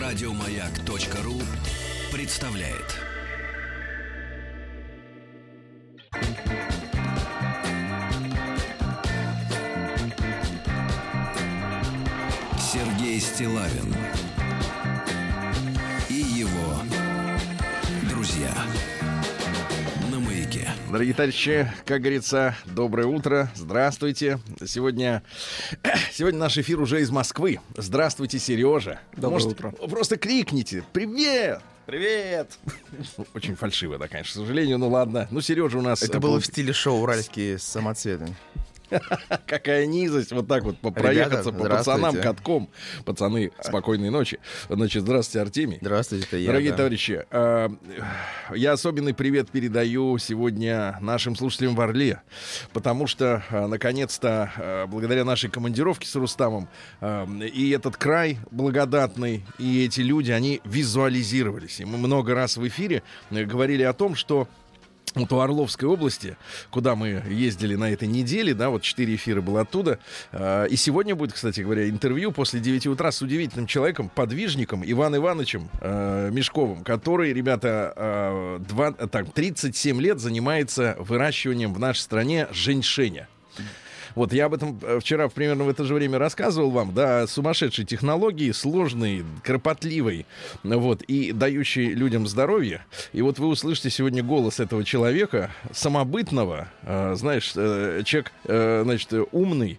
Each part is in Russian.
Радиомаяк.ру представляет. Сергей Стиллавин и его друзья на Маяке. Дорогие товарищи, как говорится, доброе утро, здравствуйте. Сегодня наш эфир уже из Москвы. Здравствуйте, Сережа. Доброе утро. Просто крикните: «Привет!» Привет! Очень фальшиво, да, конечно, к сожалению, ну ладно. Ну, Сережа у нас... Это было в стиле шоу «Уральские самоцветы». Какая низость, вот так вот проехаться по пацанам катком. Пацаны, спокойной ночи. Значит, здравствуйте, Артемий. Здравствуйте, это я. Дорогие товарищи, я особенный привет передаю сегодня нашим слушателям в Орле, потому что, наконец-то, благодаря нашей командировке с Рустамом, и этот край благодатный, и эти люди, они визуализировались. И мы много раз в эфире говорили о том, что вот у Орловской области, куда мы ездили на этой неделе, да, вот 4 эфира было оттуда. И сегодня будет, кстати говоря, интервью после 9 утра с удивительным человеком, подвижником Иваном Ивановичем Мешковым, который, ребята, 37 лет занимается выращиванием в нашей стране женьшеня. Вот я об этом вчера примерно в это же время рассказывал вам, да, сумасшедшей технологии, сложной, кропотливой, вот, и дающей людям здоровье. И вот вы услышите сегодня голос этого человека, самобытного, знаешь, человек, значит, умный,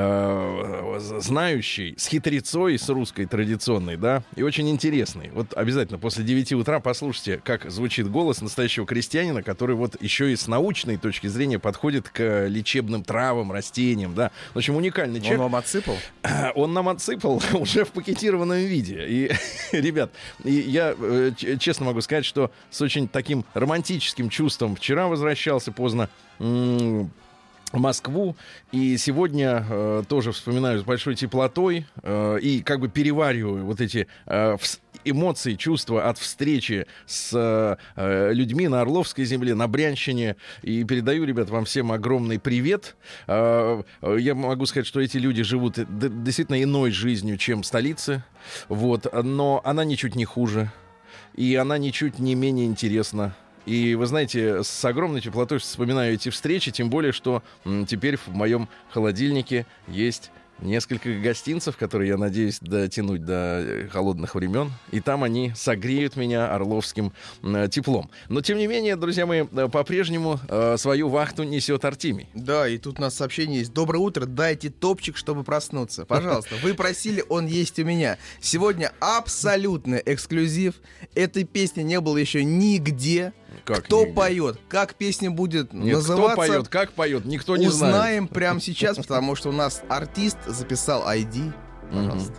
знающий, с хитрецой, с русской традиционной, да, и очень интересный. Вот обязательно после 9 утра послушайте, как звучит голос настоящего крестьянина, который вот еще и с научной точки зрения подходит к лечебным травам, растениям. Да. В общем, уникальный человек. Он вам отсыпал? Он нам отсыпал уже в пакетированном виде. И, ребят, я честно могу сказать, что с очень таким романтическим чувством вчера возвращался поздно в Москву, и сегодня тоже вспоминаю с большой теплотой и как бы перевариваю вот эти эмоции, чувства от встречи с людьми на Орловской земле, на Брянщине, и передаю, ребят, вам всем огромный привет. Я могу сказать, что эти люди живут действительно иной жизнью, чем в столице, вот, но она ничуть не хуже, и она ничуть не менее интересна. И вы знаете, с огромной теплотой вспоминаю эти встречи, тем более, что теперь в моем холодильнике есть несколько гостинцев, которые я надеюсь дотянуть до холодных времен. И там они согреют меня орловским теплом. Но, тем не менее, друзья мои, по-прежнему свою вахту несет Артемий. Да, и тут у нас сообщение есть. Доброе утро, дайте топчик, чтобы проснуться. Пожалуйста, вы просили, он есть у меня. Сегодня абсолютный эксклюзив. Этой песни не было еще нигде. Как кто нигде? Поет, как песня будет Нет, называться, кто поет, как поет, никто не знает. Узнаем прямо сейчас, потому что у нас артист записал ID. Пожалуйста.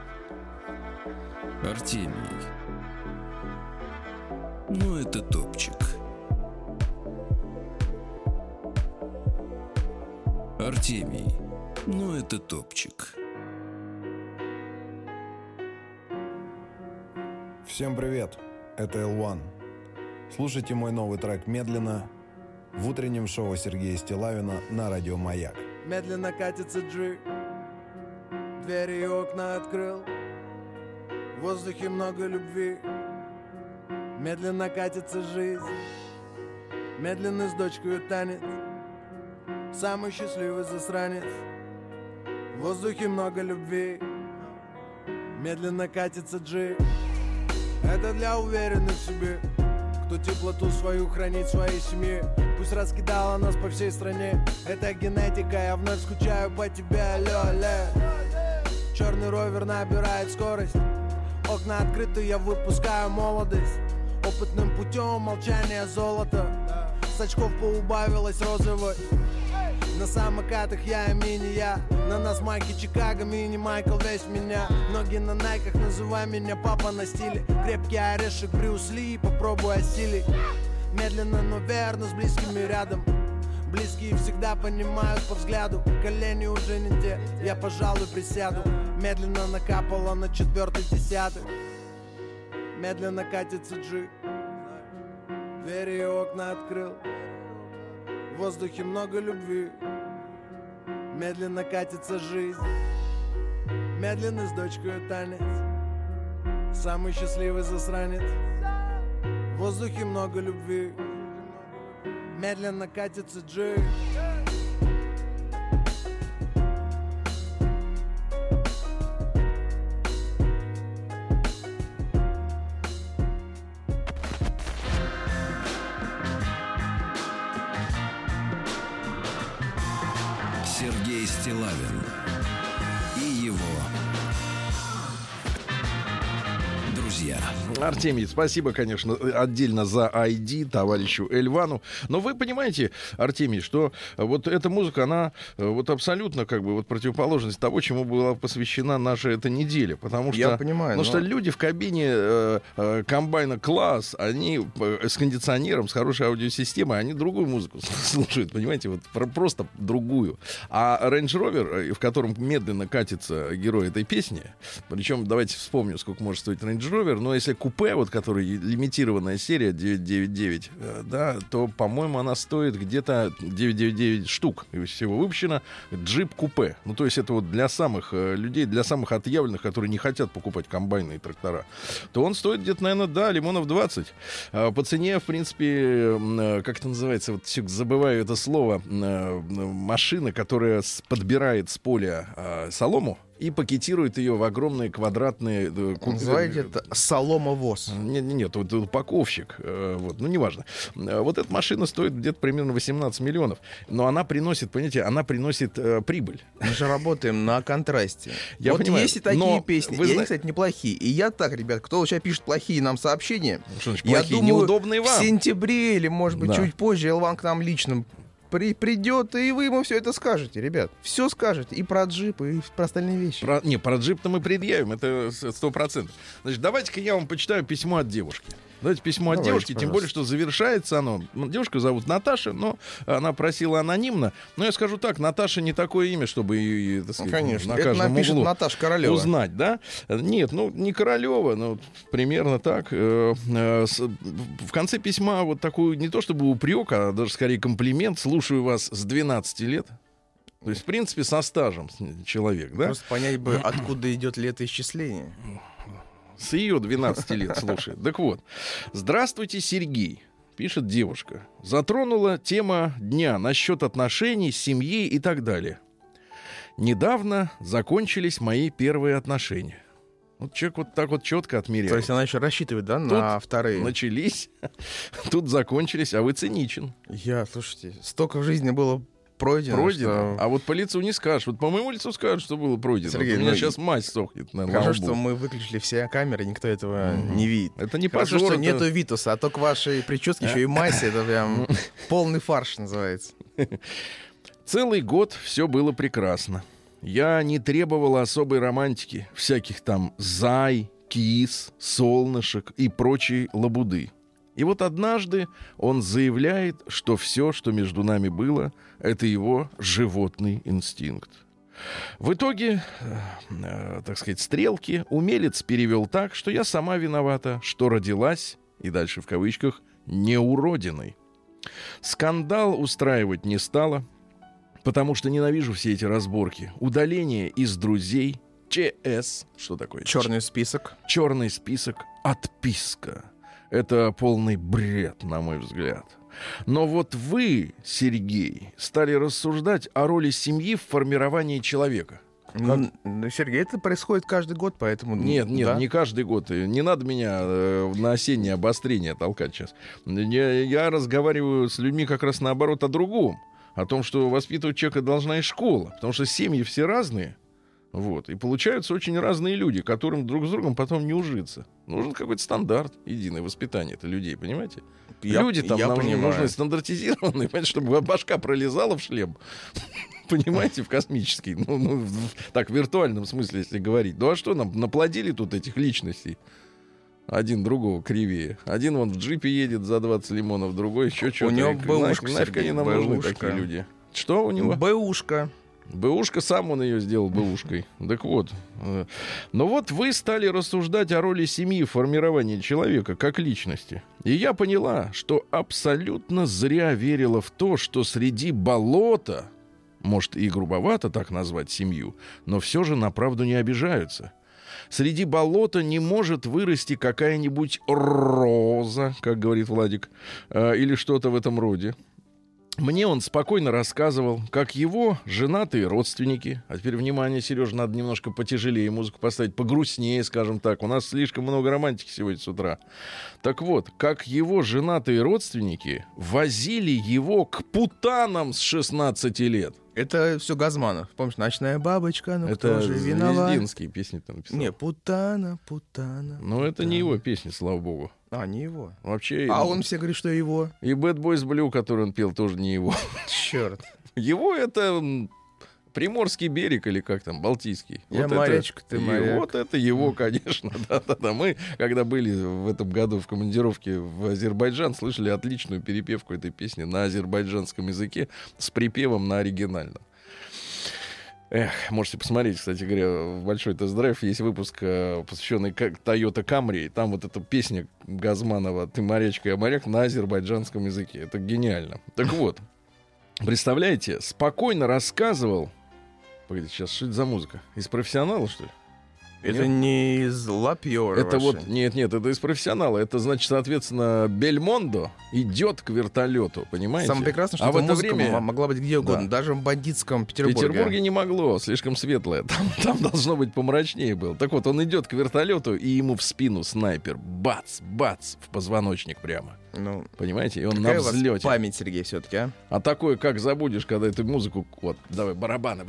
Артемий. Ну, это топчик. Артемий. Ну, это топчик. Всем привет, это L1. Слушайте мой новый трек «Медленно» в утреннем шоу Сергея Стиллавина на радио «Маяк». Медленно катится джип, двери и окна открыл, в воздухе много любви. Медленно катится жизнь, медленно с дочкой танец, самый счастливый засранец. В воздухе много любви, медленно катится джип. Это для уверенных в себе, кто теплоту свою хранит в своей семье. Пусть раскидала нас по всей стране, это генетика, я вновь скучаю по тебе, алло, алло. Черный ровер набирает скорость, окна открыты, я выпускаю молодость. Опытным путем молчание золото, с очков поубавилась розовой. На самокатах я и мини-я, на нас майки Чикаго, мини-майкл весь в меня. Ноги на найках, называй меня папа на стиле. Крепкий орешек Брюс Ли, попробуй осилить. Медленно, но верно, с близкими рядом. Близкие всегда понимают по взгляду, колени уже не те, я, пожалуй, присяду. Медленно накапало на 4-й десятый. Медленно катится джип, двери и окна открыл, в воздухе много любви. Медленно катится жизнь, медленно с дочкой танец, самый счастливый засранец. В воздухе много любви, медленно катится джип. Сергей Стиллавин и его друзья. Артемий, спасибо, конечно, отдельно за ID товарищу Эльвану. Но вы понимаете, Артемий, что вот эта музыка, она вот абсолютно как бы вот противоположность того, чему была посвящена наша эта неделя. Потому что, Я понимаю, потому что люди в кабине комбайна класс, они с кондиционером, с хорошей аудиосистемой, они другую музыку слушают, понимаете, вот просто другую. А Range Rover, в котором медленно катится герой этой песни, причем давайте вспомним, сколько может стоить Range Rover, но если купе, вот который лимитированная серия 999, да, то, по-моему, она стоит где-то 999 штук всего выпущено. Джип купе. Ну, то есть это вот для самых людей, для самых отъявленных, которые не хотят покупать комбайны и трактора, то он стоит где-то, наверное, да, лимонов 20. По цене, в принципе, как это называется, вот все забываю это слово, машина, которая подбирает с поля солому и пакетирует ее в огромные квадратные... Называете это соломовоз. Нет, вот упаковщик. Вот, ну, неважно. Вот эта машина стоит где-то примерно 18 миллионов. Но она приносит, понимаете, она приносит прибыль. Мы же работаем на контрасте. Я вот понимаю, есть и такие но песни. вы И они, кстати, неплохие. И я так, ребят, кто сейчас пишет плохие нам сообщения, Что значит я плохие? думаю, Неудобные в вам. сентябре или, может быть, Да. чуть позже Элван к нам лично придет, и вы ему все это скажете, ребят. Все скажете. И про джип, и про остальные вещи. Про джип-то мы предъявим, это 100%. Значит, давайте-ка я вам почитаю письмо от девушки. Давайте письмо от Давайте, девушки, тем пожалуйста. более, что завершается оно. Девушку зовут Наташа, но она просила анонимно. Но я скажу так, Наташа не такое имя, чтобы ее, так сказать, Конечно. на Это каждом напишет углу Наташа Королева. узнать, да? Нет, ну, не Королева, но примерно так. В конце письма вот такую, не то чтобы упрек, а даже скорее комплимент. Слушаю вас с 12 лет. То есть, в принципе, со стажем человек, да? Просто понять бы, откуда идет летоисчисление. С ее 12 лет, слушай. Так вот. Здравствуйте, Сергей, пишет девушка. Затронула тема дня насчет отношений, семьи и так далее. Недавно закончились мои первые отношения. Вот человек вот так вот четко отмерял. То есть она еще рассчитывает, да, на вторые? Начались, тут закончились, а вы циничен. Слушайте, столько в жизни было пройдено. Пройдено. А вот по лицу не скажешь. Вот по моему лицу скажут, что было пройдено. Сергей, Вот у меня ну, сейчас мазь сохнет на Хорошо, лбу. что мы выключили все камеры, никто этого не видит. Это не Хорошо, позор, что это- нету Витуса, а то к вашей прическе еще и массе, это прям полный фарш называется. Целый год все было прекрасно. Я не требовала особой романтики, всяких там зай, кис, солнышек и прочей лабуды. И вот однажды он заявляет, что все, что между нами было, это его животный инстинкт. В итоге, так сказать, стрелки умелец перевел так, что я сама виновата, что родилась, и дальше в кавычках, неуродиной. Скандал устраивать не стала, потому что ненавижу все эти разборки. Удаление из друзей, ЧС, что такое? Черный список. Черный список, отписка. Это полный бред, на мой взгляд. Но вот вы, Сергей, стали рассуждать о роли семьи в формировании человека. Ну, Сергей, это происходит каждый год, поэтому... Нет, да. не каждый год. И не надо меня на осеннее обострение толкать сейчас. Я разговариваю с людьми как раз наоборот о другом. О том, что воспитывать человека должна и школа. Потому что семьи все разные. Вот. И получаются очень разные люди, которым друг с другом потом не ужиться. Нужен какой-то стандарт, единое воспитание это людей, понимаете? Люди там я нам понимаю. нужны стандартизированные, понимаете, чтобы башка пролезала в шлем. Понимаете, в космический. Ну, так, в виртуальном смысле, если говорить. Ну а что нам, наплодили тут этих личностей? Один другого кривее. Один вон в джипе едет за 20 лимонов, другой еще что-то. У него бэушка, Нафиг они Сергей, нам нужны, бэушка. такие люди. Что у него? Бэушка. Бэушка, сам он ее сделал бэушкой. Так вот. Но вот вы стали рассуждать о роли семьи в формировании человека как личности. И я поняла, что абсолютно зря верила в то, что среди болота, может и грубовато так назвать семью, но все же на правду не обижаются. среди болота не может вырасти какая-нибудь роза, как говорит Владик, или что-то в этом роде. Мне он спокойно рассказывал, как его женатые родственники, а теперь, внимание, Сережа, надо немножко потяжелее музыку поставить, погрустнее, скажем так, у нас слишком много романтики сегодня с утра. Так вот, как его женатые родственники возили его к путанам с 16 лет. Это все Газманов. Помнишь, «Ночная бабочка», ну кто Это же виноват? Звездинские песни там написал. Не, «Путана». Но это не его песни, слава богу. А, не его. Вообще. А он все говорит, что его. И Bad Boys Blue, который он пел, тоже не его. Черт. Его это Приморский берег или как там, Балтийский. Я вот морячка, это, ты моряк. Вот это его, конечно. Да-да-да. Мы, когда были в этом году в командировке в Азербайджан, слышали отличную перепевку этой песни на азербайджанском языке с припевом на оригинальном. Эх, можете посмотреть, кстати говоря, в большой тест-драйв есть выпуск, посвященный Toyota Camry. Там вот эта песня Газманова «Ты морячка, я моряк» на азербайджанском языке. Это гениально. Так вот, представляете, спокойно рассказывал. Погодите, сейчас что это за музыка? Из «Профессионала», что ли? Это не из Лапьора. Это вот, нет, это из «Профессионала». Это, значит, соответственно, Бельмондо идет к вертолету, понимаете? Самое прекрасное, что в эта это музыка время могла быть где угодно, Да. даже в бандитском В Петербурге. Петербурге не могло, слишком светлое. Там должно быть помрачнее было. Так вот, он идет к вертолету, и ему в спину снайпер. Бац, бац, в позвоночник прямо. Ну, Понимаете? И он какая на у вас взлете. память, Сергей, все-таки, а? А такое, как забудешь, когда эту музыку... Вот, давай, барабаны.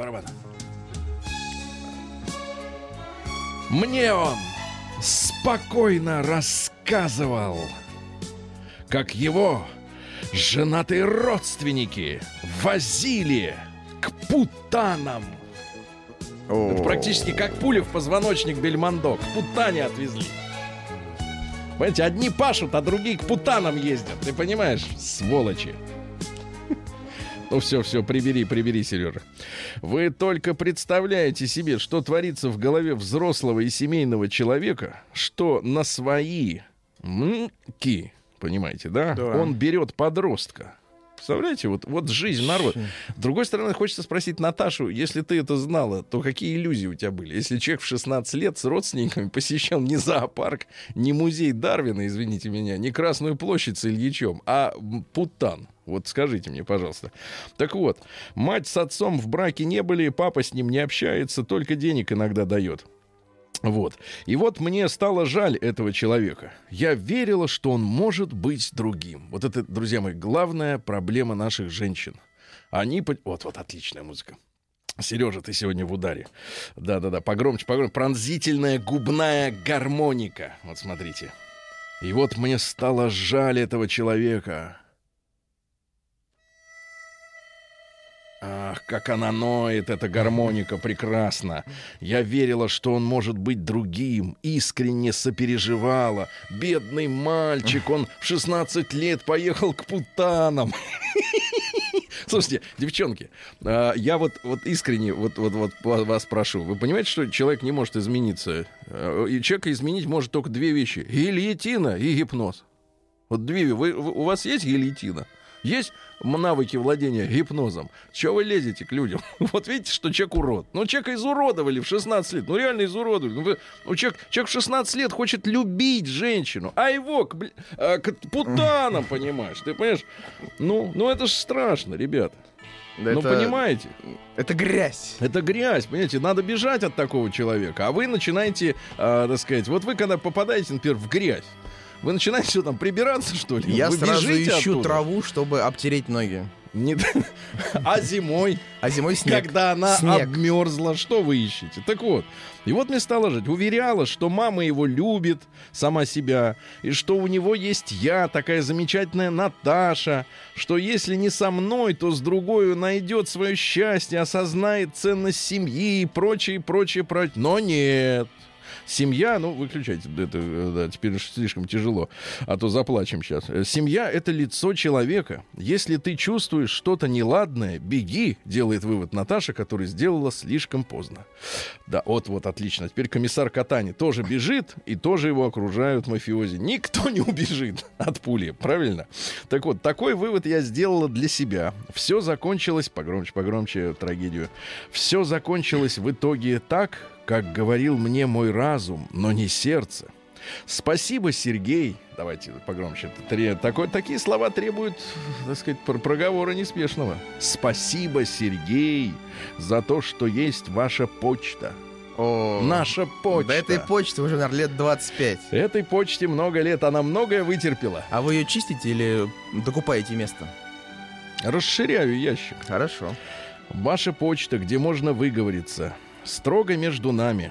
Мне он спокойно рассказывал, как его женатые родственники возили к путанам. Это практически как пуля в позвоночник Бельмондо. К путане отвезли. Понимаете, одни пашут, а другие к путанам ездят. Ты понимаешь, сволочи. Ну все, прибери, Сережа. Вы только представляете себе, что творится в голове взрослого и семейного человека, что на свои мки, понимаете, да? Он берет подростка. Представляете, вот жизнь, народ. С другой стороны, хочется спросить Наташу, если ты это знала, то какие иллюзии у тебя были? Если человек в 16 лет с родственниками посещал не зоопарк, не музей Дарвина, извините меня, не Красную площадь с Ильичом, а Путан. Вот скажите мне, пожалуйста. Так вот, мать с отцом в браке не были, папа с ним не общается, только денег иногда дает. Вот. И вот мне стало жаль этого человека. Я верила, что он может быть другим. Вот это, друзья мои, главная проблема наших женщин. Они... Вот, отличная музыка. Сережа, ты сегодня в ударе. Да-да-да, погромче. Пронзительная губная гармоника. Вот смотрите. И вот мне стало жаль этого человека. Ах, как она ноет, эта гармоника, прекрасно. Я верила, что он может быть другим, искренне сопереживала. Бедный мальчик, он в 16 лет поехал к путанам. Слушайте, девчонки, я вот искренне вот вас прошу. Вы понимаете, что человек не может измениться? И человека изменить может только две вещи. Гильотина и гипноз. Вот две. У вас есть гильотина? Есть навыки владения гипнозом? Чего вы лезете к людям? Вот видите, что человек урод. Ну, человека изуродовали в 16 лет. Ну, реально изуродовали. Человек в 16 лет хочет любить женщину, а его к путанам, понимаешь? Ты понимаешь? Ну это ж страшно, ребята. Да, ну, понимаете? Это грязь. Это грязь, понимаете? Надо бежать от такого человека. А вы начинаете, так сказать, вот вы когда попадаете, например, в грязь, вы начинаете что там, прибираться, что ли? Я вы сразу ищу оттуда. траву, чтобы обтереть ноги. А зимой? А зимой снег. Когда она снег. обмерзла, что вы ищете? Так вот, и вот мне стало жить. Уверяла, что мама его любит, сама себя, и что у него есть я, такая замечательная Наташа, что если не со мной, то с другой найдет свое счастье, осознает ценность семьи и прочее. Но нет. Семья, выключайте, это да, теперь уж слишком тяжело, а то заплачем сейчас. Семья — это лицо человека. Если ты чувствуешь что-то неладное, беги, делает вывод Наташа, которая сделала слишком поздно. Да, вот, отлично. Теперь комиссар Катани тоже бежит, и тоже его окружают мафиози. Никто не убежит от пули, правильно? Так вот, такой вывод я сделала для себя. Все закончилось, погромче трагедию. Все закончилось в итоге так, как говорил мне мой разум, но не сердце. Спасибо, Сергей. Давайте погромче. Такие слова требуют, так сказать, проговора неспешного. Спасибо, Сергей, за то, что есть ваша почта. Наша почта. Да этой почты уже, наверное, лет 25. Этой почте много лет, она многое вытерпела. А вы ее чистите или докупаете место? Расширяю ящик. Хорошо. Ваша почта, где можно выговориться. Строго между нами.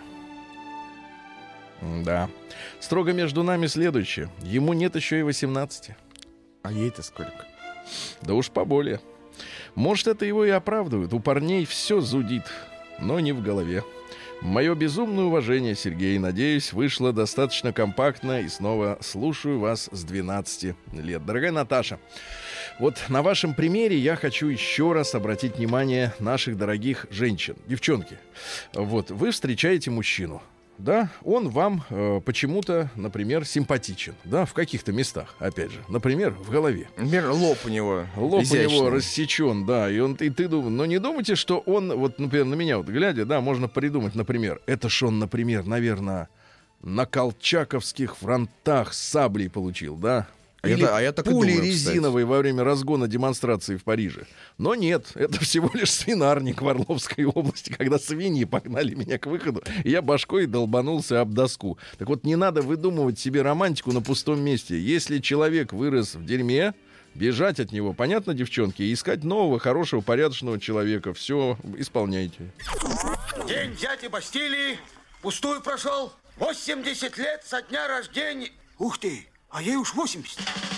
Да. Строго между нами следующее. Ему нет еще и 18. А ей-то сколько? Да уж поболее. Может, это его и оправдывает. У парней все зудит, но не в голове. Мое безумное уважение, Сергей. Надеюсь, вышло достаточно компактно. И снова слушаю вас с 12 лет. Дорогая Наташа, вот на вашем примере я хочу еще раз обратить внимание наших дорогих женщин. Девчонки, вот вы встречаете мужчину. Да, он вам почему-то, например, симпатичен. Да, в каких-то местах, опять же. Например, в голове. Например, лоб у него изящный. У него рассечен, да. И ты думаешь, но не думайте, что он, вот, например, на меня вот глядя, да, можно придумать, например, это ж он, например, наверное, на колчаковских фронтах с саблей получил, да? Или я так пули и думаю, резиновой во время разгона демонстрации в Париже. Но нет, это всего лишь свинарник в Орловской области, когда свиньи погнали меня к выходу, и я башкой долбанулся об доску. Так вот, не надо выдумывать себе романтику на пустом месте. Если человек вырос в дерьме, бежать от него, понятно, девчонки, и искать нового, хорошего, порядочного человека. Все, исполняйте. День взятия Бастилии пустую прошел. 80 лет со дня рождения. Ух ты! А ей уж 80.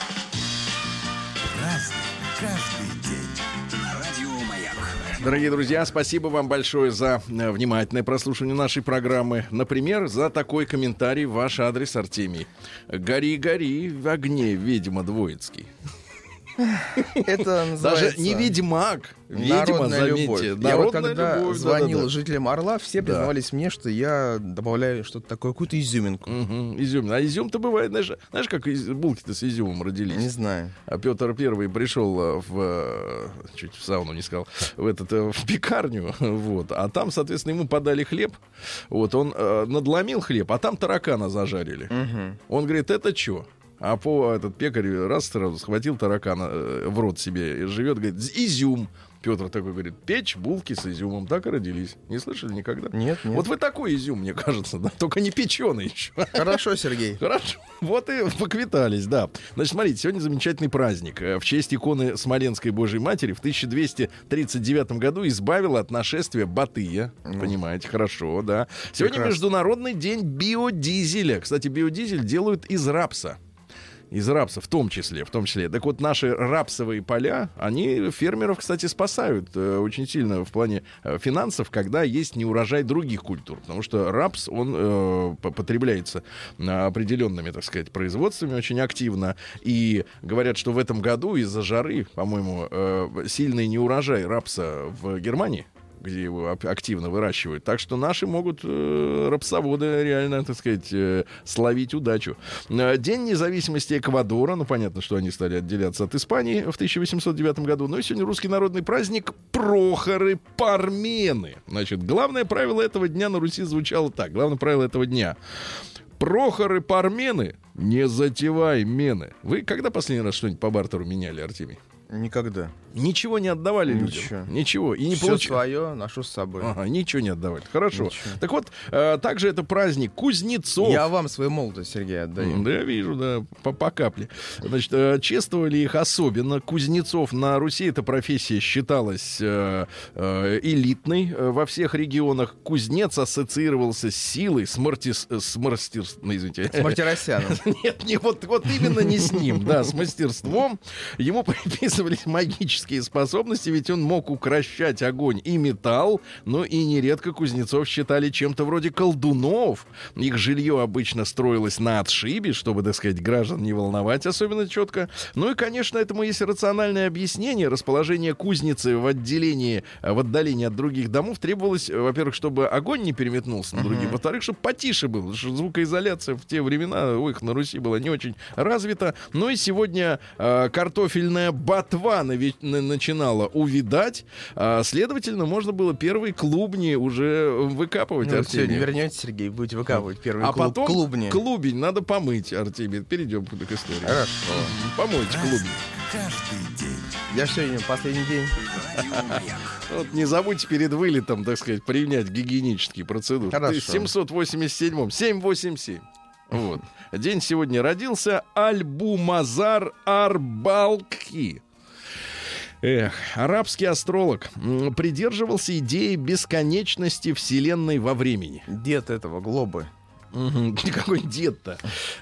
Разный, каждый день. На радио Маяк. Дорогие друзья, спасибо вам большое за внимательное прослушивание нашей программы. Например, за такой комментарий в ваш адрес, Артемий. Гори, гори в огне, ведьма Двоицкий. Это называется... Даже не ведьмак, ведьма, заметьте. Я вот когда любовь, звонил жителям Орла, все признавались мне, что я добавляю что-то такое, какую-то изюминку. Изюм. А изюм-то бывает, знаешь, как булки-то с изюмом родились? Не знаю. А Петр Первый пришел чуть в сауну не сказал, в пекарню, вот, а там, соответственно, ему подали хлеб, вот, он надломил хлеб, а там таракана зажарили. Он говорит, это что? А этот пекарь раз сразу схватил таракана в рот себе и живет, говорит, изюм. Петр такой говорит, печь булки с изюмом. Так и родились. Не слышали никогда? Нет. Вот вы такой изюм, мне кажется, да? Только не печеный еще. Хорошо, Сергей. Хорошо. Вот и поквитались, да. Значит, смотрите, сегодня замечательный праздник. В честь иконы Смоленской Божьей Матери в 1239 году избавила от нашествия Батыя. Понимаете, хорошо, да. Сегодня Международный день биодизеля. Кстати, биодизель делают из рапса. Из рапса, в том числе. Так вот, наши рапсовые поля, они фермеров, кстати, спасают очень сильно в плане финансов, когда есть неурожай других культур. Потому что рапс, он потребляется определенными, так сказать, производствами очень активно. И говорят, что в этом году из-за жары, по-моему, сильный неурожай рапса в Германии, где его активно выращивают. Так что наши могут рапсоводы реально, так сказать, словить удачу. День независимости Эквадора. Ну, понятно, что они стали отделяться от Испании в 1809 году. Но и сегодня русский народный праздник Прохоры Пармены. Значит, главное правило этого дня на Руси звучало так. Главное правило этого дня. Прохоры Пармены, не затевай мены. Вы когда последний раз что-нибудь по бартеру меняли, Артемий? Никогда. Ничего не отдавали людям? Ничего. И не все свое ношу с собой. Ничего не отдавали. Хорошо. Ничего. Так вот, также это праздник Кузнецов. Я вам свою молодость, Сергей, отдаю. Да, я вижу, да, по капле. Значит, чествовали их особенно. Кузнецов на Руси эта профессия считалась элитной во всех регионах. Кузнец ассоциировался с силой, с мастерством. Извините. С Мартиросяном. Нет, вот именно не с ним, да, с мастерством. Ему приписывались магические способности, ведь он мог укрощать огонь и металл, но и нередко кузнецов считали чем-то вроде колдунов. Их жилье обычно строилось на отшибе, чтобы, так сказать, граждан не волновать особенно четко. Ну и, конечно, этому есть рациональное объяснение. Расположение кузницы в отдалении от других домов требовалось, во-первых, чтобы огонь не переметнулся на других, во-вторых, чтобы потише было, потому что звукоизоляция в те времена, на Руси была не очень развита. Ну и сегодня картофельная ботва начинала увядать, следовательно, можно было первые клубни уже выкапывать, Ну, Артемий. сегодня вернете, Сергей, будете выкапывать первый Потом клубни. клубень надо помыть, Артемий. Перейдем к истории. Хорошо. Помойте клубень. Каждый день. Я сегодня последний день. Радио Маяк. Вот не забудьте перед вылетом, так сказать, принять гигиенические процедуры. Хорошо. В 787-м, 787. Вот. День сегодня родился Альбумазар Арбалки. Арабский астролог придерживался идеи бесконечности Вселенной во времени. Дед этого глобы. Какой дед-то?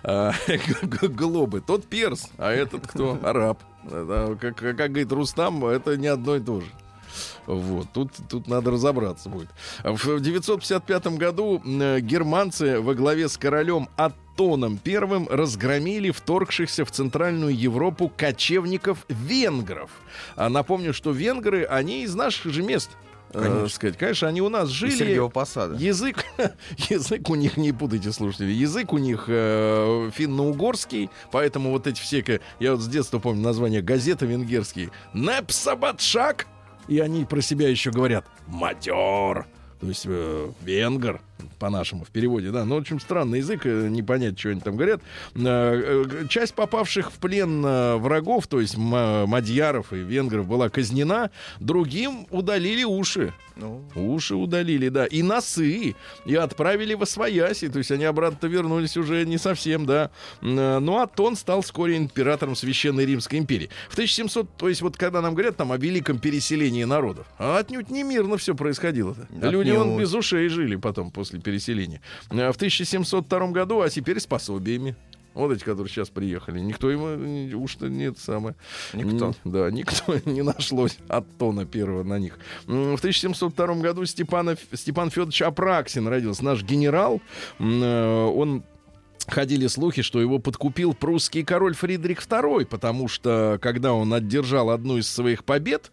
Глобы. Тот перс, а этот кто? Араб. Как говорит Рустам, это не одно и то же. Вот, тут надо разобраться будет. В 955 году германцы во главе с королем Аттоном I разгромили вторгшихся в Центральную Европу кочевников-венгров. Напомню, что венгры, они из наших же мест. Конечно, они у нас жили. Сергеева Посада. Язык у них, не путайте, слушатели, язык у них финно-угорский, поэтому вот эти все, я вот с детства помню название газеты венгерские, «Непсабатшак», и они про себя еще говорят «мадер», то есть венгр, по-нашему в переводе, да, но очень странный язык, не понять, что они там говорят. Часть попавших в плен врагов, то есть мадьяров и венгров, была казнена, другим удалили уши. Уши удалили, да, и носы, и отправили во свояси, то есть они обратно вернулись уже не совсем, да. Но Аттон стал вскоре императором Священной Римской империи. В 1700, то есть вот когда нам говорят там о великом переселении народов, а отнюдь не мирно все происходило-то. Люди вон без ушей жили потом после переселения. В 1702 году, а теперь с пособиями. Вот эти, которые сейчас приехали. Никто ему уж-то нет самое. Никто. Да, никто не нашлось Аттона первого на них. В 1702 году Степан Федорович Апраксин родился. Наш генерал. Он... Ходили слухи, что его подкупил прусский король Фридрих II, потому что, когда он одержал одну из своих побед,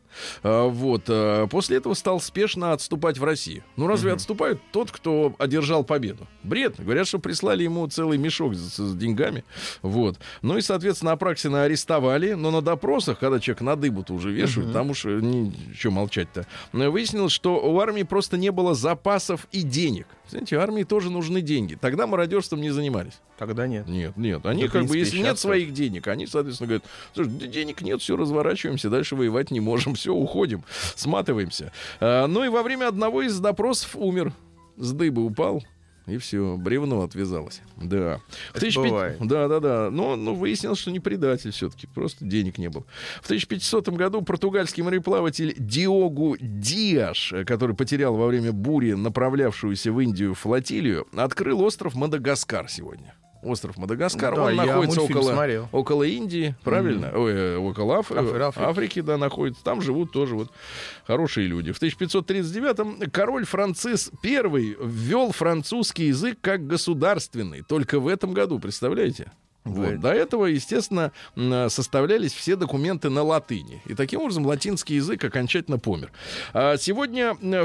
после этого стал спешно отступать в Россию. Ну, разве отступает тот, кто одержал победу? Бред. Говорят, что прислали ему целый мешок с деньгами. Вот. Ну и, соответственно, Апраксина арестовали, но на допросах, когда человек на дыбу-то уже вешают, там уж что молчать-то, выяснилось, что у армии просто не было запасов и денег. Знаете, армии тоже нужны деньги. Тогда мародерством не занимались. Тогда нет. Нет. Они, Да, если нет своих денег, они, соответственно, говорят: слушай, денег нет, все, разворачиваемся, дальше воевать не можем, все, уходим, сматываемся. Ну и во время одного из допросов умер. С дыбы упал. И все, бревно отвязалось. Да. Бывает. Да. Но выяснилось, что не предатель все-таки. Просто денег не было. В 1500 году португальский мореплаватель Диогу Диаш, который потерял во время бури направлявшуюся в Индию флотилию, открыл остров Мадагаскар сегодня. Остров Мадагаскар, Да, он я находится смотрел. около Индии, правильно? Около Африки, да, находится. Там живут тоже вот хорошие люди. В 1539-м король Франциск I ввел французский язык как государственный. Только в этом году, представляете? Вот. До этого, естественно, составлялись все документы на латыни. И таким образом латинский язык окончательно помер. А сегодня, в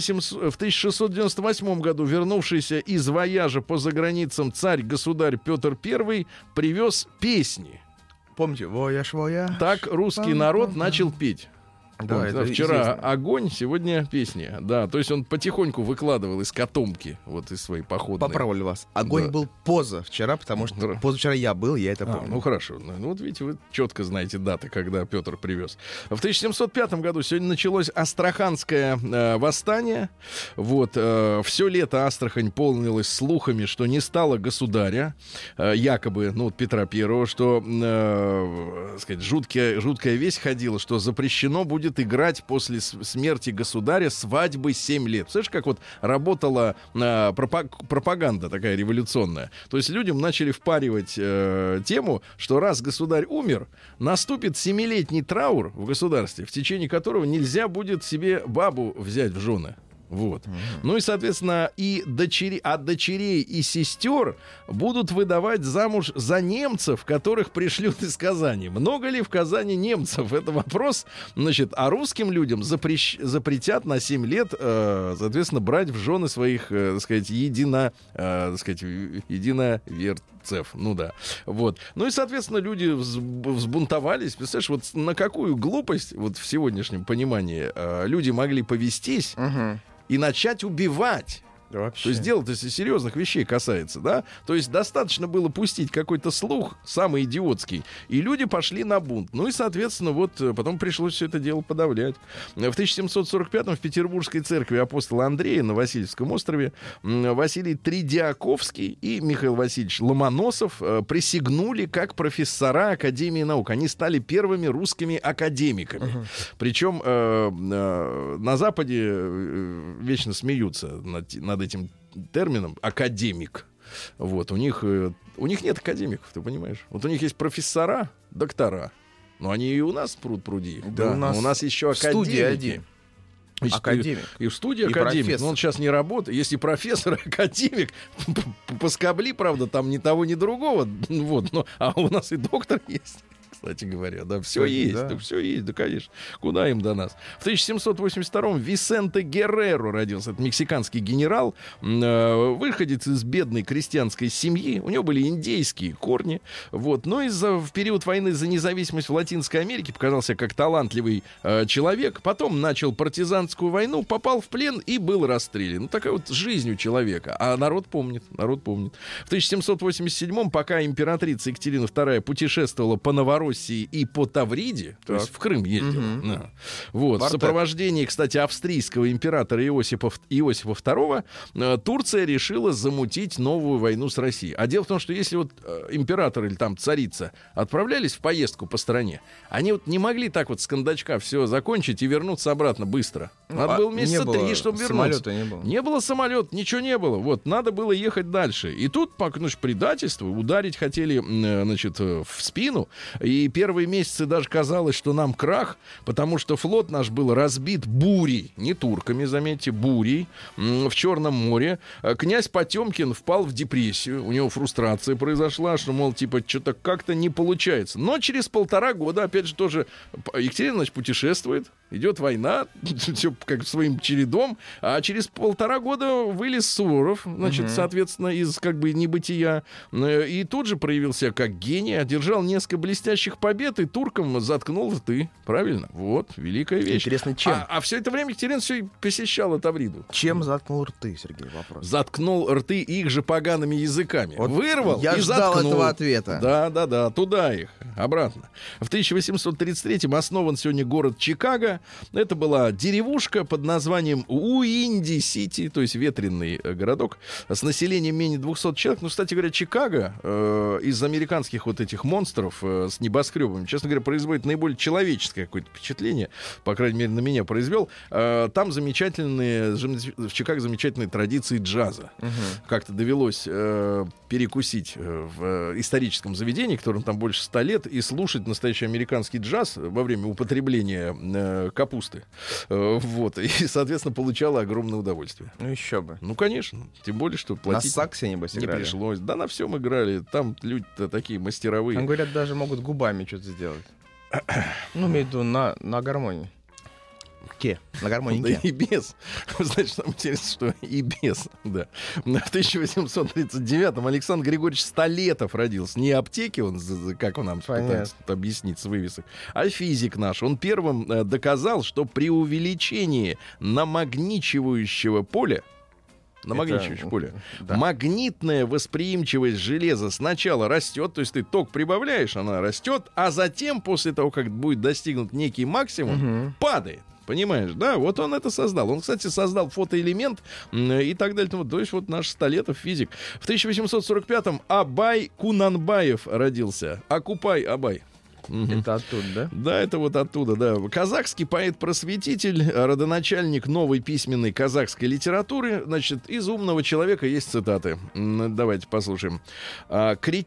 1698 году, вернувшийся из вояжа по заграницам царь-государь Петр I привез песни. Помните, вояж. Так русский народ начал петь. Да, Помните, это вчера известно. огонь, сегодня песни. Да, то есть он потихоньку выкладывал из котомки, вот из своей походной. Поправлю вас. Огонь был позавчера, потому что позавчера я был, я это помню. Ну хорошо. Ну вот видите, вы четко знаете даты, когда Петр привез. В 1705 году сегодня началось Астраханское восстание. Вот. Все лето Астрахань полнилась слухами, что не стало государя, якобы, Петра I, что, сказать, жуткая весть ходила, что запрещено будет играть после смерти государя свадьбы 7 лет. Слышишь, как вот работала пропаганда такая революционная. То есть людям начали впаривать тему, что раз государь умер, наступит 7-летний траур в государстве, в течение которого нельзя будет себе бабу взять в жены. Вот. Ну и, соответственно, от дочерей и сестер будут выдавать замуж за немцев, которых пришлют из Казани. Много ли в Казани немцев? Это вопрос. Значит, а русским людям запретят на 7 лет, соответственно, брать в жены своих, так сказать, единоверцев. Ну да. Вот. Ну и, соответственно, люди взбунтовались. Представляешь, вот на какую глупость, вот в сегодняшнем понимании, люди могли повестись и начать убивать. Вообще. То есть дело, если серьезных вещей касается, да, то есть достаточно было пустить какой-то слух, самый идиотский, и люди пошли на бунт. Ну и, соответственно, вот потом пришлось все это дело подавлять. В 1745-м в Петербургской церкви апостола Андрея на Васильевском острове Василий Тридиаковский и Михаил Васильевич Ломоносов присягнули как профессора Академии наук. Они стали первыми русскими академиками. Причем на Западе вечно смеются над этим термином «академик». Вот, у них нет академиков, ты понимаешь? Вот у них есть профессора, доктора. Но они и у нас пруд-пруди. Да, у нас еще академики. В студии один. Академик. И в студии И академик. профессор. Но он сейчас не работает. Если профессор, академик, поскобли, правда, там ни того, ни другого. Вот, а у нас и доктор есть. Кстати говоря, да, все есть, да. Все есть, да, конечно. Куда им до нас? В 1782-м Висенте Герреро родился. Это мексиканский генерал, выходец из бедной крестьянской семьи. У него были индейские корни. Вот. Но в период войны за независимость в Латинской Америке показался как талантливый человек. Потом начал партизанскую войну, попал в плен и был расстрелян. Ну, такая вот жизнь у человека. А народ помнит. В 1787-м, пока императрица Екатерина II путешествовала по Новороссии и по Тавриде, то есть в Крым ездила. Да. Вот. В сопровождении, кстати, австрийского императора Иосифа II Турция решила замутить новую войну с Россией. А дело в том, что если вот император или там царица отправлялись в поездку по стране, они вот не могли так вот с кондачка все закончить и вернуться обратно быстро. Надо было месяца 3, чтобы вернуться. Самолета не было. Не было самолета, ничего не было. Вот, надо было ехать дальше. И тут, предательство, ударить хотели, значит, в спину. И первые месяцы даже казалось, что нам крах, потому что флот наш был разбит бурей, не турками, заметьте, бурей в Черном море. Князь Потемкин впал в депрессию, у него фрустрация произошла, что, мол, типа, что-то как-то не получается. Но через 1,5 года, опять же, тоже Екатерина, значит, путешествует, идет война, все как своим чередом, а через 1,5 года вылез Суворов, значит, соответственно, из как бы небытия, и тут же проявился как гений, одержал несколько блестящих побед и туркам заткнул рты. Правильно? Вот, великая вещь. Интересно, чем? А все это время Екатерина все и посещала Тавриду. Чем заткнул рты, Сергей, вопрос? Заткнул рты их же погаными языками. Вот вырвал я и ждал заткнул. этого ответа. Да, туда их, обратно. В 1833-м основан сегодня город Чикаго. Это была деревушка под названием Уинди-Сити, то есть ветреный городок, с населением менее 200 человек. Ну, кстати говоря, Чикаго из американских вот этих монстров с небоскребами, честно говоря, производит наиболее человеческое какое-то впечатление, по крайней мере, на меня произвел. Там в Чикаго замечательные традиции джаза. Как-то довелось перекусить в историческом заведении, которому там больше 100 лет, и слушать настоящий американский джаз во время употребления капусты. Вот. И, соответственно, получала огромное удовольствие. Ну, еще бы. Ну, конечно. Тем более, что платить на саксе, небось, не играли. пришлось. Да, на всем играли. Там люди-то такие мастеровые. Там, говорят, даже могут губами что-то сделать. Ну, имею в виду на гармонии. На гармонике. Да и без. Значит, нам интересно, что и без. Да. В 1839-м Александр Григорьевич Столетов родился. Не аптеки он, как он нам пытается объяснить с вывесок, а физик наш. Он первым доказал, что при увеличении намагничивающего поля, да. магнитная восприимчивость железа сначала растет, то есть ты ток прибавляешь, она растет, а затем, после того, как будет достигнут некий максимум, падает. Понимаешь, да? Вот он это создал. Он, кстати, создал фотоэлемент и так далее. То есть вот наш Столетов, физик. В 1845-м Абай Кунанбаев родился. Акупай-Абай. Это оттуда, да? Да, это вот оттуда, да. Казахский поэт-просветитель, родоначальник новой письменной казахской литературы. Значит, из «Умного человека» есть цитаты. Давайте послушаем.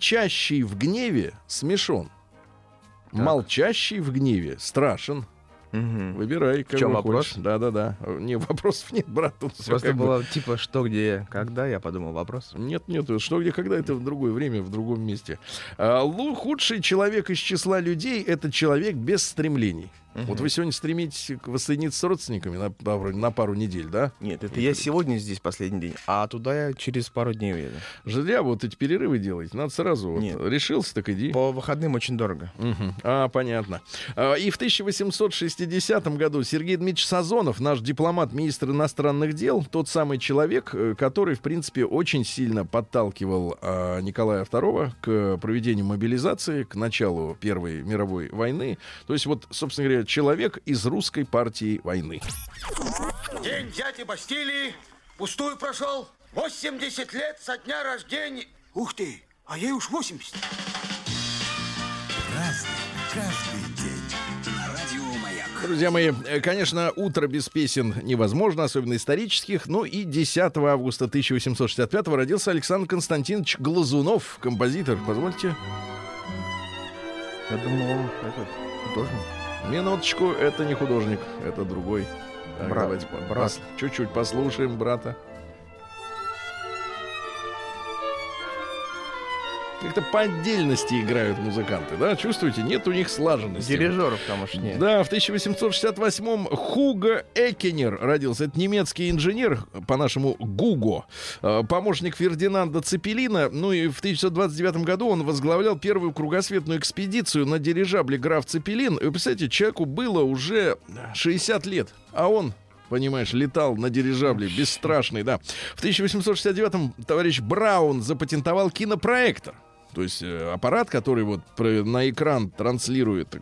«Кричащий в гневе смешон, молчащий в гневе страшен». Выбирай, как чем хочешь. вопрос? Да. Не, вопросов нет, брат. Тут всё Просто как бы- было типа что, где, когда, я подумал, вопрос. Нет, что, где, когда, это в другое время, в другом месте. Худший человек из числа людей — это человек без стремлений. Вот вы сегодня стремитесь воссоединиться с родственниками на пару недель, да? Нет, это я сегодня здесь последний день, а туда я через пару дней уеду. Зря вот эти перерывы делаете. Надо сразу. Вот, Нет. решился, так иди. По выходным очень дорого. Понятно. И в 1860 году Сергей Дмитриевич Сазонов, наш дипломат, министр иностранных дел, тот самый человек, который, в принципе, очень сильно подталкивал Николая II к проведению мобилизации, к началу Первой мировой войны. То есть, вот, собственно говоря, человек из русской партии войны. День взятия Бастилии пустую прошел. 80 лет со дня рождения. Ух ты, а ей уж 80. Разный, каждый день. На радио Маяк. Друзья мои, конечно, утро без песен невозможно, особенно исторических. Ну и 10 августа 1865 родился Александр Константинович Глазунов, композитор. Позвольте. Я думал, художник. Минуточку, это не художник, это другой. Так, Брат, давайте брат. чуть-чуть послушаем брата. Как-то по отдельности играют музыканты, да? Чувствуете? Нет у них слаженности. Дирижеров там уж нет. Да, в 1868-м Хуго Эккенер родился. Это немецкий инженер, по-нашему Гуго, помощник Фердинанда Цепелина. Ну и в 1929 году он возглавлял первую кругосветную экспедицию на дирижабле «Граф Цепелин». И вы представляете, человеку было уже 60 лет, а он... Понимаешь, летал на дирижабле, бесстрашный, да. В 1869-м товарищ Браун запатентовал кинопроектор. То есть аппарат, который вот на экран транслирует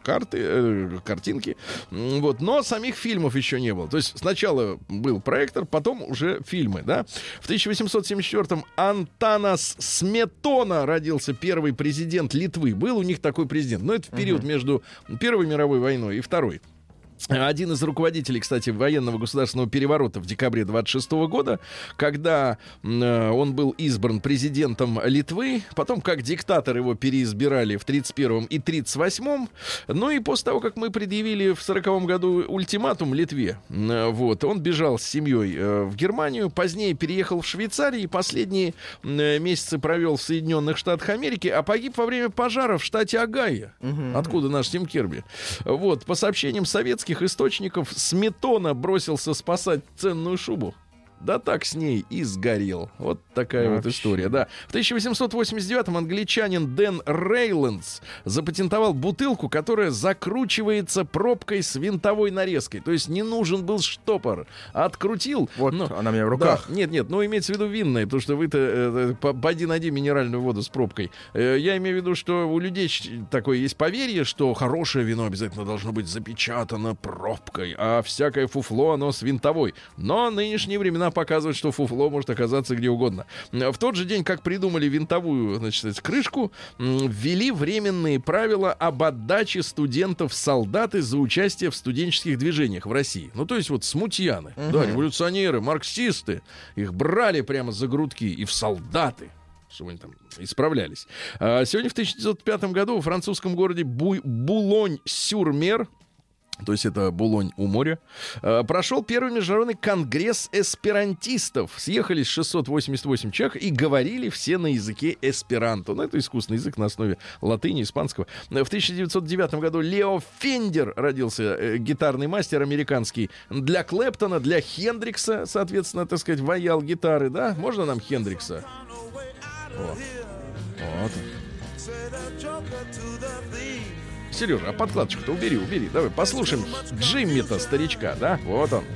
картинки. Вот. Но самих фильмов еще не было. То есть сначала был проектор, потом уже фильмы, да. В 1874-м Антанас Сметона родился, первый президент Литвы. Был у них такой президент. Но это в период между Первой мировой войной и Второй. Один из руководителей, кстати, военного государственного переворота в декабре 26 года, когда он был избран президентом Литвы, потом как диктатор его переизбирали в 31-м и 38-м, ну и после того, как мы предъявили в 40-м году ультиматум Литве, вот, он бежал с семьей в Германию, позднее переехал в Швейцарию и последние месяцы провел в Соединенных Штатах Америки, а погиб во время пожара в штате Огайо, откуда наш Тим Керби. Вот, по сообщениям советских источников, Сметона бросился спасать ценную шубу. Да так с ней и сгорел. Вот такая вот история, да. В 1889-м англичанин Дэн Рейландс запатентовал бутылку, которая закручивается пробкой с винтовой нарезкой. То есть не нужен был штопор. Открутил. Вот она у меня в руках. Да, нет, ну имеется в виду винная, потому что вы-то поди найди минеральную воду с пробкой. Я имею в виду, что у людей такое есть поверье, что хорошее вино обязательно должно быть запечатано пробкой, а всякое фуфло, оно с винтовой. Но нынешние времена показывают, что фуфло может оказаться где угодно. В тот же день, как придумали винтовую, значит, крышку, ввели временные правила об отдаче студентов в солдаты за участие в студенческих движениях в России. Ну, то есть вот смутьяны, да, революционеры, марксисты, их брали прямо за грудки и в солдаты, чтобы они там исправлялись. Сегодня в 1905 году в французском городе Булонь-сюр-Мер, то есть это Булонь у моря, прошел первый международный конгресс эсперантистов. Съехались 688 человек и говорили все на языке эсперанто. Ну, это искусственный язык на основе латыни, испанского. В 1909 году Лео Фендер родился, гитарный мастер американский. Для Клэптона, для Хендрикса, соответственно, так сказать, ваял гитары, да? Можно нам Хендрикса? Вот. Сережа, а подкладочку-то убери. Давай послушаем Джимми-то, старичка, да? Вот он.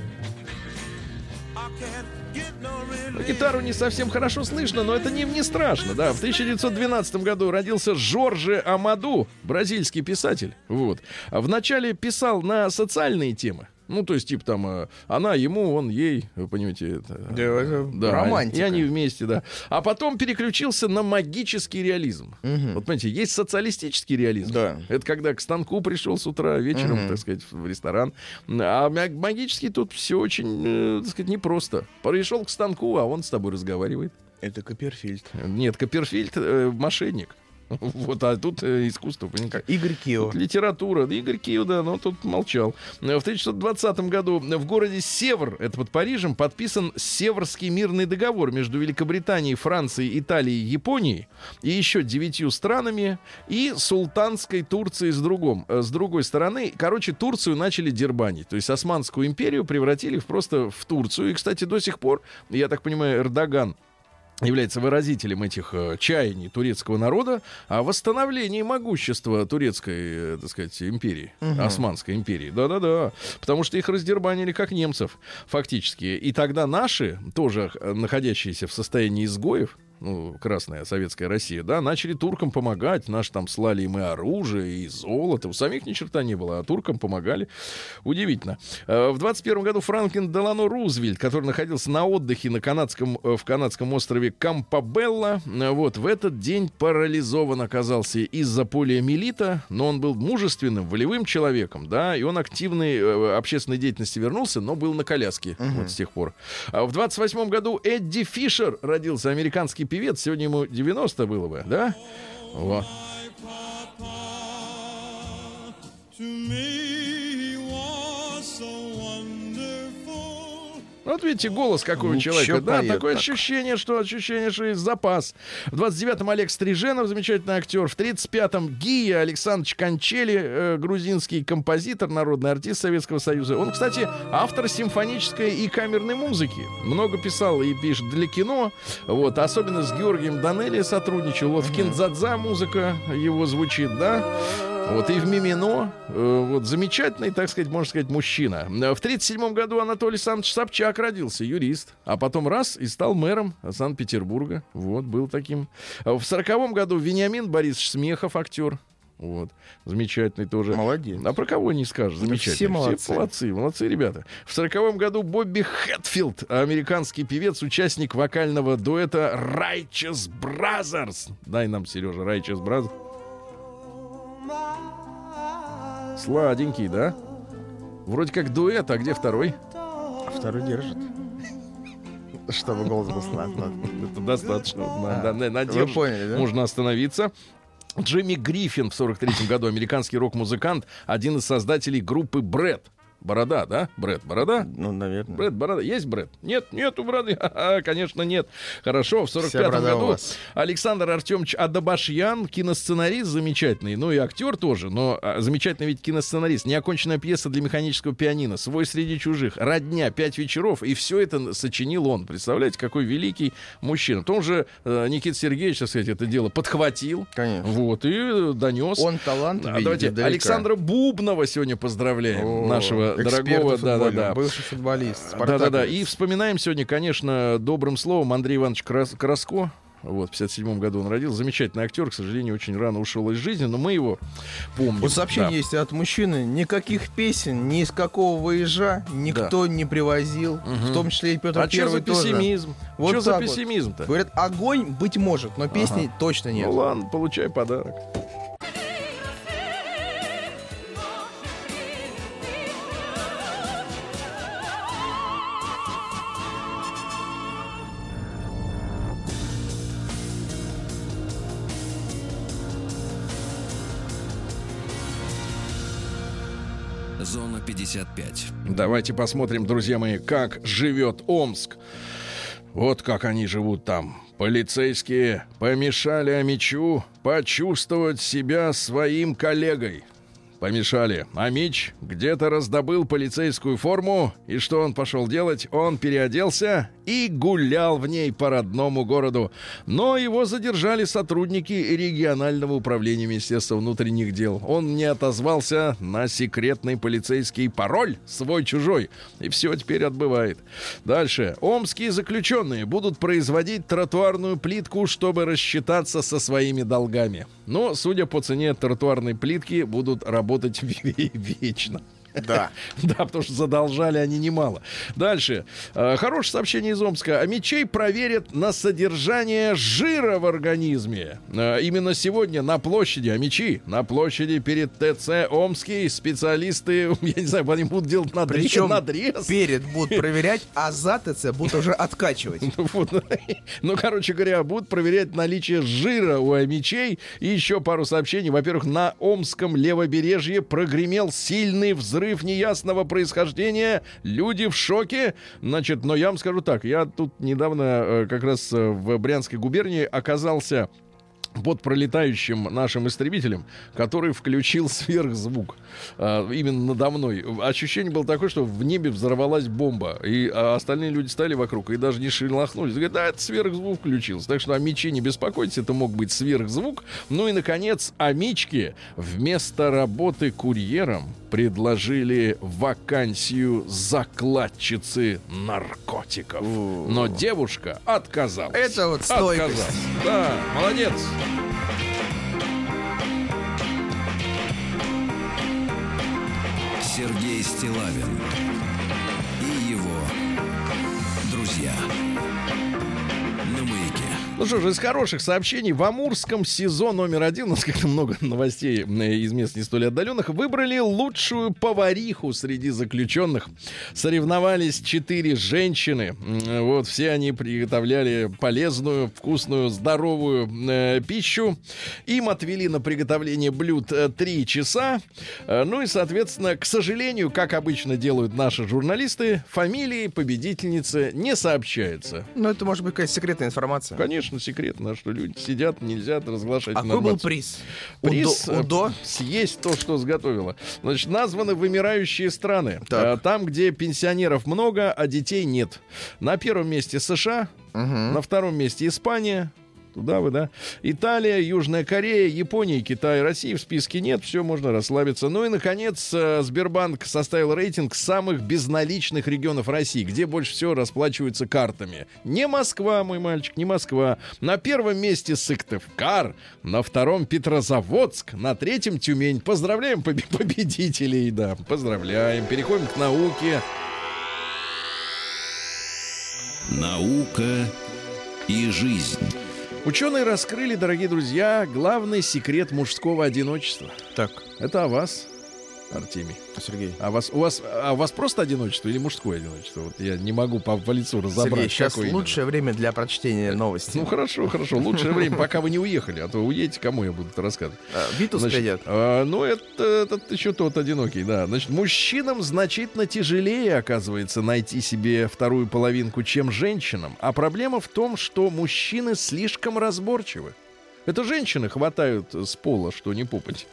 Гитару не совсем хорошо слышно, но это не страшно, да. В 1912 году родился Жорже Амаду, бразильский писатель. Вот. Вначале писал на социальные темы. Ну, то есть, типа, там, она ему, он ей, вы понимаете, да, романтика. И они вместе, да. А потом переключился на магический реализм. Вот, понимаете, есть социалистический реализм. Да. Это когда к станку пришел с утра, вечером, так сказать, в ресторан. А магический тут все очень, так сказать, непросто. Пришел к станку, а он с тобой разговаривает. Это Копперфильд. Нет, Копперфильд мошенник. Вот, а тут искусство, понимаете? Игорь Кио. Тут литература. Игорь Кио, да, но тут молчал. В 1920 году в городе Севр, это под Парижем, подписан Севрский мирный договор между Великобританией, Францией, Италией, Японией и еще 9 странами и султанской Турцией с другой стороны. Короче, Турцию начали дербанить. То есть Османскую империю превратили просто в Турцию. И, кстати, до сих пор, я так понимаю, Эрдоган является выразителем этих чаяний турецкого народа о восстановлении могущества турецкой, так сказать, империи, Османской империи. Да-да-да. Потому что их раздербанили как немцев, фактически. И тогда наши, тоже находящиеся в состоянии изгоев, Красная Советская Россия, да, начали туркам помогать. Наши там слали им и оружие, и золото. У самих ни черта не было, а туркам помогали. Удивительно. В 21 году Франклин Делано Рузвельт, который находился на отдыхе в канадском острове Кампабелла, вот, в этот день парализован оказался из-за полиомиелита, но он был мужественным, волевым человеком, да, и он активной общественной деятельности вернулся, но был на коляске вот с тех пор. В 28 году Эдди Фишер родился, американский певец, сегодня ему 90 было бы, да? Вот. Вот видите, голос какой у человека, да, такое так. ощущение, что есть запас. В 29-м Олег Стриженов, замечательный актер. В 35-м Гия Александрович Кончели, грузинский композитор, народный артист Советского Союза. Он, кстати, автор симфонической и камерной музыки. Много писал и пишет для кино. Вот, особенно с Георгием Данелли сотрудничал. Вот в Киндзадза музыка его звучит, да. Вот, и в Мимино, вот, замечательный, так сказать, можно сказать, мужчина. В 1937 году Анатолий Александрович Собчак родился, юрист, а потом раз и стал мэром Санкт-Петербурга. Вот, был таким. В 1940 году Вениамин Борисович Смехов, актер. Вот, замечательный тоже. Молодец. А про кого не скажешь, замечательный. Все молодцы ребята. В 1940 году Бобби Хэтфилд, американский певец, участник вокального дуэта Righteous Brothers. Дай нам, Сережа, Righteous Brothers. Сладенький, да? Вроде как дуэт, а где второй? Второй держит. Чтобы голос был сладкий. Это достаточно. Вы поняли, да? Можно остановиться. Джимми Гриффин в 1943 году, американский рок-музыкант, один из создателей группы Брэд. Борода, да? Брэд, борода? Ну, наверное. Брэд, борода. Есть Брэд? Нет, нету бороды. Конечно, нет. Хорошо, в 1945 году Александр Артемович Адабашьян, киносценарист замечательный, ну и актер тоже, но замечательный ведь киносценарист. Неоконченная пьеса для механического пианино, «Свой среди чужих», «Родня», «5 вечеров», и все это сочинил он. Представляете, какой великий мужчина. Потом же Никита Сергеевич, так сказать, это дело подхватил. Конечно. Вот, и донес. Он талант видит давайте далека. Александра Бубнова сегодня поздравляем. Нашего дорогого, да. Бывший футболист. Да. И вспоминаем сегодня, конечно, добрым словом Андрея Ивановича Краско. Вот, в 1957 году он родился. Замечательный актер, к сожалению, очень рано ушел из жизни, но мы его помним. Вот сообщение есть от мужчины. Никаких песен, ни из какого выезжа никто не привозил. В том числе и Петр Первый тоже. Что за пессимизм? Вот что за пессимизм-то? Вот. Говорят, огонь быть может, но песни точно нет. Ну ладно, получай подарок. Зона 55. Давайте посмотрим, друзья мои, как живет Омск. Вот как они живут там. Полицейские помешали Амичу почувствовать себя своим коллегой. Помешали. Амич где-то раздобыл полицейскую форму. И что он пошел делать? Он переоделся и гулял в ней по родному городу. Но его задержали сотрудники регионального управления Министерства внутренних дел. Он не отозвался на секретный полицейский пароль свой-чужой. И все теперь отбывает. Дальше. Омские заключенные будут производить тротуарную плитку, чтобы рассчитаться со своими долгами. Но, судя по цене тротуарной плитки, будут работать вечно. Да. Да, потому что задолжали они немало. Дальше. Хорошее сообщение из Омска. Амичей проверят на содержание жира в организме. Именно сегодня на площади, Амичи, на площади перед ТЦ Омский специалисты, я не знаю, они будут делать Причем надрез. перед будут проверять, а за ТЦ будут уже откачивать. Ну, короче говоря, будут проверять наличие жира у амичей. И еще пару сообщений. Во-первых, на Омском левобережье прогремел сильный взрыв неясного происхождения. Люди в шоке. Значит, но я вам скажу так. Я тут недавно как раз в Брянской губернии оказался под пролетающим нашим истребителем, который включил сверхзвук именно надо мной. Ощущение было такое, что в небе взорвалась бомба, и остальные люди стали вокруг и даже не шелохнулись. Говорят, да, это сверхзвук включился. Так что, амичи, не беспокойтесь, это мог быть сверхзвук. Ну и, наконец, амички вместо работы курьером предложили вакансию закладчицы наркотиков. Но девушка отказалась. Это вот стойкость. Отказалась. Да, молодец. Сергей Стиллавин и его друзья на Маяке. Ну что ж, из хороших сообщений. В Амурском СИЗО номер 1, у нас как-то много новостей из мест не столь отдаленных, выбрали лучшую повариху среди заключенных. Соревновались 4 женщины. Вот, все они приготовляли полезную, вкусную, здоровую пищу. Им отвели на приготовление блюд 3 часа. Ну и, соответственно, к сожалению, как обычно делают наши журналисты, фамилии победительницы не сообщается. Ну, это может быть какая-то секретная информация. Конечно, секретно, что люди сидят, нельзя разглашать. А какой был приз? Приз УДО? Съесть то, что сготовила. Значит, названы вымирающие страны. Так. Там, где пенсионеров много, а детей нет. На первом месте США, на втором месте Испания. Туда вы, да? Италия, Южная Корея, Япония, Китай, России в списке нет. Все, можно расслабиться. Ну и, наконец, Сбербанк составил рейтинг самых безналичных регионов России, где больше всего расплачиваются картами. Не Москва, мой мальчик, не Москва. На первом месте Сыктывкар, на втором Петрозаводск, на третьем Тюмень. Поздравляем победителей, да, поздравляем. Переходим к науке. Наука и жизнь. Ученые раскрыли, дорогие друзья, главный секрет мужского одиночества. Так, Это о вас, Артемий. Сергей. У вас просто одиночество или мужское одиночество? Вот я не могу по лицу разобрать. Сергей, сейчас какое лучшее время для прочтения новостей. Ну хорошо. Лучшее время, пока вы не уехали. А то уедете, кому я буду это рассказывать. Витус придет. Ну, это еще тот одинокий, да. Значит, мужчинам значительно тяжелее, оказывается, найти себе вторую половинку, чем женщинам. А проблема в том, что мужчины слишком разборчивы. Это женщины хватают с пола, что не попадь.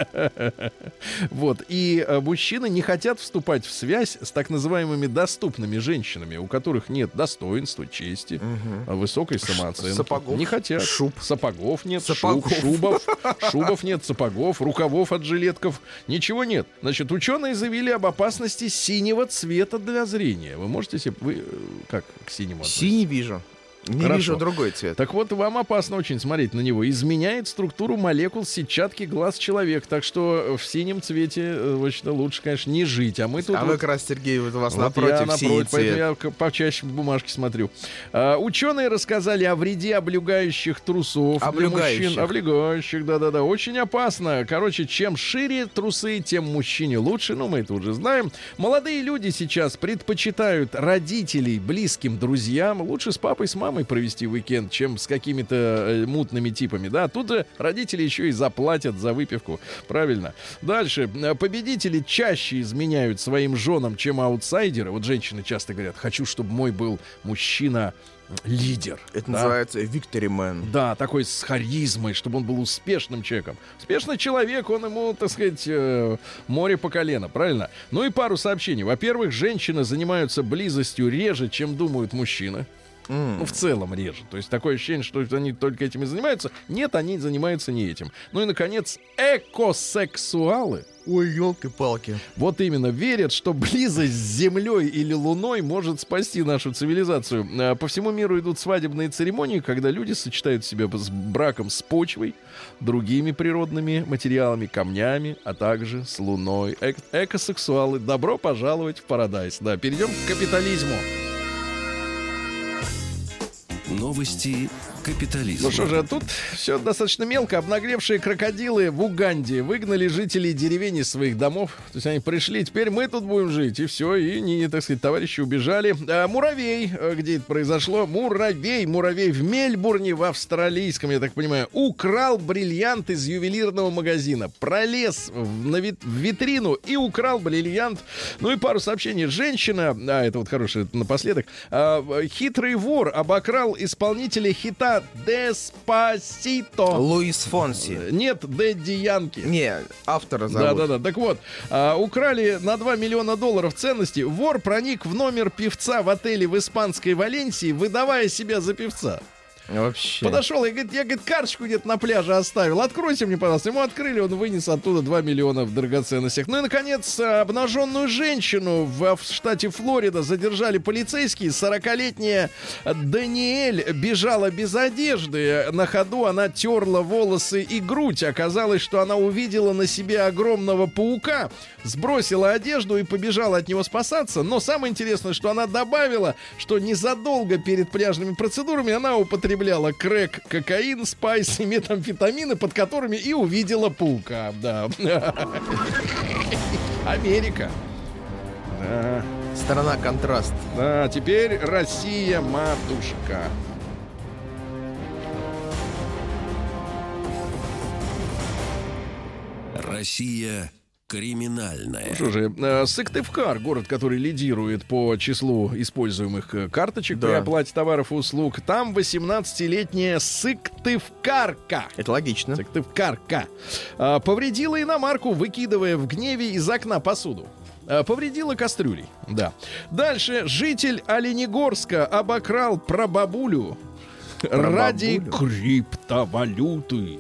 Вот. И мужчины не хотят вступать в связь с так называемыми доступными женщинами, у которых нет достоинства, чести, высокой самооценки. Сапогов. Не хотят. Шуб. Сапогов нет. Сапогов. Шубов нет, сапогов, рукавов от жилетков. Ничего нет. Значит, ученые заявили об опасности синего цвета для зрения. Вы можете себе... Вы как к синему относитесь? Синий вижу. Не Хорошо. вижу другой цвет. Так вот, вам опасно очень смотреть на него. Изменяет структуру молекул сетчатки глаз человека. Так что в синем цвете лучше, конечно, не жить. А мы тут... А вы как раз, Сергей, вот у вас Вот напротив я синий поэтому цвет. я почаще бумажки смотрю. Ученые рассказали о вреде облегающих трусов. для Облегающих. мужчин. Облегающих, да-да-да. Очень опасно. Короче, чем шире трусы, тем мужчине лучше. Ну, мы это уже знаем. Молодые люди сейчас предпочитают родителей близким друзьям. Лучше с папой, с мамой провести уикенд, чем с какими-то мутными типами. Да, тут же родители еще и заплатят за выпивку. Правильно. Дальше. Победители чаще изменяют своим женам, чем аутсайдеры. Вот женщины часто говорят: хочу, чтобы мой был мужчина лидер. Это да? называется Victory Man. Да, такой с харизмой, чтобы он был успешным человеком. Успешный человек, он ему, так сказать, море по колено, правильно? Ну и пару сообщений. Во-первых, женщины занимаются близостью реже, чем думают мужчины. Ну, в целом реже. То есть такое ощущение, что они только этим и занимаются. Нет, они занимаются не этим. Ну и, наконец, экосексуалы. Ой, елки-палки. Вот именно, верят, что близость с Землей или Луной может спасти нашу цивилизацию. По всему миру идут свадебные церемонии, когда люди сочетают себя с браком с почвой, другими природными материалами, камнями, а также с Луной. Экосексуалы, добро пожаловать в Парадайз. Да, перейдем к капитализму. Новости капитализма. Ну что же, тут все достаточно мелко. Обнаглевшие крокодилы в Уганде выгнали жителей деревень из своих домов. То есть они пришли, теперь мы тут будем жить. И все, и, так сказать, товарищи убежали. Муравей, где это произошло? Муравей в Мельбурне, в австралийском, я так понимаю, украл бриллиант из ювелирного магазина. Пролез в витрину и украл бриллиант. Ну и пару сообщений. Женщина, это вот хорошее напоследок, хитрый вор обокрал исполнителя хита «Деспасито». Луис Фонси. Нет, Дэдди Янки. Не, автора зовут. Да. Так вот, украли на $2 миллиона ценности. Вор проник в номер певца в отеле в испанской Валенсии, выдавая себя за певца. Вообще. Подошел и говорит, я, карточку где-то на пляже оставил. Откройте мне, пожалуйста. Ему открыли, он вынес оттуда 2 миллиона в драгоценностях. Ну и, наконец, обнаженную женщину в штате Флорида задержали полицейские. 40-летняя Даниэль бежала без одежды. На ходу она терла волосы и грудь. Оказалось, что она увидела на себе огромного паука, сбросила одежду и побежала от него спасаться. Но самое интересное, что она добавила, что незадолго перед пляжными процедурами она употребляла крэк, кокаин, спайс и метамфетамины, под которыми и увидела паука. Да. Америка. Да. Страна контраст. Да, теперь Россия, матушка. Россия криминальная. Ну что же, Сыктывкар, город, который лидирует по числу используемых карточек при оплате товаров и услуг, там 18-летняя сыктывкарка. Это логично. Сыктывкарка повредила иномарку, выкидывая в гневе из окна посуду. Повредила кастрюлей. Да. Дальше житель Оленегорска обокрал прабабулю ради криптовалюты.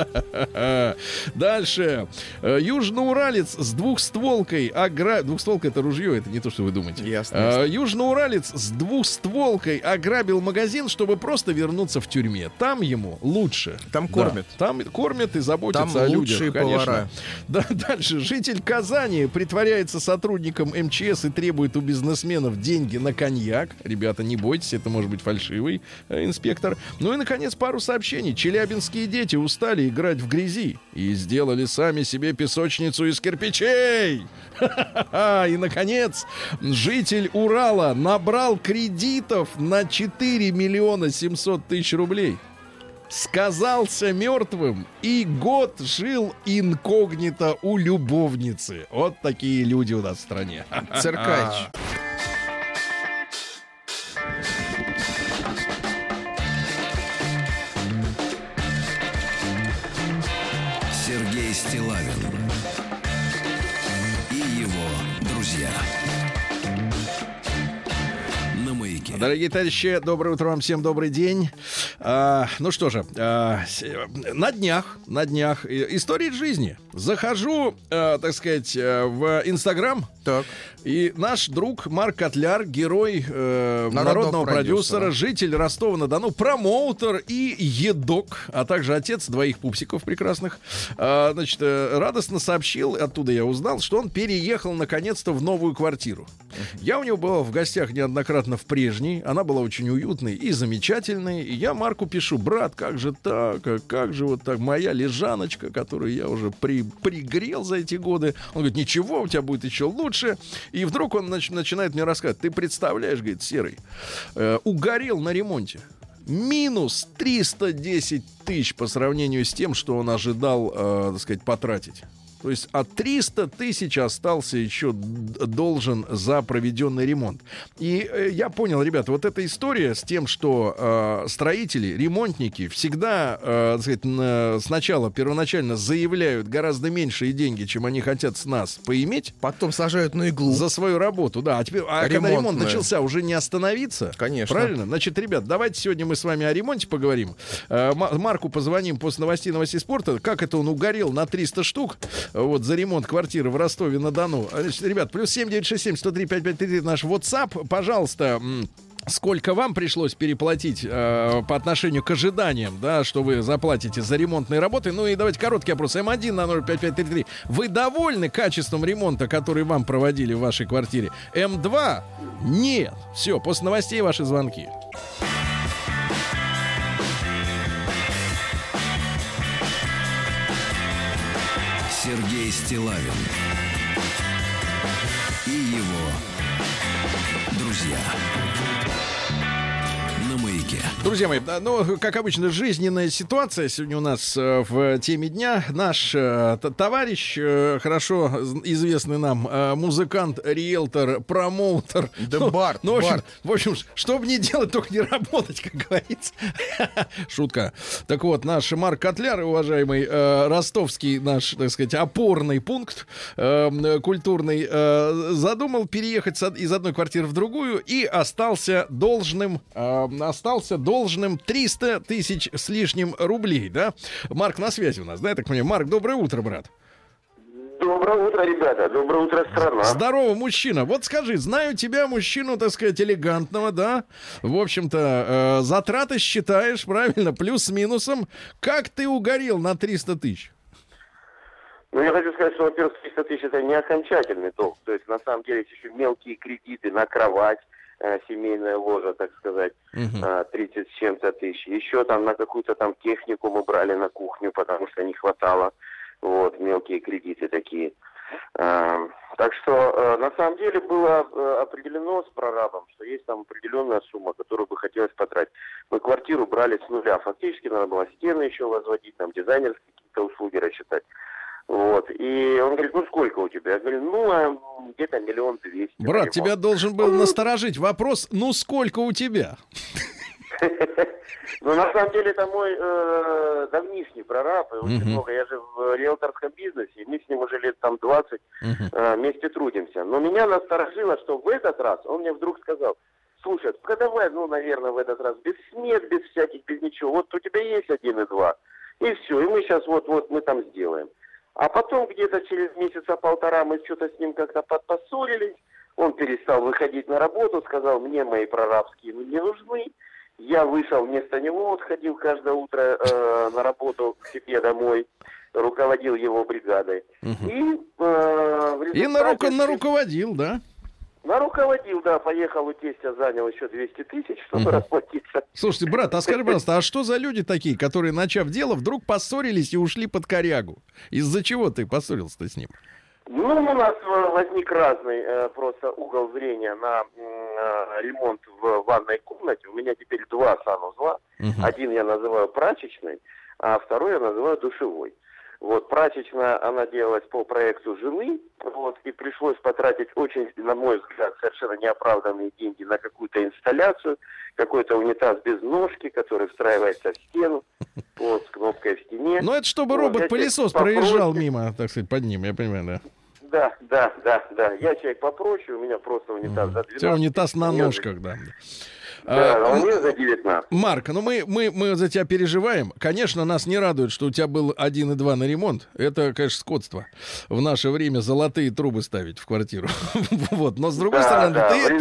Дальше. Южноуралец с двухстволкой двухстволка — это ружье, это не то, что вы думаете. Ясно. Южноуралец с двухстволкой ограбил магазин, чтобы просто вернуться в тюрьме. Там ему лучше. Там кормят. Да, там кормят и заботятся там о людях. Лучшие конечно. повара. Да, дальше. Житель Казани притворяется сотрудником МЧС и требует у бизнесменов деньги на коньяк. Ребята, не бойтесь, это может быть фальшивый инспектор. Ну и, наконец, пару сообщений. Челябинские дети устали играть в грязи и сделали сами себе песочницу из кирпичей. И, наконец, житель Урала набрал кредитов на 4 миллиона 700 тысяч рублей. Сказался мертвым и год жил инкогнито у любовницы. Вот такие люди у нас в стране. Циркач. Сергей Стиллавин и его друзья. На Маяке. Дорогие товарищи, доброе утро вам всем, добрый день. Ну что же, на днях история жизни. Захожу, так сказать, в Инстаграм. Так. И наш друг Марк Котляр, герой народного продюсера, житель Ростова-на-Дону, промоутер и едок, а также отец двоих пупсиков прекрасных, значит, радостно сообщил, оттуда я узнал, что он переехал наконец-то в новую квартиру. Я у него был в гостях неоднократно в прежней, она была очень уютной и замечательной, и я Марку пишу: брат, как же так, как же вот так, моя лежаночка, которую я уже пригрел за эти годы. Он говорит: ничего, у тебя будет еще лучше. И вдруг он начинает мне рассказывать: ты представляешь, говорит, Серый, угорел на ремонте. Минус 310 тысяч по сравнению с тем, что он ожидал, так сказать, потратить. То есть 300 тысяч остался еще должен за проведенный ремонт. И я понял, ребята, вот эта история с тем, что строители, ремонтники всегда, так сказать, сначала первоначально заявляют гораздо меньшие деньги, чем они хотят с нас поиметь. Потом сажают на иглу. За свою работу, да. А теперь, когда ремонт начался, уже не остановиться. Конечно. Правильно? Значит, ребят, давайте сегодня мы с вами о ремонте поговорим. Марку позвоним после новостей спорта. Как это он угорел на 300 штук вот за ремонт квартиры в Ростове-на-Дону. Значит, ребят, плюс 7967-103-5533 наш WhatsApp. Пожалуйста, сколько вам пришлось переплатить по отношению к ожиданиям, да, что вы заплатите за ремонтные работы? Ну и давайте короткий опрос. М1 на 05533. Вы довольны качеством ремонта, который вам проводили в вашей квартире? М2? Нет. Все, после новостей ваши звонки. Сергей Стиллавин и его друзья на Маяке. Друзья мои, ну, как обычно, жизненная ситуация сегодня у нас в теме дня. Наш товарищ, хорошо известный нам музыкант, риэлтор, промоутер. Да, Барт, ну, Барт. в общем, чтобы не делать, только не работать, как говорится. Шутка. Так вот, наш Марк Котляр, уважаемый, ростовский наш, так сказать, опорный пункт культурный, задумал переехать из одной квартиры в другую и остался должным 300 тысяч с лишним рублей, да? Марк на связи у нас, да, я так понимаю? Марк, доброе утро, брат. Доброе утро, ребята. Доброе утро, страна. Здорово, мужчина. Вот скажи, знаю тебя, мужчину, так сказать, элегантного, да? В общем-то, затраты считаешь, правильно, плюс с минусом. Как ты угорел на 300 тысяч? Ну, я хочу сказать, что, во-первых, 300 тысяч — это не окончательный долг. То есть, на самом деле, есть еще мелкие кредиты на кровать, семейная ложа, так сказать, 30 с чем-то тысяч. Еще там на какую-то там технику мы брали на кухню, потому что не хватало. Вот, мелкие кредиты такие. Так что, на самом деле, было определено с прорабом, что есть там определенная сумма, которую бы хотелось потратить. Мы квартиру брали с нуля. Фактически надо было стены еще возводить, там дизайнерские какие-то услуги рассчитать. Вот. И он говорит, ну сколько у тебя? Я говорю, ну, где-то 1 200 000. Брат, тебя должен был насторожить вопрос, ну сколько у тебя? Ну, на самом деле, это мой давнишний прораб, и очень много. Я же в риэлторском бизнесе, и мы с ним уже лет там 20 вместе трудимся. Но меня насторожило, что в этот раз он мне вдруг сказал, слушай, давай, ну, наверное, в этот раз без смет, без всяких, без ничего. Вот у тебя есть 1,2, и все, и мы сейчас вот мы там сделаем. А потом где-то через месяца полтора мы что-то с ним как-то поссорились. Он перестал выходить на работу, сказал, мне мои прорабские не нужны. Я вышел вместо него, вот ходил каждое утро на работу к себе домой, руководил его бригадой. И наруководил, да? Наруководил, да, поехал у тестя, занял еще 200 тысяч, чтобы расплатиться. Слушайте, брат, а скажи, пожалуйста, а что за люди такие, которые, начав дело, вдруг поссорились и ушли под корягу? Из-за чего ты поссорился-то с ним? Ну, у нас возник разный просто угол зрения на ремонт в ванной комнате. У меня теперь 2 санузла. Один я называю прачечной, а второй я называю душевой. Вот, прачечная, она делалась по проекту жены, вот, и пришлось потратить очень, на мой взгляд, совершенно неоправданные деньги на какую-то инсталляцию, какой-то унитаз без ножки, который встраивается в стену, вот, с кнопкой в стене. Ну, это чтобы робот-пылесос проезжал мимо, так сказать, под ним, я понимаю, да? Да. Я человек попроще, у меня просто унитаз за 12. Все, унитаз на ножках, да. Да, он не за 19. Марк, ну мы за тебя переживаем. Конечно, нас не радует, что у тебя был 1,2 на ремонт. Это, конечно, скотство. В наше время золотые трубы ставить в квартиру. Вот, но с другой стороны,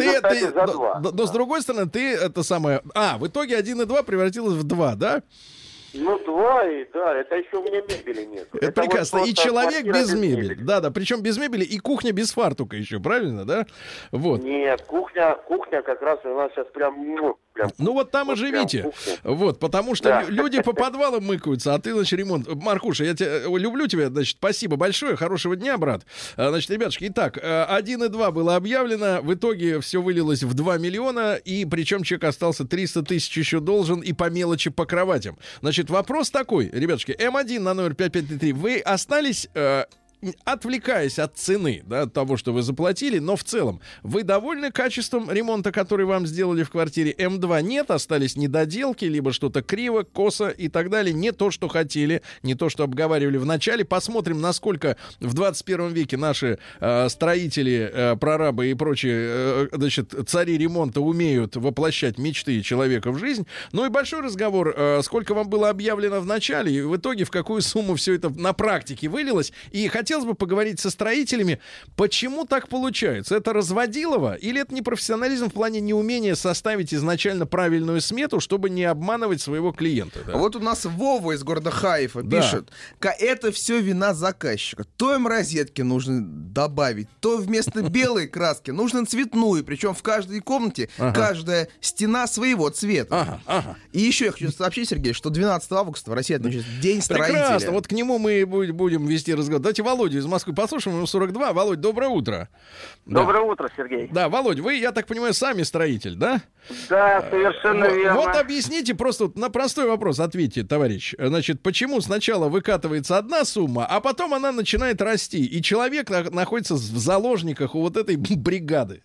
но с другой стороны, ты это самое. В итоге 1,2 превратилось в 2, да? Ну, 2, и да, это еще у меня мебели нет. Это прекрасно. Вот и человек без мебели. Да, причем без мебели, и кухня без фартука еще, правильно, да? Вот. Нет, кухня как раз у нас сейчас прям... Ну вот там и живите. Вот, потому что люди по подвалам мыкаются, а ты, значит, ремонт. Маркуша, я люблю тебя, значит, спасибо большое, хорошего дня, брат. Значит, ребятушки, итак, 1,2 было объявлено, в итоге все вылилось в 2 миллиона, и причем человек остался 300 тысяч еще должен, и по мелочи по кроватям. Значит, вопрос такой, ребятушки, М1 на номер 5533, вы остались отвлекаясь от цены, да, от того, что вы заплатили, но в целом, вы довольны качеством ремонта, который вам сделали в квартире? М2 нет, остались недоделки, либо что-то криво, косо и так далее. Не то, что хотели, не то, что обговаривали в начале. Посмотрим, насколько в 21 веке наши строители, прорабы и прочие, значит, цари ремонта умеют воплощать мечты человека в жизнь. Ну и большой разговор, сколько вам было объявлено в начале, и в итоге в какую сумму все это на практике вылилось. И хотелось бы поговорить со строителями, почему так получается? Это разводилово или это непрофессионализм в плане неумения составить изначально правильную смету, чтобы не обманывать своего клиента? Да? Вот у нас Вова из города Хайфа пишет, это все вина заказчика. То им розетки нужно добавить, то вместо белой краски нужно цветную, причем в каждой комнате каждая стена своего цвета. И еще я хочу сообщить, Сергей, что 12 августа в России отмечается День строителя. Прекрасно, вот к нему мы будем вести разговор. Давайте Володю из Москвы послушаем, ему 42. Володь, доброе утро. Доброе утро, Сергей. Да, Володь, вы, я так понимаю, сами строитель, да? Да, совершенно верно. Вот объясните, просто на простой вопрос ответьте, товарищ. Значит, почему сначала выкатывается одна сумма, а потом она начинает расти, и человек находится в заложниках у вот этой бригады?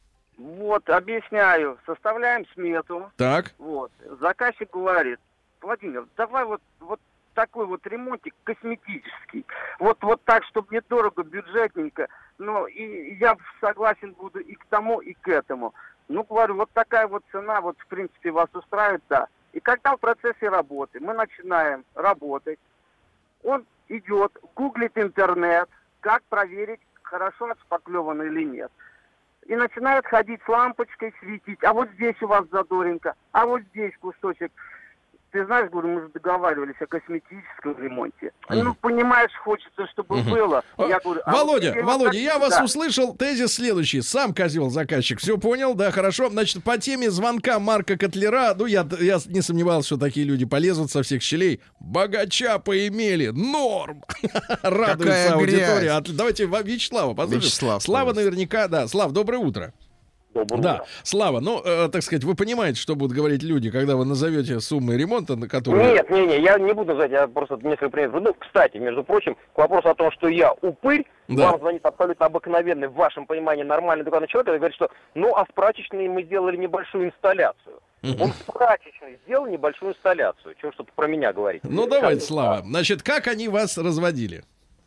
Вот, объясняю. Составляем смету. Так. Вот. Заказчик говорит, Владимир, давай вот такой вот ремонтик косметический. Вот так, чтобы недорого, бюджетненько. Ну, и я согласен буду и к тому, и к этому. Ну, говорю, вот такая вот цена, вот, в принципе, вас устраивает, да. И когда в процессе работы мы начинаем работать, он идет, гуглит интернет, как проверить, хорошо отшпаклевано или нет. И начинает ходить с лампочкой, светить. А вот здесь у вас задоринка, а вот здесь кусочек. Ты знаешь, говорю, мы же договаривались о косметическом ремонте. Ну, понимаешь, хочется, чтобы было. Я говорю, Володя, я вас услышал. Тезис следующий. Сам козел заказчик. Все понял, да, хорошо. Значит, по теме звонка Марка Котлера, ну, я не сомневался, что такие люди полезут со всех щелей. Богача поимели. Норм. Радуется аудитория. Давайте Вячеслава послушаем. Слава наверняка, да. Слав, доброе утро. Да, Слава, ну, так сказать, вы понимаете, что будут говорить люди, когда вы назовете суммы ремонта, на которые... Нет, я не буду называть, я просто несколько примеров. Ну, кстати, между прочим, к вопросу о том, что я упырь, вам звонит абсолютно обыкновенный, в вашем понимании, нормальный духовный человек, и говорит, что, ну, а в прачечной мы сделали небольшую инсталляцию. Он в прачечной сделал небольшую инсталляцию. Чего что-то про меня говорить. Ну, давайте, Слава. Значит, как они вас разводили?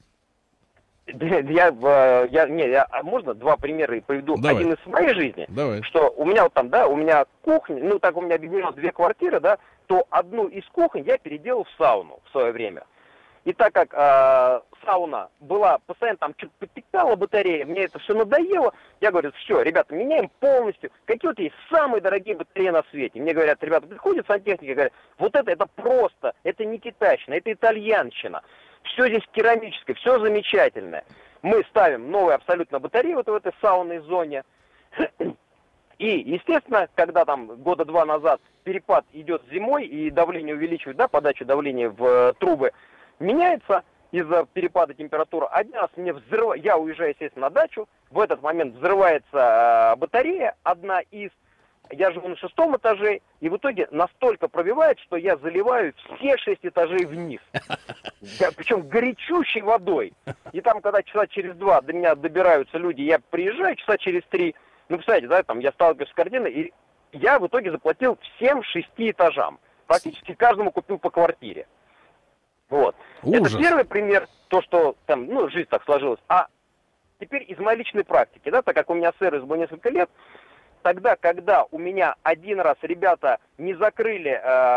Можно два примера приведу? Давай. Один из моей жизни. Давай. Что у меня вот там, да, у меня кухня, ну так у меня объединилось две квартиры, да, то одну из кухонь я переделал в сауну в свое время. И так как сауна была постоянно там что-то подтекала батарея, мне это все надоело, я говорю, все, ребята, меняем полностью. Какие вот есть самые дорогие батареи на свете? Мне говорят, ребята, приходят сантехники, говорят, вот это просто, это не китайщина, это итальянщина. Все здесь керамическое, все замечательное. Мы ставим новые абсолютно батареи вот в этой саунной зоне. И, естественно, когда там года два назад перепад идет зимой и давление увеличивает, да, подачу давления в трубы, меняется из-за перепада температуры. Один раз мне я уезжаю, естественно, на дачу, в этот момент взрывается батарея, одна из. Я живу на 6-м этаже, и в итоге настолько пробивает, что я заливаю все 6 этажей вниз. Причем горячущей водой. И там, когда часа через 2 до меня добираются люди, я приезжаю часа через 3, ну, представляете, да, там я сталкиваюсь с картиной, и я в итоге заплатил всем 6 этажам. Практически каждому купил по квартире. Вот. Ужас. Это первый пример, то, что там, ну, жизнь так сложилась. А теперь из моей личной практики, да, так как у меня сервис был несколько лет, тогда, когда у меня один раз ребята не закрыли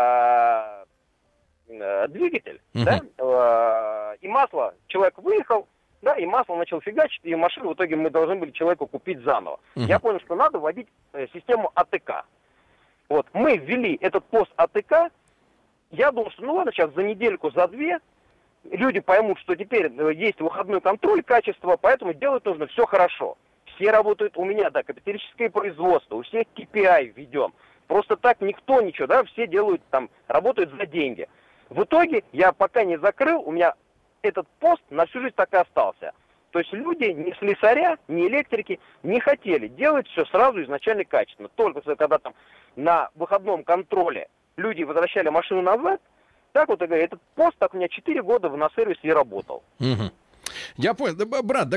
двигатель, да, и масло, человек выехал, да, и масло начал фигачить, и машину в итоге мы должны были человеку купить заново. Я понял, что надо вводить систему АТК. Вот, мы ввели этот пост АТК, я думал, что ну ладно, сейчас за недельку, за две люди поймут, что теперь есть выходной контроль качества, поэтому делать нужно все хорошо. Все работают у меня, да, капиталистическое производство, у всех KPI введем. Просто так никто ничего, да, все делают там, работают за деньги. В итоге я пока не закрыл, у меня этот пост на всю жизнь так и остался. То есть люди, ни слесаря, ни электрики не хотели делать все сразу изначально качественно. Только когда там на выходном контроле люди возвращали машину назад, так вот, я говорю, этот пост так у меня 4 года на сервисе и работал. Я понял. Да, брат,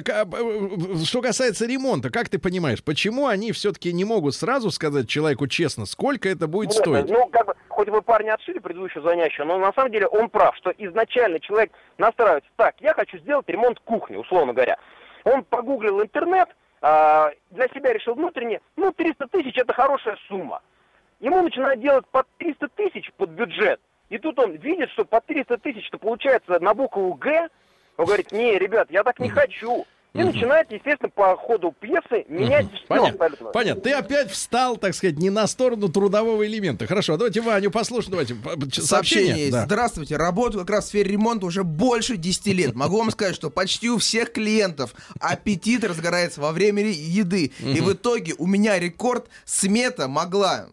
что касается ремонта, как ты понимаешь, почему они все-таки не могут сразу сказать человеку честно, сколько это будет стоить? Ну, как бы, хоть вы парня отшили предыдущую занятие, но на самом деле он прав, что изначально человек настраивается так, я хочу сделать ремонт кухни, условно говоря. Он погуглил интернет, для себя решил внутренне, 300 тысяч это хорошая сумма. Ему начинают делать под 300 тысяч под бюджет. И тут он видит, что по 300 тысяч-то получается на букву «Г». Он говорит, не, ребят, я так не хочу. И начинает, естественно, по ходу пьесы менять все абсолютно. Понятно. Ты опять встал, так сказать, не на сторону трудового элемента. Хорошо, давайте Ваню послушаем. Давайте сообщение есть. Да. Здравствуйте, работаю как раз в сфере ремонта уже больше 10 лет. Могу вам сказать, что почти у всех клиентов аппетит разгорается во время еды. И в итоге у меня рекорд, смета могла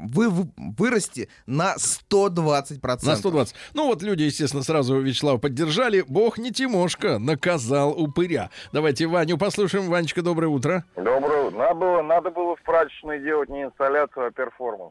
вырасти на 120%. На 120. Ну вот люди, естественно, сразу Вячеслава поддержали. Бог не Тимошка, наказал упыря. Давайте Ваню послушаем. Ванечка, доброе утро. Доброе утро. Надо было в прачечной делать не инсталляцию, а перформанс.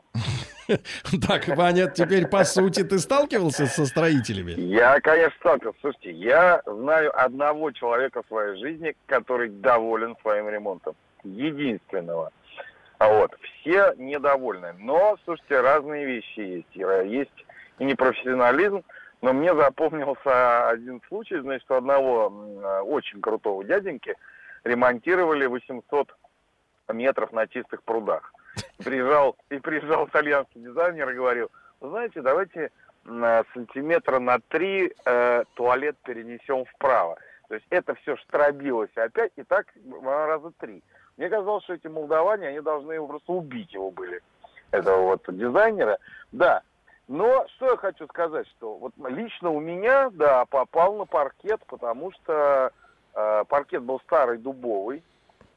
Так, Ваня, теперь по сути ты сталкивался со строителями? Я, конечно, сталкивался. Слушайте, я знаю одного человека в своей жизни, который доволен своим ремонтом. Единственного. Вот. Все недовольны. Но, слушайте, разные вещи есть. Есть и непрофессионализм, но мне запомнился один случай, значит, у одного очень крутого дяденьки ремонтировали 800 метров на чистых прудах. Приезжал итальянский дизайнер и говорил, вы знаете, давайте сантиметра на 3 туалет перенесем вправо. То есть это все штробилось опять, и так раза 3. Мне казалось, что эти молдаване, они должны его просто убить его были, этого вот дизайнера. Да, но что я хочу сказать, что вот лично у меня, да, попал на паркет, потому что паркет был старый, дубовый,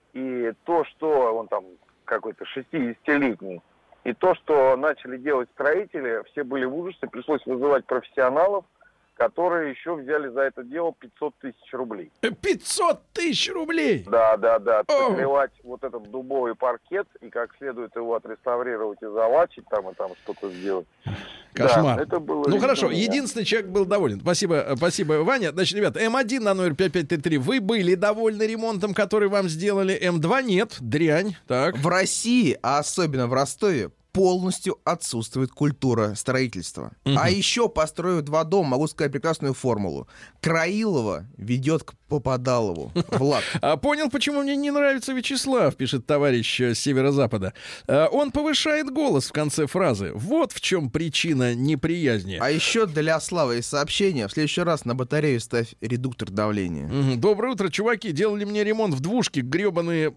и то, что он там какой-то 60-летний, и то, что начали делать строители, все были в ужасе, пришлось вызывать профессионалов, которые еще взяли за это дело 500 тысяч рублей. 500 тысяч рублей? Да. Отклевать вот этот дубовый паркет и как следует его отреставрировать и залачить там и там что-то сделать. Кошмар. Да, это было хорошо, единственный человек был доволен. Спасибо, Ваня. Значит, ребята, М1 на номер 5533. Вы были довольны ремонтом, который вам сделали? М2 нет, дрянь. Так. В России, а особенно в Ростове, полностью отсутствует культура строительства. А еще, построив 2 дома, могу сказать прекрасную формулу. Краилова ведет к Попадалову. Влад. Понял, почему мне не нравится Вячеслав, пишет товарищ с северо-запада. Он повышает голос в конце фразы. Вот в чем причина неприязни. А еще для Славы из сообщения. В следующий раз на батарею ставь редуктор давления. Доброе утро, чуваки. Делали мне ремонт в двушке, гребаные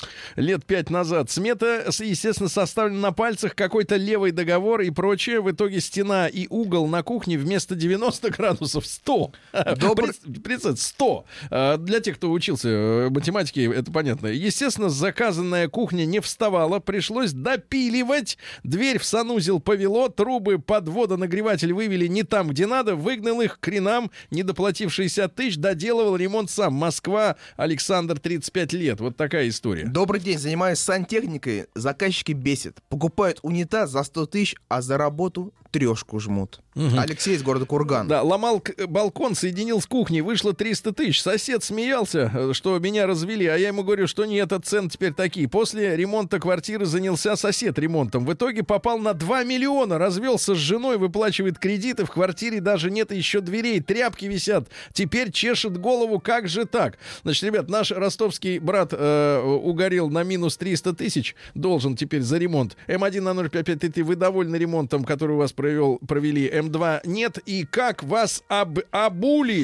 лет 5 назад. Смета, естественно, составлена на пальцах, какой-то левый договор и прочее. В итоге стена и угол на кухне вместо 90 градусов 100. Представьте, 100. Для тех, кто учился математике, это понятно. Естественно, заказанная кухня не вставала. Пришлось допиливать. Дверь в санузел повело. Трубы под водонагреватель вывели не там, где надо. Выгнал их к хренам. Не доплатив 60 тысяч, доделывал ремонт сам. Москва, Александр, 35 лет. Вот такая история. Добрый день. Занимаюсь сантехникой. Заказчики бесят. Покупают унитаз за 100 тысяч, а за работу 3 жмут. Алексей из города Курган. Да, ломал балкон, соединил с кухней, вышло 300 тысяч. Сосед смеялся, что меня развели, а я ему говорю, что нет, цены теперь такие. После ремонта квартиры занялся сосед ремонтом. В итоге попал на 2 миллиона, развелся с женой, выплачивает кредиты, в квартире даже нет еще дверей, тряпки висят. Теперь чешет голову, как же так? Значит, ребят, наш ростовский брат угорел на минус 300 тысяч, должен теперь за ремонт. М1 на 0553, вы довольны ремонтом, который у вас провели? М2 нет. И как вас обули?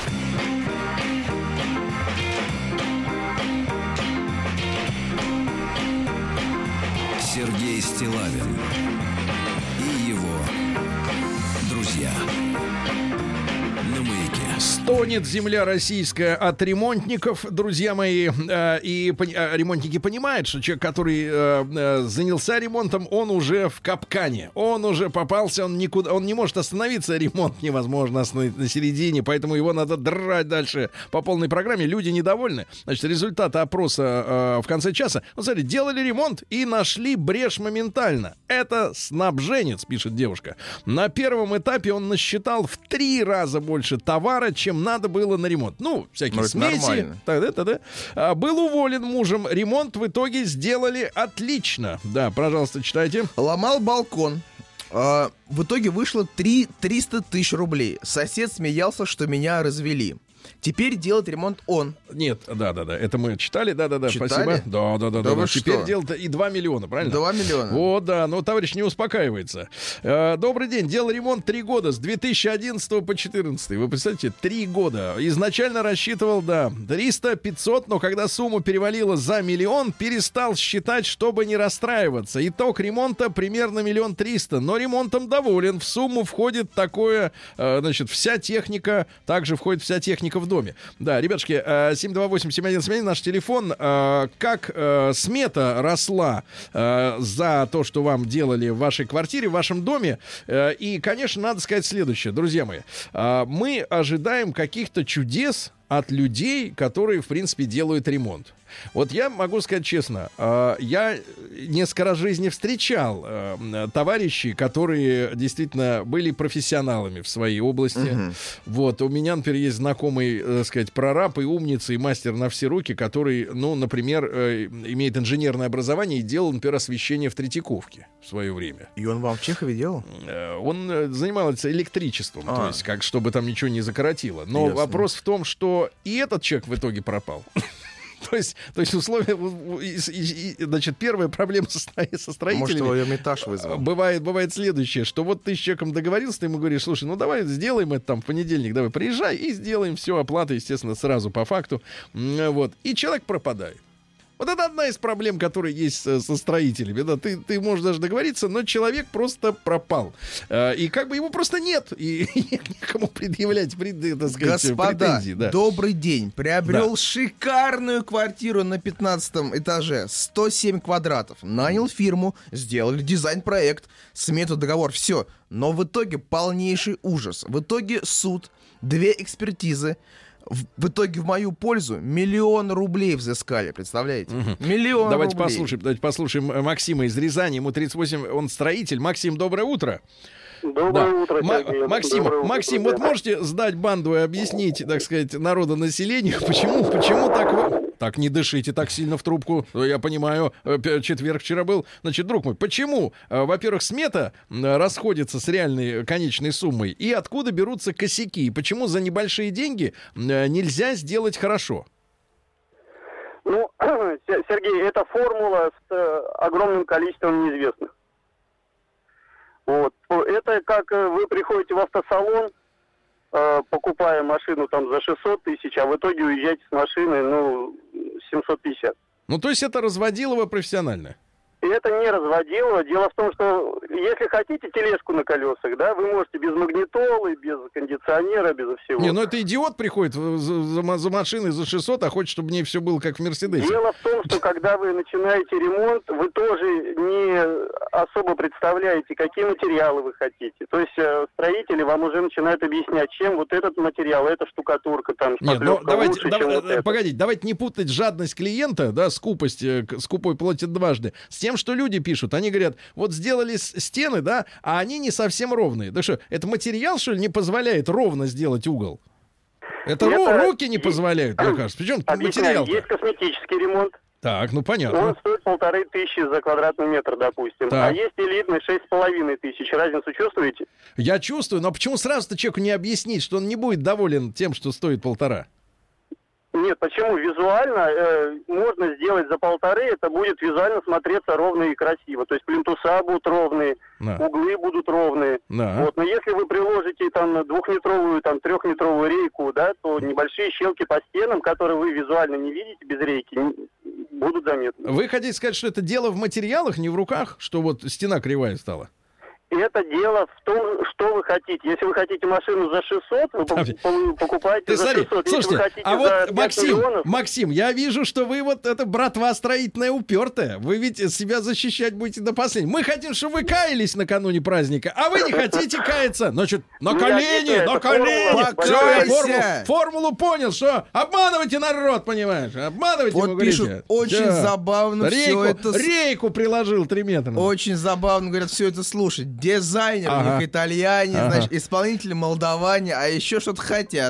Сергей Стиллавин и его друзья. На Маяке. Стонет земля российская от ремонтников, друзья мои. И ремонтники понимают, что человек, который занялся ремонтом, он уже в капкане. Он уже попался, он не может остановиться. Ремонт невозможно остановить на середине, поэтому его надо драть дальше по полной программе. Люди недовольны. Значит, результаты опроса в конце часа. Вот смотрите, делали ремонт и нашли брешь моментально. Это снабженец, пишет девушка. На первом этапе он насчитал в 3 раза больше товара, чем надо было на ремонт. Ну, всякие это смеси. нормально. Был уволен мужем. Ремонт в итоге сделали отлично. Да, пожалуйста, читайте. Ломал балкон. В итоге вышло 300 тысяч рублей. Сосед смеялся, что меня развели. Теперь делает ремонт он. Нет, да-да-да, это мы читали, да-да-да, Читали? спасибо. Да. вы Теперь что? делает и 2 миллиона, правильно? 2 миллиона. Вот, да, но товарищ не успокаивается. Добрый день, делал ремонт 3 года, с 2011 по 2014. Вы представляете, 3 года. Изначально рассчитывал, 300-500, но когда сумма перевалила за 1 миллион, перестал считать, чтобы не расстраиваться. Итог ремонта примерно 1 300 000, но ремонтом доволен. В сумму входит такое, вся техника, также входит вся техника в доме. Да, ребятушки, 728-7171 наш телефон. Как смета росла за то, что вам делали в вашей квартире, в вашем доме. И, конечно, надо сказать следующее, друзья мои. Мы ожидаем каких-то чудес от людей, которые, в принципе, делают ремонт. Вот я могу сказать честно, я несколько раз в жизни встречал товарищей, которые действительно были профессионалами в своей области. Вот, у меня, например, есть знакомый, так сказать, прораб и умница, и мастер на все руки, который, например, имеет инженерное образование и делал, например, освещение в Третьяковке в свое время. И он вам в Чехове делал? Он занимался электричеством, то есть, как чтобы там ничего не закоротило. Но Ясно. вопрос в том, что и этот человек в итоге пропал. То есть условия, значит, первая проблема со строителями. Может, его Эрмитаж вызвал. Бывает следующее, что вот ты с человеком договорился, ты ему говоришь, слушай, давай сделаем это там в понедельник, давай приезжай и сделаем все, оплата, естественно, сразу по факту. Вот. И человек пропадает. Вот это одна из проблем, которые есть со строителями. Да, ты можешь даже договориться, но человек просто пропал. И как бы его просто нет. И некому предъявлять, так сказать, Господа, претензии. Да. добрый день. Приобрел шикарную квартиру на 15 этаже. 107 квадратов. Нанял фирму, сделали дизайн-проект, смету, договор, все. Но в итоге полнейший ужас. В итоге суд, 2 экспертизы. В итоге в мою пользу 1 миллион рублей взыскали, представляете? 1 миллион Давайте рублей. послушаем Максима из Рязани, ему 38, он строитель. Максим, доброе утро. Доброе утро, Сергей. Максим, вот можете сдать банду и объяснить, так сказать, народонаселению, почему так... Так, не дышите так сильно в трубку. Я понимаю, четверг вчера был. Значит, друг мой, почему, во-первых, смета расходится с реальной конечной суммой? И откуда берутся косяки? И почему за небольшие деньги нельзя сделать хорошо? Сергей, это формула с огромным количеством неизвестных. Вот. Это как вы приходите в автосалон, покупая машину там за 600 тысяч, а в итоге уезжаете с машины, 750. То есть это разводилово профессионально? И это не разводилово. Дело в том, что если хотите тележку на колесах, да, вы можете без магнитолы, без кондиционера, без всего. Это идиот приходит за машиной за 600, а хочет, чтобы в ней все было как в Мерседесе. Дело в том, что когда вы начинаете ремонт, вы тоже не особо представляете, какие материалы вы хотите. То есть строители вам уже начинают объяснять, чем вот этот материал, эта штукатурка, там, шпаклевка лучше, чем вот это. Погодите, давайте не путать жадность клиента, да, скупость, скупой платит дважды, с тем, что люди пишут. Они говорят, вот сделали стены, да, а они не совсем ровные. Да что, это материал, что ли, не позволяет ровно сделать угол? Это руки не позволяют, мне кажется. Причем материал? Есть косметический ремонт. Так, понятно. Он стоит 1500 за квадратный метр, допустим. Так. А есть элитный 6500. Разницу чувствуете? Я чувствую, но почему сразу-то человеку не объяснить, что он не будет доволен тем, что стоит 1500? Нет, почему? Визуально можно сделать за 1500, это будет визуально смотреться ровно и красиво. То есть плинтуса будут ровные, углы будут ровные. Вот. Но если вы приложите там 2-метровую, там 3-метровую рейку, да, то небольшие щелки по стенам, которые вы визуально не видите без рейки, будут заметны. Вы хотите сказать, что это дело в материалах, не в руках, что вот стена кривая стала? Это дело в том, что вы хотите. Если вы хотите машину за 600, вы покупаете за 600. Слушайте, хотите а вот, миллионов... Максим, я вижу, что вы вот это братва строительная упертая. Вы ведь себя защищать будете до последнего. Мы хотим, чтобы вы каялись накануне праздника, а вы не хотите каяться. Значит, на колени! Я формулу понял, что обманывайте народ, понимаешь? Обманывайте, вот пишут, очень забавно все это... Рейку приложил 3 метра. Очень забавно, говорят, все это слушать. Дизайнер, у них итальяне, значит, исполнители молдаване, а еще что-то хотят.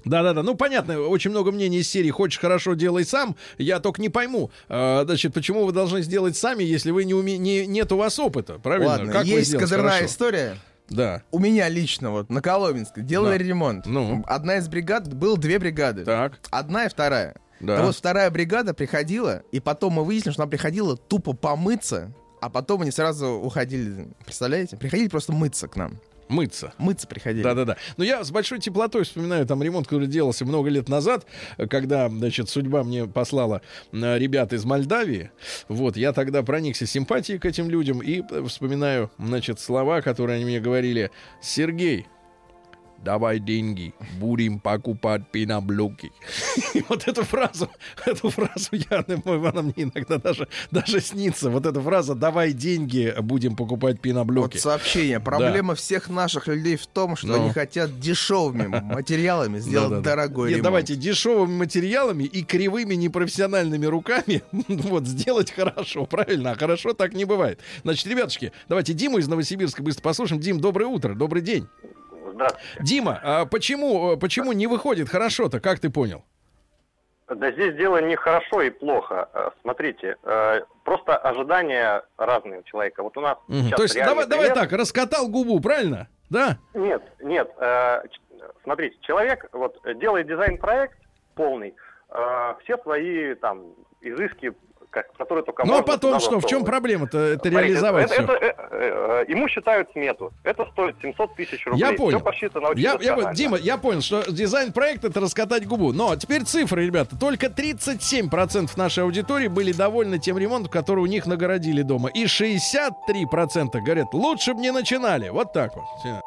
Да-да-да, ну понятно, очень много мнений из серии «Хочешь хорошо, делай сам». Я только не пойму, значит, почему вы должны сделать сами, если вы нет у вас опыта, правильно? Ладно, как есть козырная история. Да. У меня лично вот на Коломенской делали Да. ремонт. Ну. Одна из бригад, было 2 бригады. Так. Одна и вторая. Да. Так вот вторая бригада приходила, и потом мы выяснили, что она приходила тупо помыться, а потом они сразу уходили. Представляете? Приходили просто мыться к нам. Мыться. Мыться приходили. Да-да-да. Но я с большой теплотой вспоминаю там ремонт, который делался много лет назад, когда, значит, судьба мне послала ребят из Молдавии. Вот, я тогда проникся симпатией к этим людям и вспоминаю, значит, слова, которые они мне говорили. Сергей, давай деньги, будем покупать пеноблоки. И вот эту фразу она мне иногда даже снится. Вот эта фраза «давай деньги, будем покупать пеноблоки». Вот сообщение. Проблема всех наших людей в том, что они хотят дешевыми материалами сделать дорогой ремонт. Давайте дешевыми материалами и кривыми непрофессиональными руками вот сделать хорошо, правильно? А хорошо так не бывает. Значит, ребятушки, давайте Диму из Новосибирска быстро послушаем. Дим, доброе утро, добрый день. Здравствуйте. Дима, а почему не выходит хорошо-то, как ты понял? Да здесь дело не хорошо и плохо. Смотрите, просто ожидания разные у человека. Вот у нас То есть давай так, раскатал губу, правильно? Да? Нет. Смотрите, человек вот делает дизайн-проект полный, все свои там изыски, которые только Ну а можно потом туда что? В чем засовывать. проблема-то это реализовать всё? Ему считают смету. Это стоит 700 тысяч рублей. Я понял. Все посчитано очень досконально. Дима, я понял, что дизайн-проект — это раскатать губу. Но теперь цифры, ребята. Только 37% нашей аудитории были довольны тем ремонтом, который у них нагородили дома. И 63% говорят, лучше бы не начинали. Вот так вот.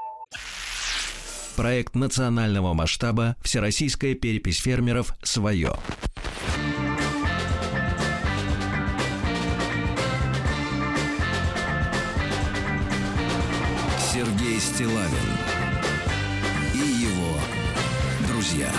Проект национального масштаба «Всероссийская перепись фермеров. Своё». Сергей Стиллавин и его друзья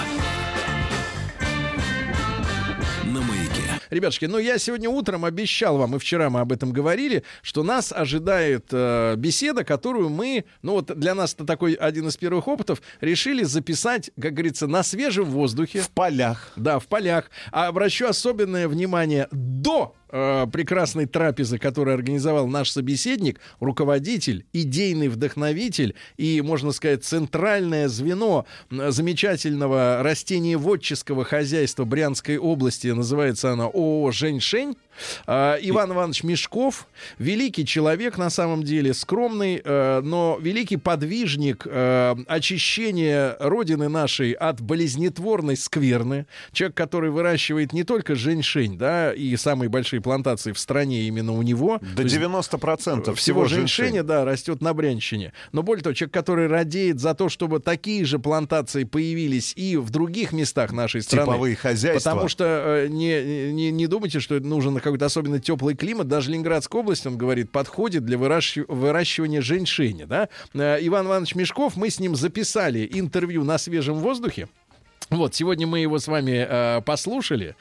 на Маяке. Ребятушки, ну я сегодня утром обещал вам, и вчера мы об этом говорили, что нас ожидает беседа, которую мы, ну вот для нас это такой один из первых опытов, решили записать, как говорится, на свежем воздухе. В полях. Да, в полях. А обращу особенное внимание до прекрасной трапезы, которую организовал наш собеседник, руководитель, идейный вдохновитель и, можно сказать, центральное звено замечательного растениеводческого хозяйства Брянской области, называется она ООО «Женьшень». Иван Иванович Мешков, великий человек на самом деле, скромный, но великий подвижник очищения Родины нашей от болезнетворной скверны. Человек, который выращивает не только женьшень, да, и самые большие плантации в стране именно у него. До 90% всего женьшеня, да, растет на Брянщине. Но более того, человек, который радеет за то, чтобы такие же плантации появились и в других местах нашей страны. Типовые хозяйства. Потому что не думайте, что нужен какой-то особенно теплый климат. Даже Ленинградская область, он говорит, подходит для выращивания женьшеня. Да? Иван Иванович Мешков, мы с ним записали интервью на свежем воздухе. Вот, сегодня мы его с вами послушаем.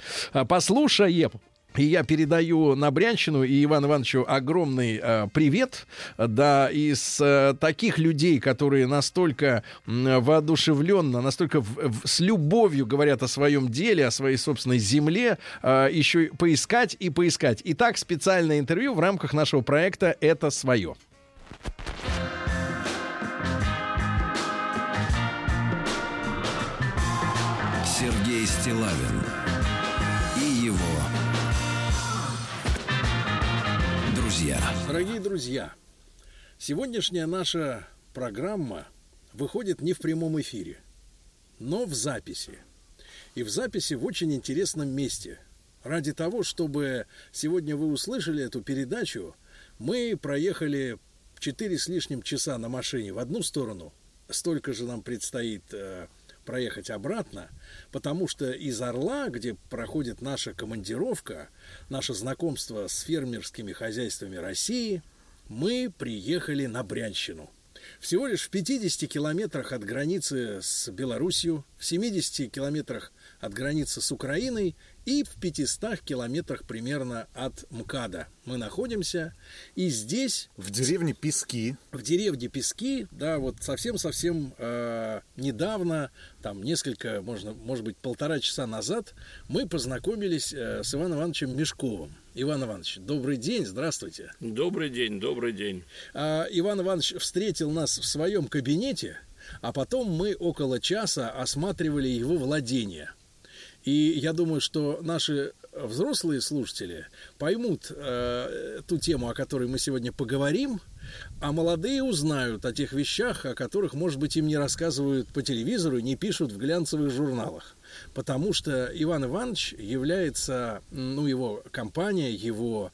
И я передаю на Брянщину и Ивану Ивановичу огромный привет. Да, из таких людей, которые настолько воодушевленно, настолько с любовью говорят о своем деле, о своей собственной земле, еще поискать и поискать. Итак, специальное интервью в рамках нашего проекта «Это свое». Сергей Стиллавин и его друзья. Дорогие друзья, сегодняшняя наша программа выходит не в прямом эфире, но в записи. И в записи в очень интересном месте. Ради того, чтобы сегодня вы услышали эту передачу, мы проехали 4 с лишним часа на машине в одну сторону. Столько же нам предстоит проехать обратно, потому что из Орла, где проходит наша командировка, наше знакомство с фермерскими хозяйствами России, мы приехали на Брянщину. Всего лишь в 50 километрах от границы с Белоруссией, в 70 километрах от границы с Украиной и в 500 километрах примерно от МКАДа мы находимся. И здесь... В деревне Пески. В деревне Пески, да, вот совсем-совсем недавно, там несколько, может быть, 1,5 часа назад, мы познакомились с Иваном Ивановичем Мешковым. Иван Иванович, добрый день, здравствуйте. Добрый день, добрый день. Иван Иванович встретил нас в своем кабинете, а потом мы около часа осматривали его владения. И я думаю, что наши взрослые слушатели поймут ту тему, о которой мы сегодня поговорим, а молодые узнают о тех вещах, о которых, может быть, им не рассказывают по телевизору, не пишут в глянцевых журналах. Потому что Иван Иванович является, его компания, его,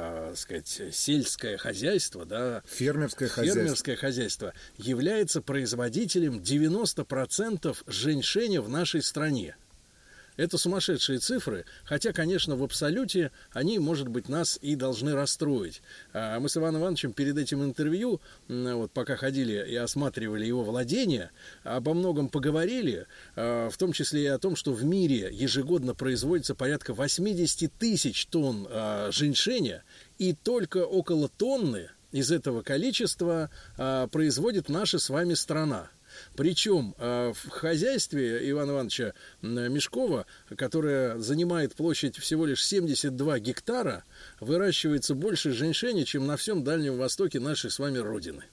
сельское хозяйство, да, фермерское хозяйство является производителем 90% женьшеня в нашей стране. Это сумасшедшие цифры, хотя, конечно, в абсолюте они, может быть, нас и должны расстроить. Мы с Иваном Ивановичем перед этим интервью, пока ходили и осматривали его владения, обо многом поговорили, в том числе и о том, что в мире ежегодно производится порядка 80 тысяч тонн женьшеня, и только около тонны из этого количества производит наша с вами страна. Причем в хозяйстве Ивана Ивановича Мешкова, которое занимает площадь всего лишь 72 гектара, выращивается больше женьшеня, чем на всем Дальнем Востоке нашей с вами Родины.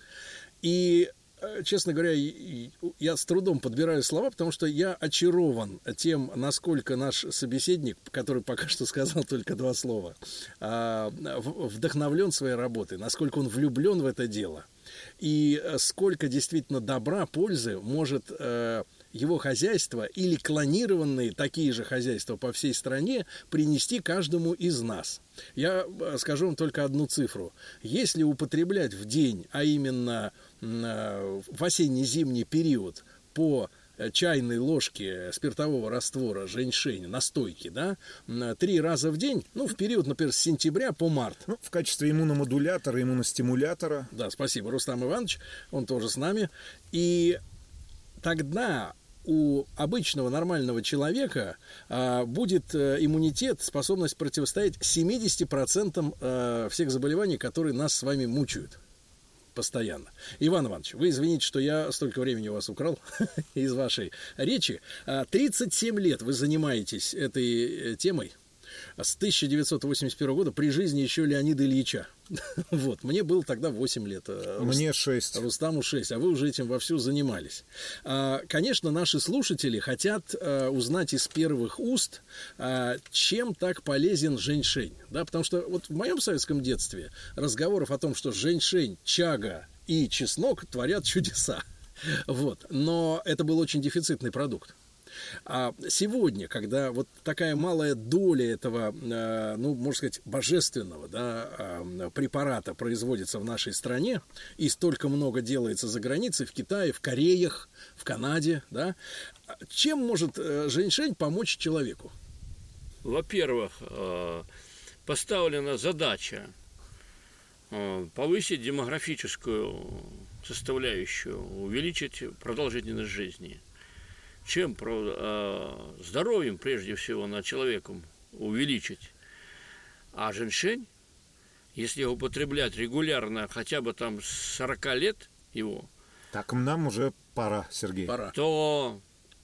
И, честно говоря, я с трудом подбираю слова, потому что я очарован тем, насколько наш собеседник, который пока что сказал только 2 слова, вдохновлен своей работой, насколько он влюблен в это дело. И сколько действительно добра, пользы может его хозяйство или клонированные такие же хозяйства по всей стране принести каждому из нас. Я скажу вам только одну цифру. Если употреблять в день, а именно в осенне-зимний период, по чайной ложки спиртового раствора женьшень, настойки, да, 3 раза в день, в период, например, с сентября по март. В качестве иммуномодулятора, иммуностимулятора. Да, спасибо, Рустам Иванович, он тоже с нами. И тогда у обычного нормального человека будет иммунитет, способность противостоять 70% всех заболеваний, которые нас с вами мучают постоянно. Иван Иванович, вы извините, что я столько времени у вас украл из вашей речи. 37 лет вы занимаетесь этой темой. С 1981 года при жизни еще Леонида Ильича. Вот, мне было тогда 8 лет. Мне 6. Рустаму 6, а вы уже этим вовсю занимались. Конечно, наши слушатели хотят узнать из первых уст, чем так полезен женьшень. Да, потому что вот в моем советском детстве разговоров о том, что женьшень, чага и чеснок творят чудеса. Вот. Но это был очень дефицитный продукт. А сегодня, когда вот такая малая доля этого, можно сказать, божественного, да, препарата производится в нашей стране, и столько много делается за границей, в Китае, в Кореях, в Канаде, да, чем может женьшень помочь человеку? Во-первых, поставлена задача повысить демографическую составляющую, увеличить продолжительность жизни. Чем здоровьем, прежде всего, над человеком увеличить. А женьшень, если его употреблять регулярно, хотя бы там с 40 лет его, так нам уже пора, Сергей. Пора. То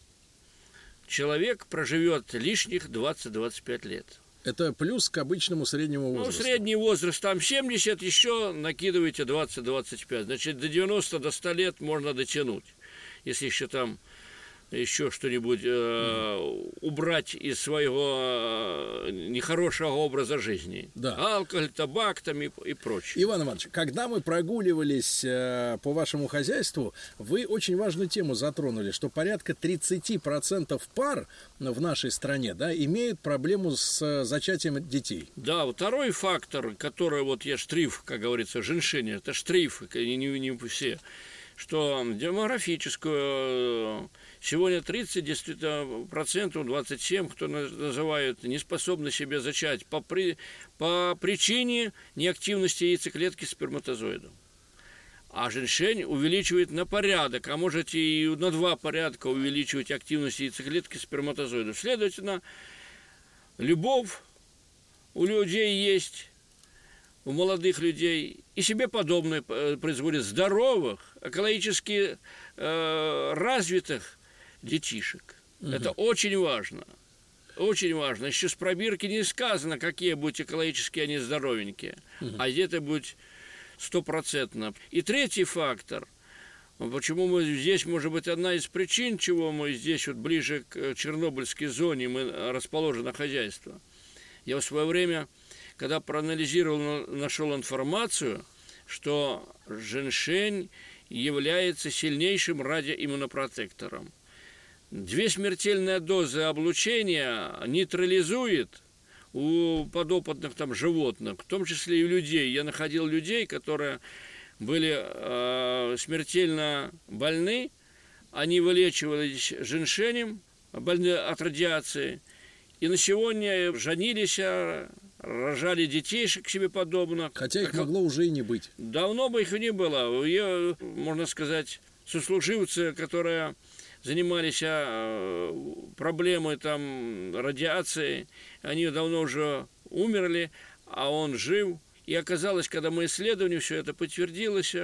человек проживет лишних 20-25 лет. Это плюс к обычному среднему возрасту. Средний возраст там 70, еще накидывайте 20-25. Значит, до 90, до 100 лет можно дотянуть. Если еще там еще что-нибудь убрать из своего нехорошего образа жизни. Да. Алкоголь, табак там и прочее. Иван Иванович, когда мы прогуливались по вашему хозяйству, вы очень важную тему затронули, что порядка 30% пар в нашей стране, да, имеют проблему с зачатием детей. Да, второй фактор, который вот я штрих, как говорится, женьшень, это штрих, не все, что демографическую сегодня 30%, 27%, кто называют, не способны себе зачать по причине неактивности яйцеклетки сперматозоидов. А женьшень увеличивает на порядок, а может и на 2 порядка увеличивать активность яйцеклетки сперматозоидов. Следовательно, любовь у людей есть, у молодых людей, и себе подобное производит здоровых, экологически развитых детишек. Это очень важно. Очень важно. Еще с пробирки не сказано, какие будут экологические они здоровенькие, а где-то будет 100%. И третий фактор, почему мы здесь, может быть, одна из причин, чего мы здесь вот ближе к Чернобыльской зоне мы расположено хозяйство. Я в свое время, когда проанализировал, нашел информацию, что женьшень является сильнейшим радиоиммунопротектором. 2 смертельные дозы облучения нейтрализует у подопытных там животных, в том числе и у людей. Я находил людей, которые были смертельно больны, они вылечивались женьшенем, больны от радиации, и на сегодня женились, рожали детейшек себе подобно. Хотя их могло уже и не быть. Давно бы их и не было. Я, можно сказать, сослуживцы, которые занимались проблемой там радиации, они давно уже умерли, а он жив. И оказалось, когда мы исследовали, все это подтвердилось,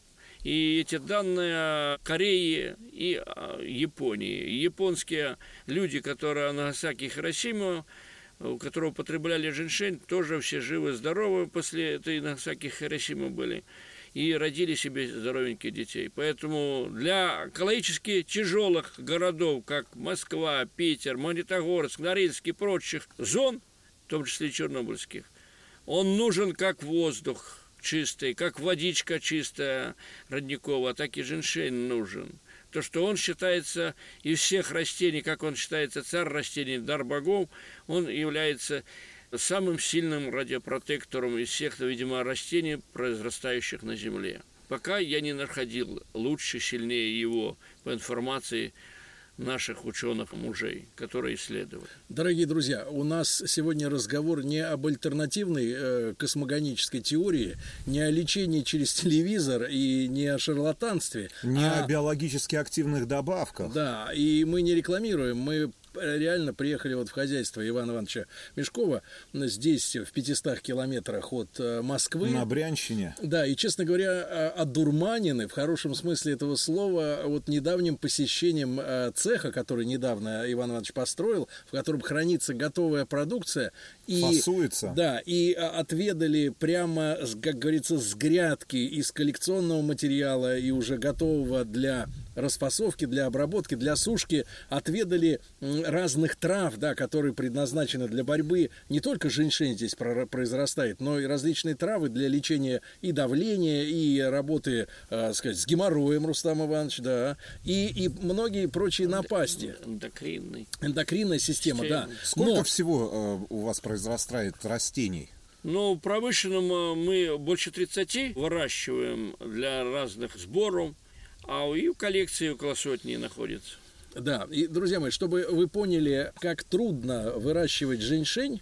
и эти данные Кореи и Японии. Японские люди, которые Нагасаки и Хиросиму, у которых употребляли женьшень, тоже все живы-здоровы после этой Нагасаки и Хиросимы были. И родили себе здоровеньких детей. Поэтому для экологически тяжелых городов, как Москва, Питер, Магнитогорск, Норильск и прочих зон, в том числе и чернобыльских, он нужен как воздух чистый, как водичка чистая родниковая, так и женьшень нужен. То, что он считается из всех растений, как он считается царь растений, дар богов, он является самым сильным радиопротектором из всех, видимо, растений, произрастающих на Земле. Пока я не находил лучше, сильнее его по информации наших ученых-мужей, которые исследовали. Дорогие друзья, у нас сегодня разговор не об альтернативной космогонической теории, не о лечении через телевизор и не о шарлатанстве. Не о биологически активных добавках. Да, и мы не рекламируем, мы реально приехали вот в хозяйство Ивана Ивановича Мешкова, здесь в 500 километрах от Москвы. На Брянщине. Да, и, честно говоря, одурманены, в хорошем смысле этого слова, вот недавним посещением цеха, который недавно Иван Иванович построил, в котором хранится готовая продукция. И, фасуется. Да, и отведали прямо, как говорится, с грядки из коллекционного материала и уже готового для расфасовки, для обработки, для сушки, отведали разных трав, да, которые предназначены для борьбы. Не только женьшень здесь произрастает, но и различные травы для лечения и давления, и работы, сказать, с геморроем, Рустам Иванович, да, и многие прочие напасти. Эндокринная система, да. Сколько всего у вас произрастает растений? Ну, промышленно мы больше 30 выращиваем для разных сборов, а и в коллекции около сотни находится. Да, и, друзья мои, чтобы вы поняли, как трудно выращивать женьшень,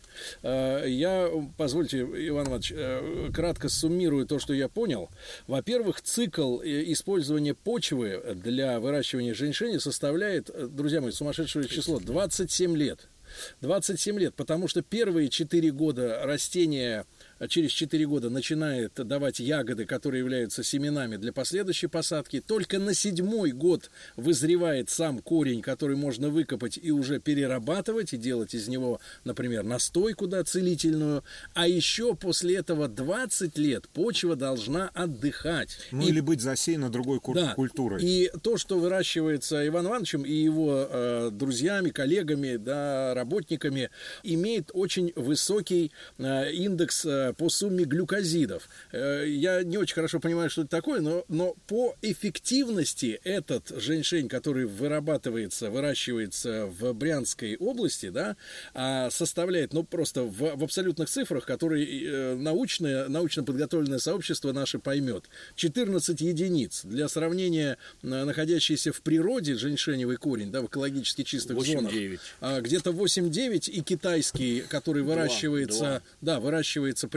я, позвольте, Иван Иванович, кратко суммирую то, что я понял. Во-первых, цикл использования почвы для выращивания женьшеня составляет, друзья мои, сумасшедшее число, 27 лет. 27 лет, потому что первые 4 года растения, через 4 года начинает давать ягоды, которые являются семенами для последующей посадки. Только на 7-й год вызревает сам корень, который можно выкопать и уже перерабатывать, и делать из него, например, настойку, да, целительную. А еще после этого 20 лет почва должна отдыхать. Ну, или быть засеяна другой культурой. И то, что выращивается Иваном Ивановичем и его друзьями, коллегами, да, работниками, имеет очень высокий индекс по сумме глюкозидов. Я не очень хорошо понимаю, что это такое, но по эффективности этот женьшень, который выращивается в Брянской области, да, составляет, ну, просто в абсолютных цифрах, которые научно подготовленное сообщество наше поймет. 14 единиц. Для сравнения, находящийся в природе женьшеневый корень, да, в экологически чистых 8-9. зонах, где-то 8-9, и китайский, который выращивается, выращивается при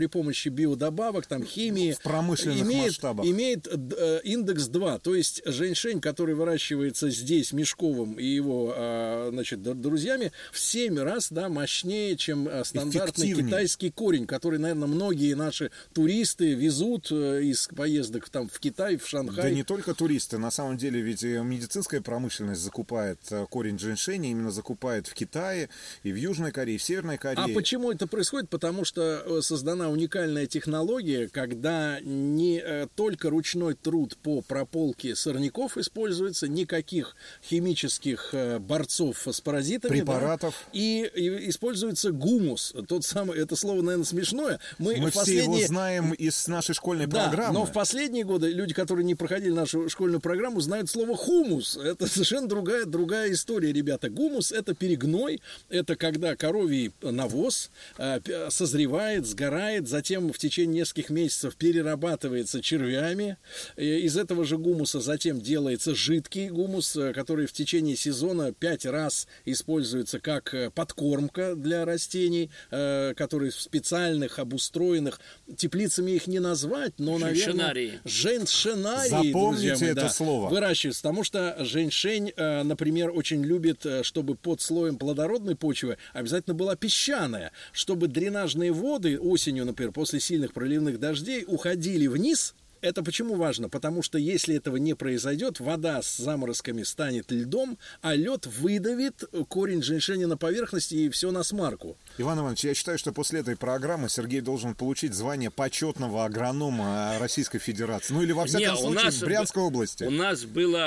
при помощи биодобавок, там, химии, в промышленных масштабах имеет индекс 2. То есть женьшень, который выращивается здесь Мешковым и его, значит, друзьями, в 7 раз, да, мощнее, чем стандартный китайский корень, который, наверное, многие наши туристы везут из поездок там в Китай, в Шанхай. Да не только туристы, на самом деле ведь медицинская промышленность закупает корень женьшеня, именно закупает в Китае, и в Южной Корее, и в Северной Корее. А почему это происходит? Потому что создана уникальная технология, когда не только ручной труд по прополке сорняков используется, никаких химических борцов с паразитами, препаратов, да, и используется гумус. Тот самый, это слово, наверное, смешное. Мы все его знаем из нашей школьной программы. Но в последние годы люди, которые не проходили нашу школьную программу, знают слово хумус. Это совершенно другая история, ребята. Гумус — это перегной, это когда коровий навоз созревает, сгорает, затем в течение нескольких месяцев перерабатывается червями. Из этого же гумуса затем делается жидкий гумус, который в течение сезона 5 раз используется как подкормка для растений, которые в специальных, обустроенных, теплицами их не назвать, но, наверное, женьшенарии, запомните это слово, выращиваются, потому что женьшень, например, очень любит, чтобы под слоем плодородной почвы обязательно была песчаная, чтобы дренажные воды осенью, например, после сильных проливных дождей уходили вниз. Это почему важно? Потому что если этого не произойдет, вода с заморозками станет льдом, а лед выдавит корень женьшеня на поверхности и все на смарку. Иван Иванович, я считаю, что после этой программы Сергей должен получить звание почетного агронома Российской Федерации. Ну или во всяком случае в Брянской области. У нас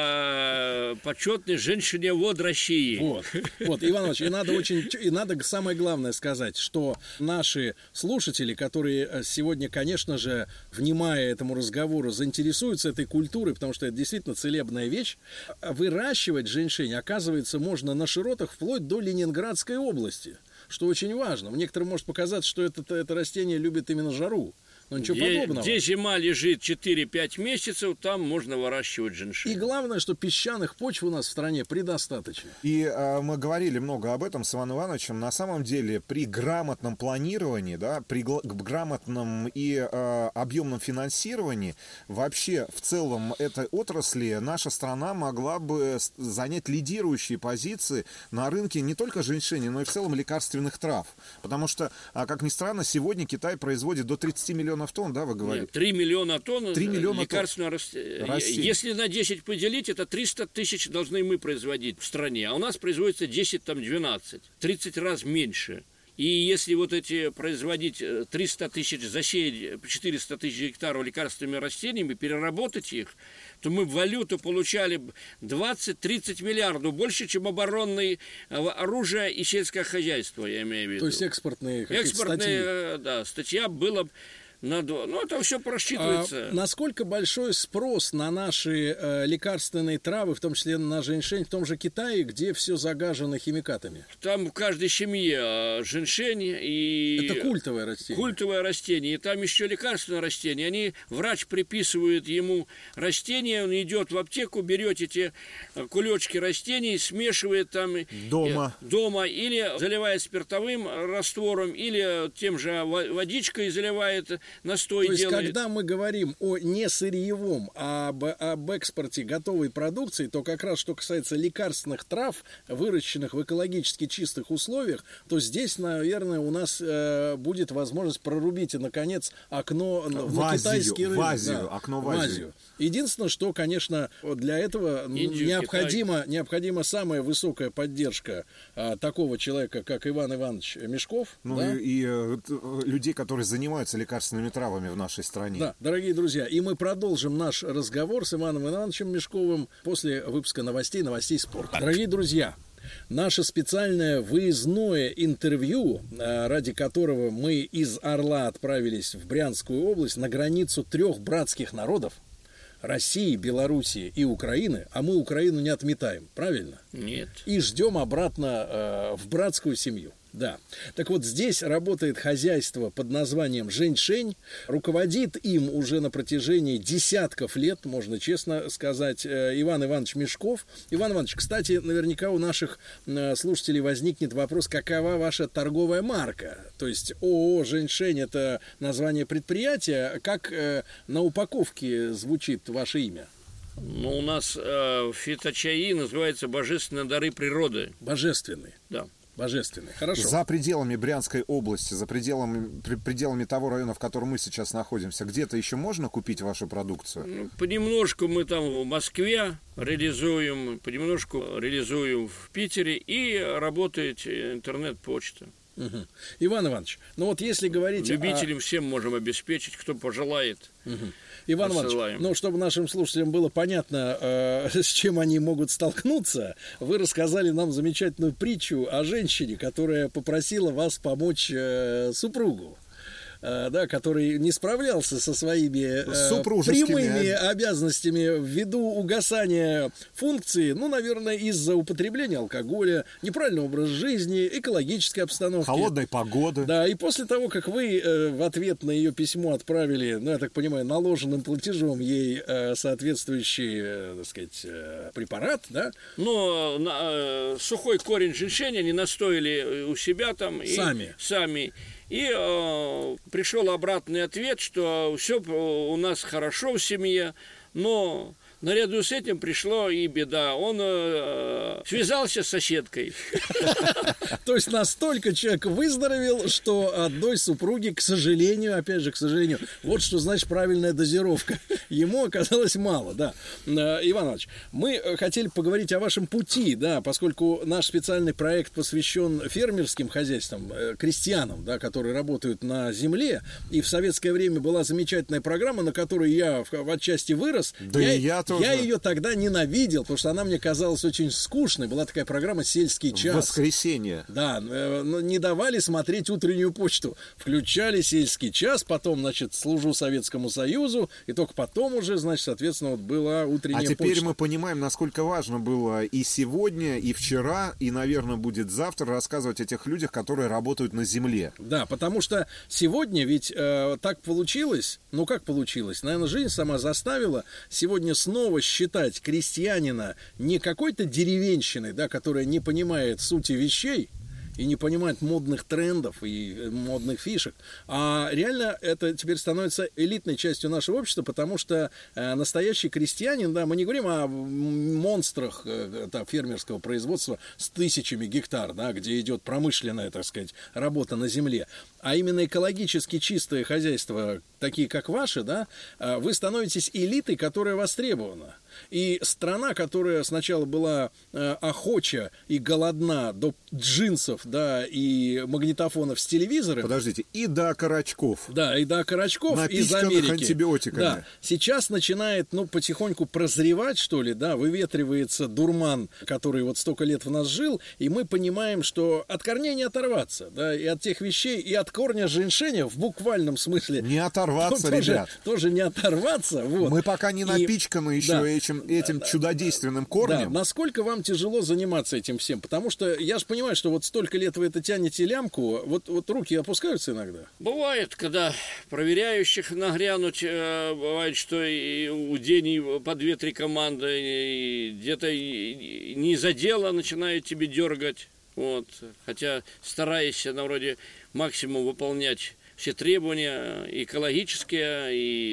было почетный женьшеневод России. Вот, Иван Иванович, и надо самое главное сказать, что наши слушатели, которые сегодня, конечно же, внимая этому разговору, заинтересуются этой культурой, потому что это действительно целебная вещь. Выращивать женьшень, оказывается, можно на широтах вплоть до Ленинградской области, что очень важно. Некоторым может показаться, что это растение любит именно жару. Но ничего подобного. Где зима лежит 4-5 месяцев, там можно выращивать женьшень. И главное, что песчаных почв у нас в стране предостаточно. И мы говорили много об этом с Иваном Ивановичем. На самом деле, при грамотном планировании, да, при грамотном и объемном финансировании, вообще в целом этой отрасли наша страна могла бы занять лидирующие позиции на рынке не только женьшеня, но и в целом лекарственных трав. Потому что, как ни странно, сегодня Китай производит до 30 миллионов тонн, да, вы говорите? Нет, 3 миллиона тонн 3 миллиона лекарственного растения. Если на 10 поделить, это 300 тысяч должны мы производить в стране, а у нас производится 10-12, 30 раз меньше. И если вот эти производить 300 тысяч, засеять 400 тысяч гектаров лекарственными растениями, переработать их, то мы в валюту получали 20-30 миллиардов, больше, чем оборонное оружие и сельское хозяйство, я имею в виду. То есть экспортные статьи. Да, статья была... Ну, это все просчитывается. Насколько большой спрос на наши лекарственные травы, в том числе на женьшень, в том же Китае, где все загажено химикатами? Там в каждой семье женьшень и... Это культовое растение. Культовое растение. И там еще лекарственное растение. Врач приписывает ему растение, он идет в аптеку, берет эти кулечки растений, смешивает там... Дома. Или заливает спиртовым раствором, или тем же водичкой заливает... настой делает. То есть, когда мы говорим о не сырьевом, а об экспорте готовой продукции, то как раз, что касается лекарственных трав, выращенных в экологически чистых условиях, то здесь, наверное, у нас будет возможность прорубить, наконец, окно в китайский рынок. Окно в Азию. Единственное, что, конечно, для этого необходима самая высокая поддержка такого человека, как Иван Иванович Мешков. Ну да? и людей, которые занимаются лекарственными травами в нашей стране. Да, дорогие друзья, и мы продолжим наш разговор с Иваном Ивановичем Мешковым после выпуска новостей спорта. Дорогие друзья, наше специальное выездное интервью, ради которого мы из Орла отправились в Брянскую область, на границу 3 братских народов, России, Белоруссии и Украины, а мы Украину не отметаем, правильно? Нет. И ждем обратно в братскую семью. Да. Так вот, здесь работает хозяйство под названием «Женьшень». Руководит им уже на протяжении десятков лет, можно честно сказать, Иван Иванович Мешков. Иван Иванович, кстати, наверняка у наших слушателей возникнет вопрос, какова ваша торговая марка? То есть ООО «Женьшень» — это название предприятия. Как на упаковке звучит ваше имя? Ну, у нас фиточаи называется «Божественные дары природы». Божественные? Да. Божественный. Хорошо. За пределами Брянской области, за пределами того района, в котором мы сейчас находимся, где-то еще можно купить вашу продукцию? Ну, понемножку мы там в Москве реализуем, понемножку реализуем в Питере, и работает интернет-почта. Угу. Иван Иванович, ну вот если говорить... Любителям всем можем обеспечить, кто пожелает. Угу. Иван Иванович, ну, чтобы нашим слушателям было понятно, с чем они могут столкнуться, вы рассказали нам замечательную притчу о женщине, которая попросила вас помочь супругу. Да, который не справлялся со своими прямыми обязанностями ввиду угасания функции, ну, наверное, из-за употребления алкоголя, неправильного образа жизни, экологической обстановки. Холодной погоды. Да, и после того, как вы в ответ на ее письмо отправили, ну, я так понимаю, наложенным платежом ей соответствующий, так сказать, препарат, да? Ну, сухой корень женьшеня они настояли у себя там. Сами. И пришел обратный ответ, что все у нас хорошо в семье, но наряду с этим пришло и беда. Он связался с соседкой. То есть настолько человек выздоровел, что одной супруге, к сожалению, опять же, к сожалению, вот что значит правильная дозировка. Ему оказалось мало, да. Иван Иванович, мы хотели поговорить о вашем пути, да, поскольку наш специальный проект посвящен фермерским хозяйствам, крестьянам, да, которые работают на земле. И в советское время была замечательная программа, на которой я в отчасти вырос. Да и я тоже. Я ее тогда ненавидел, потому что она мне казалась очень скучной. Была такая программа «Сельский час». Воскресенье. Да, не давали смотреть утреннюю почту. Включали «Сельский час», потом, значит, «Служу Советскому Союзу», и только потом уже, значит, соответственно, вот была утренняя почта. А теперь мы понимаем, насколько важно было и сегодня, и вчера, и, наверное, будет завтра рассказывать о тех людях, которые работают на земле. Да, потому что сегодня ведь так получилось, ну как получилось, наверное, жизнь сама заставила сегодня снова считать крестьянина не какой-то деревенщиной, да, которая не понимает сути вещей и не понимает модных трендов и модных фишек, а реально это теперь становится элитной частью нашего общества, потому что настоящий крестьянин, да, мы не говорим о монстрах там, фермерского производства с тысячами гектар, да, где идет промышленная, так сказать, работа на земле, а именно экологически чистое хозяйство, такие как ваши, да, вы становитесь элитой, которая востребована. И страна, которая сначала была охоча и голодна до джинсов, да, и магнитофонов с телевизором. Подождите, и до окорочков. Да, и до окорочков из Америки. Антибиотиками. Да, сейчас начинает, ну, потихоньку прозревать, что ли, да, выветривается дурман, который вот столько лет в нас жил, и мы понимаем, что от корней не оторваться, да, и от тех вещей, и от корня женьшеня в буквальном смысле. Не оторваться, ребят. Тоже не оторваться. Вот. Мы пока не напичканы еще этим чудодейственным корнем. Да, насколько вам тяжело заниматься этим всем? Потому что я же понимаю, что вот столько лет вы это тянете лямку, вот руки опускаются иногда. Бывает, когда проверяющих нагрянуть, бывает, что и у день по 2-3 команды, и где-то не за дело начинают тебе дергать. Вот. Хотя стараешься на вроде максимум выполнять все требования, экологические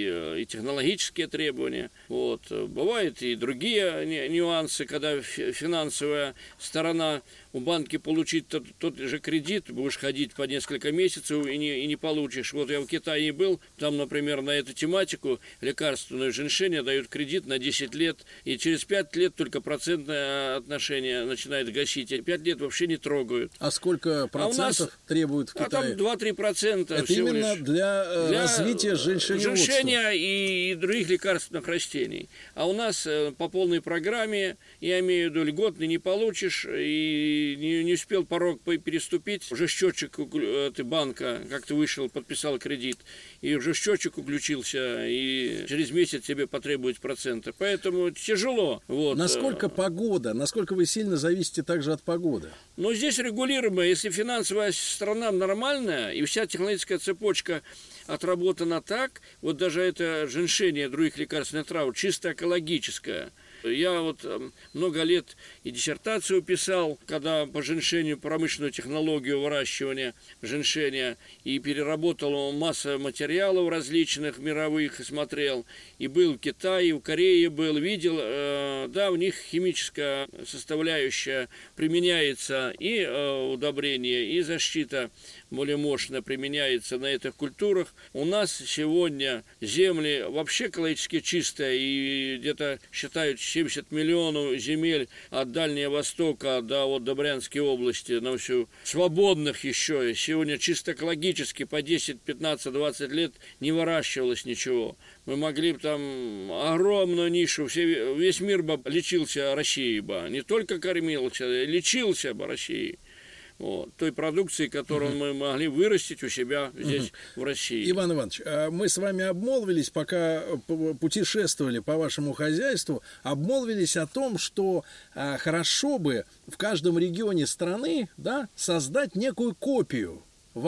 и технологические требования. Вот. Бывают и другие нюансы, когда финансовая сторона у банки получить тот же кредит, будешь ходить по несколько месяцев и не получишь. Вот я в Китае был, там, например, на эту тематику лекарственную женьшень дают кредит на 10 лет, и через 5 лет только процентное отношение начинает гасить, а 5 лет вообще не трогают. А сколько процентов требуют в Китае? А там 2-3%. Это всего именно лишь. для развития женьшеневодства. Женьшеня и других лекарственных растений. А у нас по полной программе, я имею в виду, льготный не получишь, и не успел порог переступить, уже счетчик банка, как ты вышел, подписал кредит, и уже счетчик включился, и через месяц тебе потребуют проценты. Поэтому тяжело. Вот. Насколько погода, насколько вы сильно зависите также от погоды? Но здесь регулируемо. Если финансовая сторона нормальная, и вся технологическая цепочка отработана так, вот даже это женьшень, других лекарственных трав, чисто экологическое. Я вот много лет и диссертацию писал, когда по женьшеню промышленную технологию выращивания женьшеня, и переработал массу материалов различных мировых, и смотрел, и был в Китае, и в Корее был, видел, да, у них химическая составляющая применяется, и удобрение, и защита более мощно применяется на этих культурах. У нас сегодня земли вообще экологически чистые, и где-то считают 70 миллионов земель от Дальнего Востока до Брянской области, на всю свободных еще. Сегодня чисто экологически по 10, 15, 20 лет не выращивалось ничего. Мы могли бы там огромную нишу, весь мир бы лечился Россией бы, не только кормился, лечился бы Россией. Вот, той продукции, которую мы могли вырастить у себя здесь, в России. Иван Иванович, мы с вами обмолвились, пока путешествовали по вашему хозяйству, обмолвились о том, что хорошо бы в каждом регионе страны, да, создать некую копию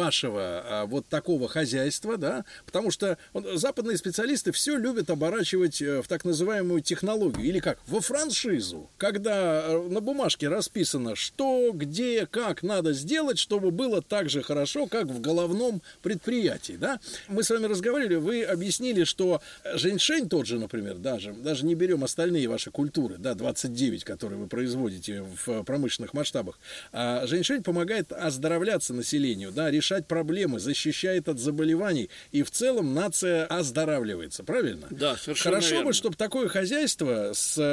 вашего вот такого хозяйства, да, потому что западные специалисты все любят оборачивать в так называемую технологию, или как, во франшизу, когда на бумажке расписано, что, где, как надо сделать, чтобы было так же хорошо, как в головном предприятии, да. Мы с вами разговаривали, вы объяснили, что женьшень тот же, например, даже не берем остальные ваши культуры, да, 29, которые вы производите в промышленных масштабах, а женьшень помогает оздоровляться населению, да, решать проблемы, защищает от заболеваний, и в целом нация оздоравливается, правильно? Да, совершенно Хорошо верно. бы, чтобы такое хозяйство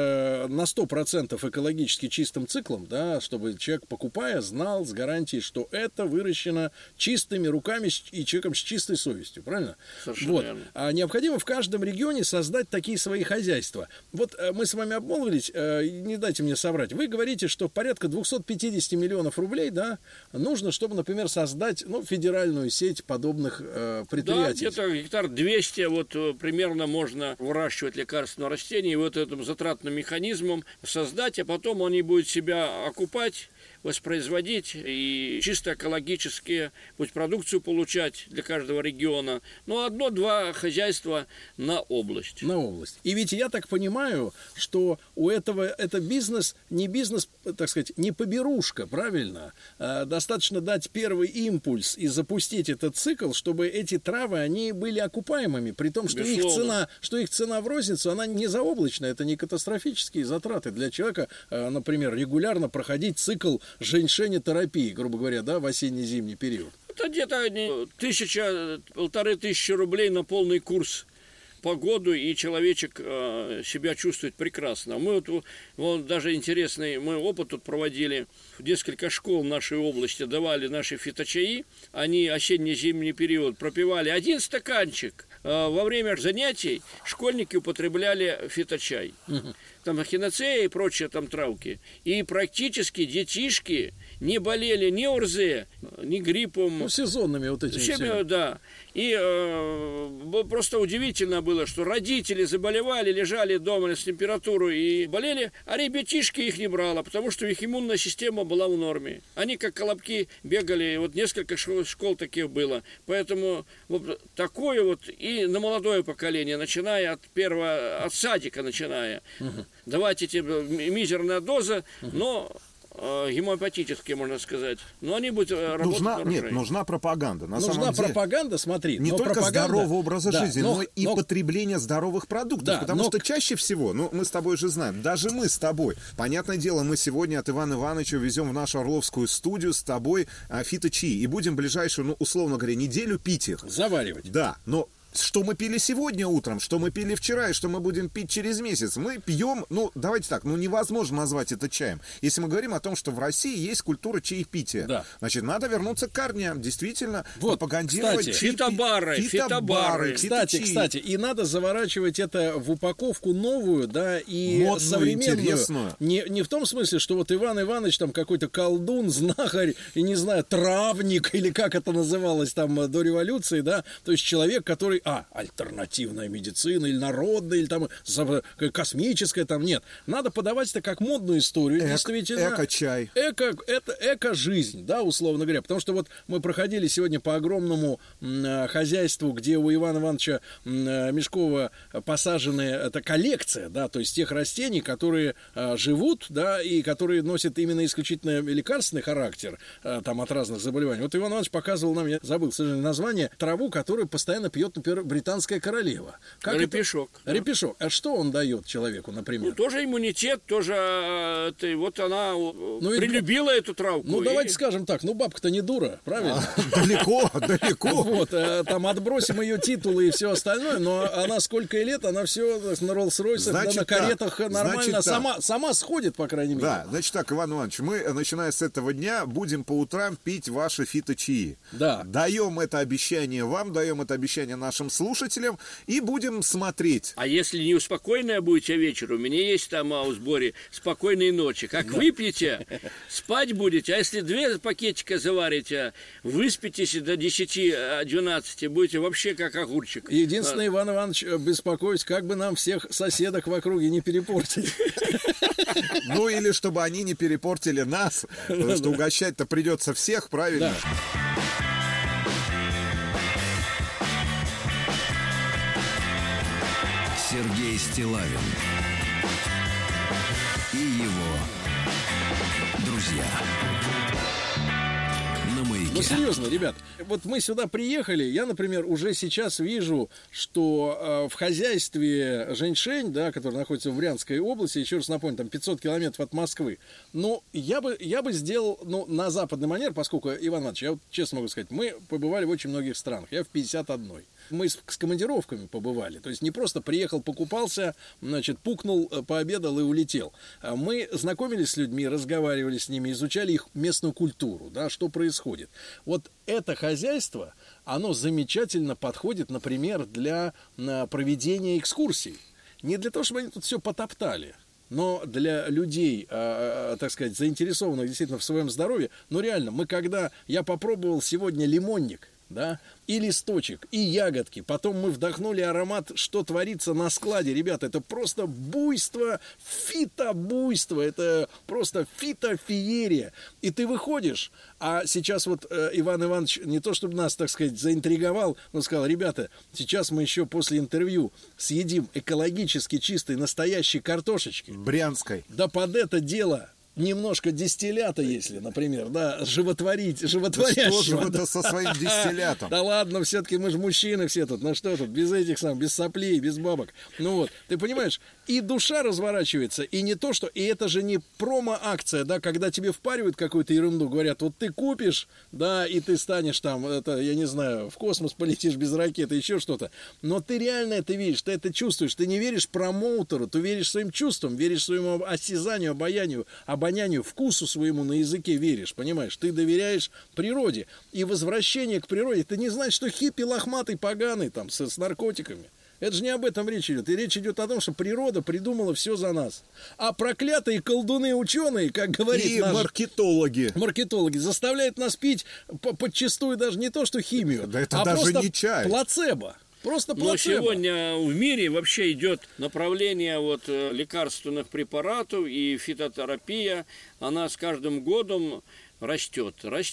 на 100% экологически чистым циклом, да, чтобы человек, покупая, знал с гарантией, что это выращено чистыми руками и человеком с чистой совестью, правильно? Совершенно вот. верно. А необходимо в каждом регионе создать такие свои хозяйства. Вот мы с вами обмолвились, не дайте мне соврать, вы говорите, что порядка 250 миллионов рублей, да, нужно, чтобы, например, создать, федеральную сеть подобных предприятий. Да, где-то гектар 200 вот примерно можно выращивать лекарственные растения, и вот этим затратным механизмом создать, а потом они будут себя окупать, воспроизводить и чисто экологически продукцию получать для каждого региона. Но 1-2 хозяйства на область. На область. И ведь я так понимаю, что у этого это бизнес, так сказать, не поберушка, правильно? Достаточно дать первый импульс и запустить этот цикл, чтобы эти травы, они были окупаемыми, при том, что их цена в розницу, она не заоблачная, это не катастрофические затраты для человека, например, регулярно проходить цикл женьшеня-терапии, грубо говоря, да, в осенне-зимний период. Это где-то 1000-1500 рублей на полный курс по году, и человечек себя чувствует прекрасно. Мы вот даже интересный, мы опыт тут проводили, в несколько школ в нашей области давали наши фиточаи, они осенне-зимний период пропивали 1 стаканчик. Во время занятий школьники употребляли фиточай. Там ахинацея и прочие там травки. И практически детишки не болели ни ОРЗ, ни гриппом. Сезонными вот этими. Да. И просто удивительно было, что родители заболевали, лежали дома с температурой и болели, а ребятишки их не брало, потому что их иммунная система была в норме. Они как колобки бегали, вот несколько школ таких было. Поэтому вот такое вот и на молодое поколение, начиная от садика начиная. Давать эти мизерная доза, но гемопатические, можно сказать. Но они будут работать на урожай. Нужна пропаганда. Нужна пропаганда, смотри. Не только здорового образа жизни, но и потребление здоровых продуктов. Да, потому что чаще всего, мы с тобой же знаем, даже мы с тобой, понятное дело, мы сегодня от Ивана Ивановича везем в нашу Орловскую студию с тобой фиточаи. И будем ближайшую, условно говоря, неделю пить их. Заваривать. Да, но что мы пили сегодня утром, что мы пили вчера и что мы будем пить через месяц. Мы пьем, ну, давайте так, ну, невозможно назвать это чаем. Если мы говорим о том, что в России есть культура чаепития, да. Значит, надо вернуться к корням, действительно, вот, пропагандировать фитобары. Кстати, и надо заворачивать это в упаковку новую, да, и модную, современную. интересную. Не в том смысле, что вот Иван Иванович там какой-то колдун, знахарь, и не знаю, травник, или как это называлось там до революции, да, то есть человек, который, альтернативная медицина, или народная, или там космическая, там нет. Надо подавать это как модную историю, действительно. Эко-чай. Это эко-жизнь, да, условно говоря, потому что вот мы проходили сегодня по огромному хозяйству, где у Ивана Ивановича Мешкова посажены, это коллекция, да, то есть тех растений, которые живут, да, и которые носят именно исключительно лекарственный характер, там, от разных заболеваний. Вот Иван Иванович показывал нам, я забыл, к сожалению, название, траву, которую постоянно пьет, например, британская королева. Репешок. Репешок. А что он дает человеку, например? Ну, тоже иммунитет, тоже, вот она прилюбила эту травку. Ну, давайте скажем так, бабка-то не дура, правильно? Далеко. Вот, там отбросим ее титулы и все остальное, но она сколько лет, она все на Роллс-Ройсах, на каретах нормально, сама сходит, по крайней мере. Да, значит так, Иван Иванович, мы, начиная с этого дня, будем по утрам пить ваши фито-чаи. Да. Даем это обещание вам, даем это обещание нашим слушателям и будем смотреть. А если не успокойная будете вечером, у меня есть там в сборе спокойные ночи. Как выпьете, спать будете, а если 2 пакетика заварите, выспитесь до 10-12, будете вообще как огурчик. Единственное, Иван Иванович, беспокоюсь, как бы нам всех соседок в округе не перепортить. Ну или чтобы они не перепортили нас, потому что угощать-то придется всех, правильно? Сергей Стиллавин и его друзья. Ну, серьезно, ребят, вот мы сюда приехали, я, например, уже сейчас вижу, что в хозяйстве Женьшень, да, который находится в Брянской области, еще раз напомню, там 500 километров от Москвы, ну, я бы сделал, на западный манер, поскольку, Иван Иванович, я вот честно могу сказать, мы побывали в очень многих странах, я в 51. Мы с командировками побывали, то есть не просто приехал, покупался, значит, пукнул, пообедал и улетел. Мы знакомились с людьми, разговаривали с ними, изучали их местную культуру, да, что происходит. Вот это хозяйство, оно замечательно подходит, например, для проведения экскурсий. Не для того, чтобы они тут все потоптали, но для людей, так сказать, заинтересованных действительно в своем здоровье, реально, я попробовал сегодня лимонник, да, и листочек, и ягодки. Потом мы вдохнули аромат, что творится на складе. Ребята, это просто буйство, фитобуйство, это просто фитофеерия. И ты выходишь, а сейчас вот Иван Иванович не то чтобы нас, так сказать, заинтриговал, но сказал: ребята, сейчас мы еще после интервью съедим экологически чистой настоящей картошечки. Брянской. Да под это дело немножко дистиллята, если, например, да, животворящего. Да что же вы-то со своим дистиллятом? Да ладно, все-таки мы же мужчины все тут, что тут, без этих без соплей, без бабок. Ты понимаешь, и душа разворачивается, и не то, что, и это же не промо-акция, да, когда тебе впаривают какую-то ерунду, говорят, вот ты купишь, да, и ты станешь там, я не знаю, в космос полетишь без ракеты, еще что-то. Но ты реально это видишь, ты это чувствуешь, ты не веришь промоутеру, ты веришь своим чувствам, веришь своему осязанию, обонянию, вкусу своему на языке веришь, понимаешь? Ты доверяешь природе. И возвращение к природе, это не значит, что хиппи лохматый, поганый там, с наркотиками. Это же не об этом речь идет. И речь идет о том, что природа придумала все за нас. А проклятые колдуны-ученые, как говорит и маркетологи заставляют нас пить подчистую даже не то, что химию, да это даже просто не чай. Плацебо. Просто плацебо. Но сегодня в мире вообще идет направление лекарственных препаратов и фитотерапия. Она с каждым годом растет.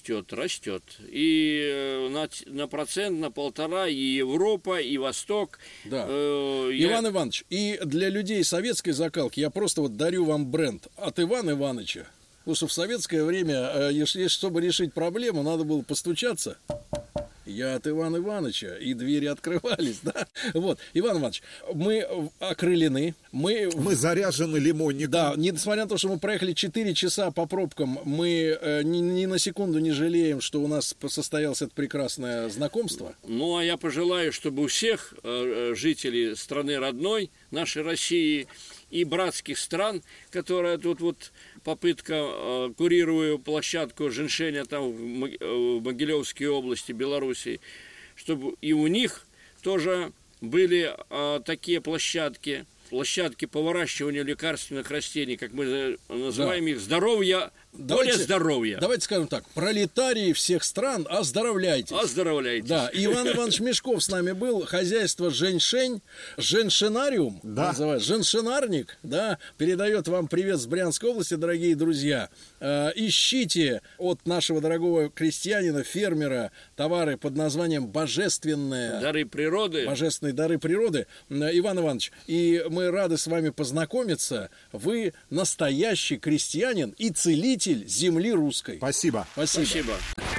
И на процент, на 1,5 и Европа, и Восток. Да. Иван Иванович, и для людей советской закалки я просто дарю вам бренд от Ивана Ивановича. Потому что в советское время, чтобы решить проблему, надо было постучаться. я от Ивана Ивановича, и двери открывались, да? Вот, Иван Иванович, мы окрылены, мы заряжены лимонником. Да, несмотря на то, что мы проехали 4 часа по пробкам, мы ни на секунду не жалеем, что у нас состоялось это прекрасное знакомство. Ну, а я пожелаю, чтобы у всех жителей страны родной, нашей России и братских стран, которая тут вот попытка, курирую площадку Женьшеня там в Могилевской области, Белоруссии, чтобы и у них тоже были такие площадки по выращиванию лекарственных растений, как мы называем их, здоровья, более здоровья. Давайте скажем так, пролетарии всех стран, оздоровляйтесь. Оздоровляйтесь. Да, Иван Иванович Мешков с нами был, хозяйство Женьшень, Женьшенариум, называется, Женьшенарник, да, передает вам привет с Брянской области, дорогие друзья. Ищите от нашего дорогого крестьянина, фермера, товары под названием «Божественные дары природы». Божественные дары природы. Иван Иванович, и мы рады с вами познакомиться. Вы настоящий крестьянин и целитель земли русской. Спасибо. Спасибо.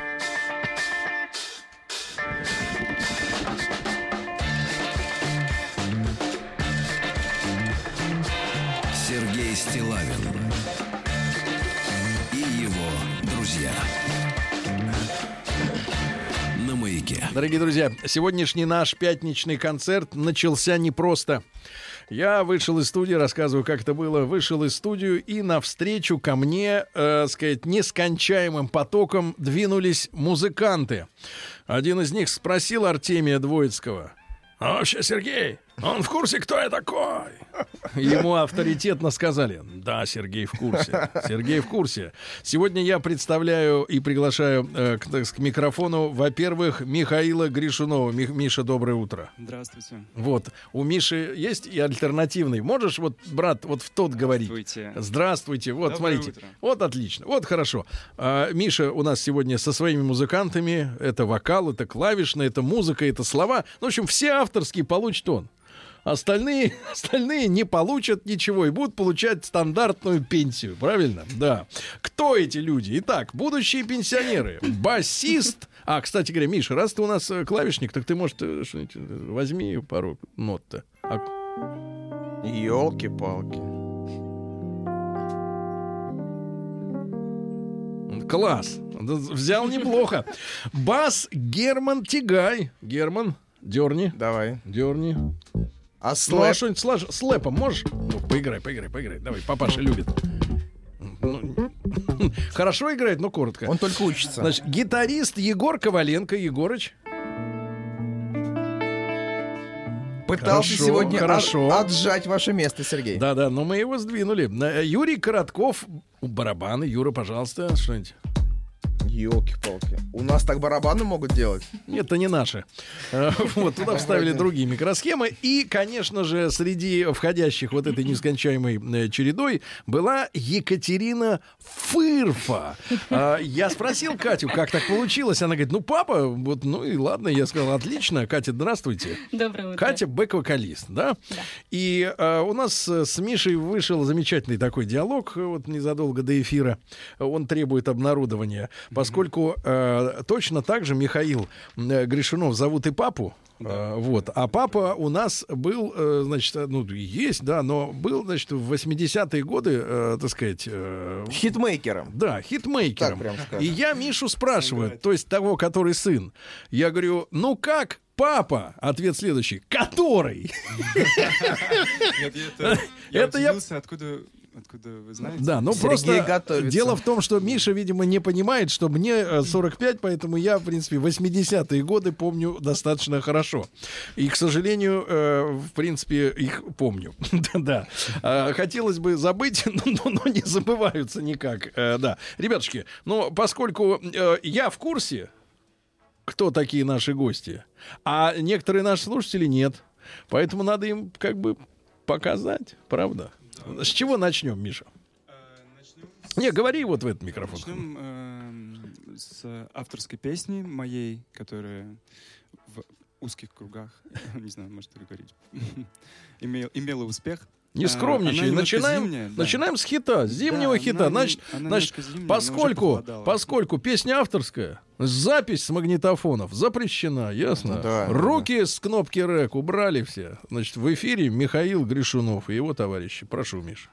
Сергей Стиллавин и его друзья на Маяке. Дорогие друзья, сегодняшний наш пятничный концерт начался непросто. Я вышел из студии, рассказываю, как это было. Вышел из студии, и навстречу ко мне, сказать, нескончаемым потоком двинулись музыканты. Один из них спросил Артемия Двоицкого: «А вообще, Сергей, он в курсе, кто я такой?» Ему авторитетно сказали: «Да, Сергей в курсе. Сергей в курсе». Сегодня я представляю и приглашаю к микрофону, во-первых, Михаила Гришунова. Миша, доброе утро. Здравствуйте. Вот, у Миши есть и альтернативный. Можешь, вот, брат, вот в тот говорить? Здравствуйте. Здравствуйте. Вот, Доброе смотрите. утро. Вот отлично. Вот хорошо. Миша у нас сегодня со своими музыкантами. Это вокал, это клавишная, это музыка, это слова. В общем, все авторские получит он. Остальные не получат ничего и будут получать стандартную пенсию. Правильно? Да. Кто эти люди? Итак, будущие пенсионеры. Басист. Кстати говоря, Миша, раз ты у нас клавишник, так ты, может, что-нибудь возьми пару нот-то. Ёлки-палки. Класс. Взял неплохо. Бас Герман Тигай. Герман, дерни. Давай. Дерни. А слэп? Ну, а что-нибудь слэпом можешь? Ну, поиграй. Давай, папаша любит. Хорошо играет, но коротко. Он только учится. Значит, гитарист Егор Коваленко. Егорыч. Пытался сегодня отжать ваше место, Сергей. Да, но мы его сдвинули. Юрий Коротков. Барабаны. Юра, пожалуйста, что-нибудь. Ёлки-палки. У нас так барабаны могут делать? Нет, это не наши. Вот, туда вставили другие микросхемы. И, конечно же, среди входящих вот этой нескончаемой чередой была Екатерина Фырфа. Я спросил Катю, как так получилось. Она говорит: ну, папа, вот, ну и ладно. Я сказал: отлично. Катя, здравствуйте. Доброе утро. Катя бэк-вокалист, да? Да. И у нас с Мишей вышел замечательный такой диалог вот незадолго до эфира. Он требует обнародования. Поскольку точно так же Михаил Гришунов зовут и папу, вот, а папа у нас был, значит, ну, есть, да, но был, значит, в 80-е годы, так сказать... хитмейкером. Да, хитмейкером. Так прям скажем. И я Мишу спрашиваю, то есть того, который сын. Я говорю: ну как папа? Ответ следующий: который? Я удивился, откуда вы знаете? Да, ну просто дело в том, что Миша, видимо, не понимает, что мне 45, поэтому я, в принципе, 80-е годы помню достаточно хорошо. И, к сожалению, в принципе, их помню. Да. Хотелось бы забыть, но не забываются никак. Да. Ребятушки, ну, поскольку я в курсе, кто такие наши гости, а некоторые наши слушатели нет, поэтому надо им как бы показать, правда? С чего начнем, Миша? Не, говори вот в этот микрофон. Начнем с авторской песни моей, которая в узких кругах, не знаю, может ли говорить, имела успех. Не скромничай. Начинаем с хита, с зимнего хита. Значит, поскольку песня авторская, запись с магнитофонов запрещена, ясно? Да, руки с кнопки рэк убрали все. Значит, в эфире Михаил Гришунов и его товарищи. Прошу, Миша.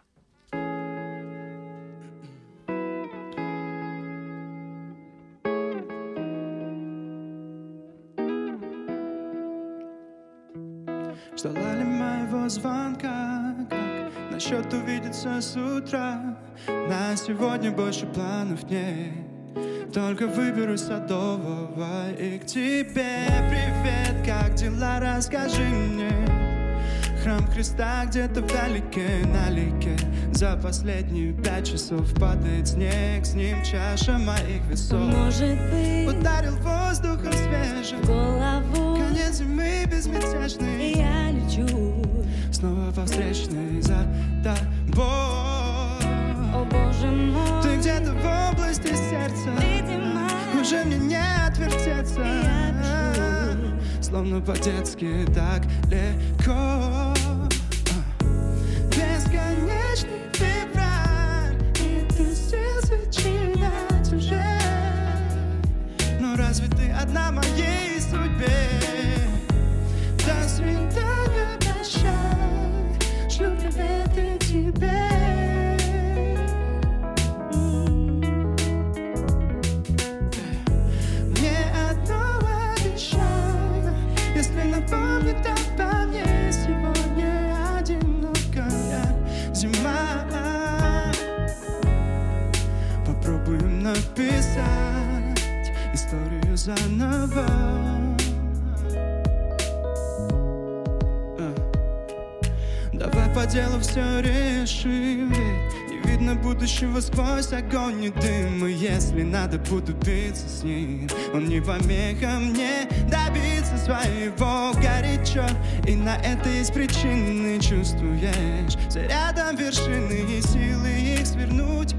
Ждала ли моего звонка, как насчет увидеться с утра? На сегодня больше планов нет, только выберу Садового и к тебе. Привет, как дела, расскажи мне. Храм Христа где-то вдалеке, налегке. За последние 5 часов падает снег, с ним чаша моих весов. Может быть, ударил воздухом свежим голову, конец зимы безмятежный. И я лечу снова по встречной за тобой. О боже мой, ты где-то в области сердца, видимо, уже мне не отвертеться. Словно по-детски так легко. Бесконечный февраль, и ты сил сочинять уже. Но разве ты одна моей судьбе? До свидания, прощай, шлю приветы тебе. Если напомнит обо мне сегодня одинокая зима, попробуем написать историю заново. Давай по делу все решим, ведь не видно будущего сквозь огонь и дым. И если надо, буду биться с ним. Он не помеха мне добиться своего горячо. И на это есть причины, чувствуешь? Все рядом вершины и силы их свернуть.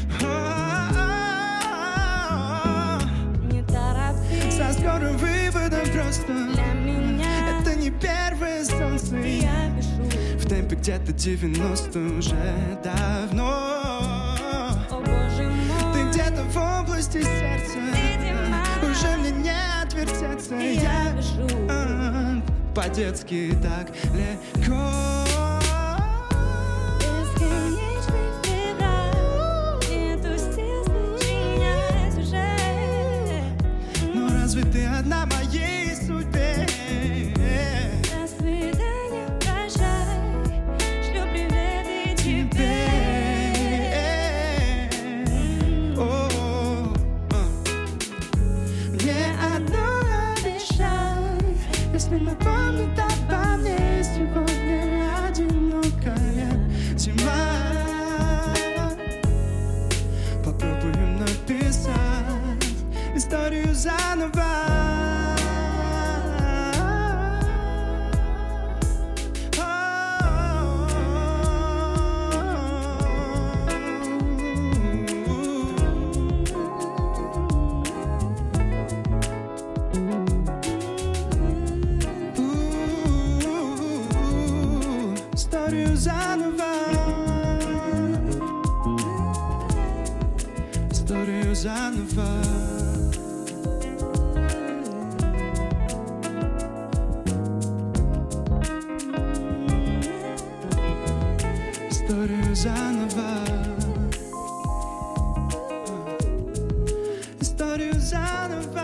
не торопись. Со скорым выводом просто Для меня это не первое солнце. я пишу В темпе где-то 90 уже давно. О боже мой, Ты где-то в области сердца, видимо, уже мне не отвертеться. и я пишу По-детски так легко. бесконечный февраль, нету сил сочинять уже. Но разве ты одна моей судьбе? До свидания, прощай, шлю приветы тебе. Мне одно обещай, если напомнит обо мне сегодня одинокая зима. Попробуем написать историю заново. Историю заново. Историю заново. Историю заново. Историю заново.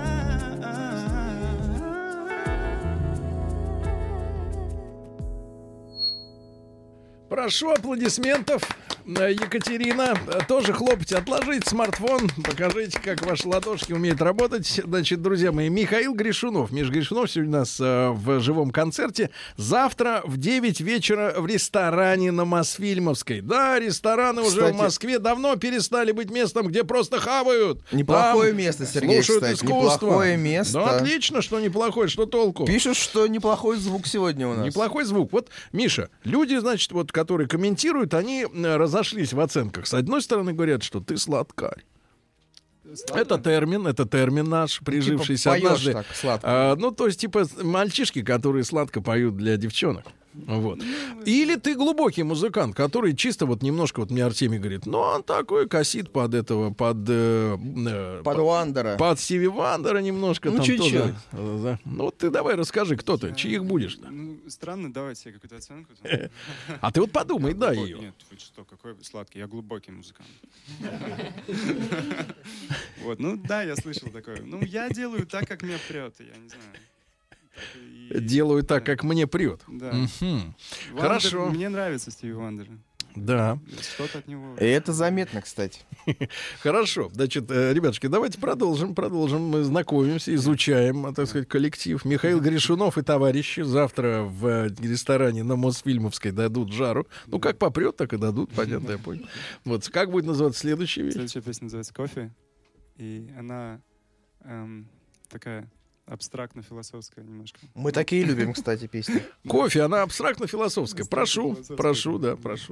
Прошу аплодисментов. Екатерина, тоже хлопайте, отложите смартфон, покажите, как ваши ладошки умеют работать. Значит, друзья мои, Михаил Гришунов. Миш Гришунов сегодня у нас в живом концерте. Завтра в 9 вечера в ресторане на Мосфильмовской. Да, рестораны уже в Москве давно перестали быть местом, где просто хавают. Неплохое там место, Сергей, кстати. Искусство. Неплохое место. Да, отлично, что неплохое, что толку? Пишут, что неплохой звук сегодня у нас. Неплохой звук. Вот, Миша, люди, значит, вот, которые комментируют, они разошлись в оценках. С одной стороны говорят, что ты сладкарь. Это термин наш, прижившийся типа однажды. Так, сладко. Ну, то есть, типа, мальчишки, которые сладко поют для девчонок. Вот. Или ты глубокий музыкант, который чисто вот немножко, вот мне Артемий говорит, ну, он такой косит под этого, под Вандера. Под Стиви Вандера немножко. Ну, там чуть-чуть. тоже. Да. Ну, вот ты давай расскажи, кто ты, чьих будешь-то. Ну, странно давать себе какую-то оценку. А ты вот подумай, дай ее. Нет, вы что, какой сладкий, я глубокий музыкант. Вот, ну да, я слышал такое. Ну, я делаю так, как меня прет, я не знаю. Делаю так, как мне прет. Да. Хорошо. Мне нравится Стиви Вандер. Да. Что-то от него. И это заметно, кстати. Хорошо. Значит, ребятушки, давайте продолжим. Мы знакомимся, изучаем, так сказать, коллектив. Михаил Гришунов и товарищи завтра в ресторане на Мосфильмовской дадут жару. Ну, как попрет, так и дадут, понятно, я понял. Вот, как будет называться следующая вещь? Следующая песня называется «Кофе». И она такая абстрактно-философская немножко. Мы такие любим, кстати, песни. Кофе, она абстрактно-философская. Прошу, да, прошу.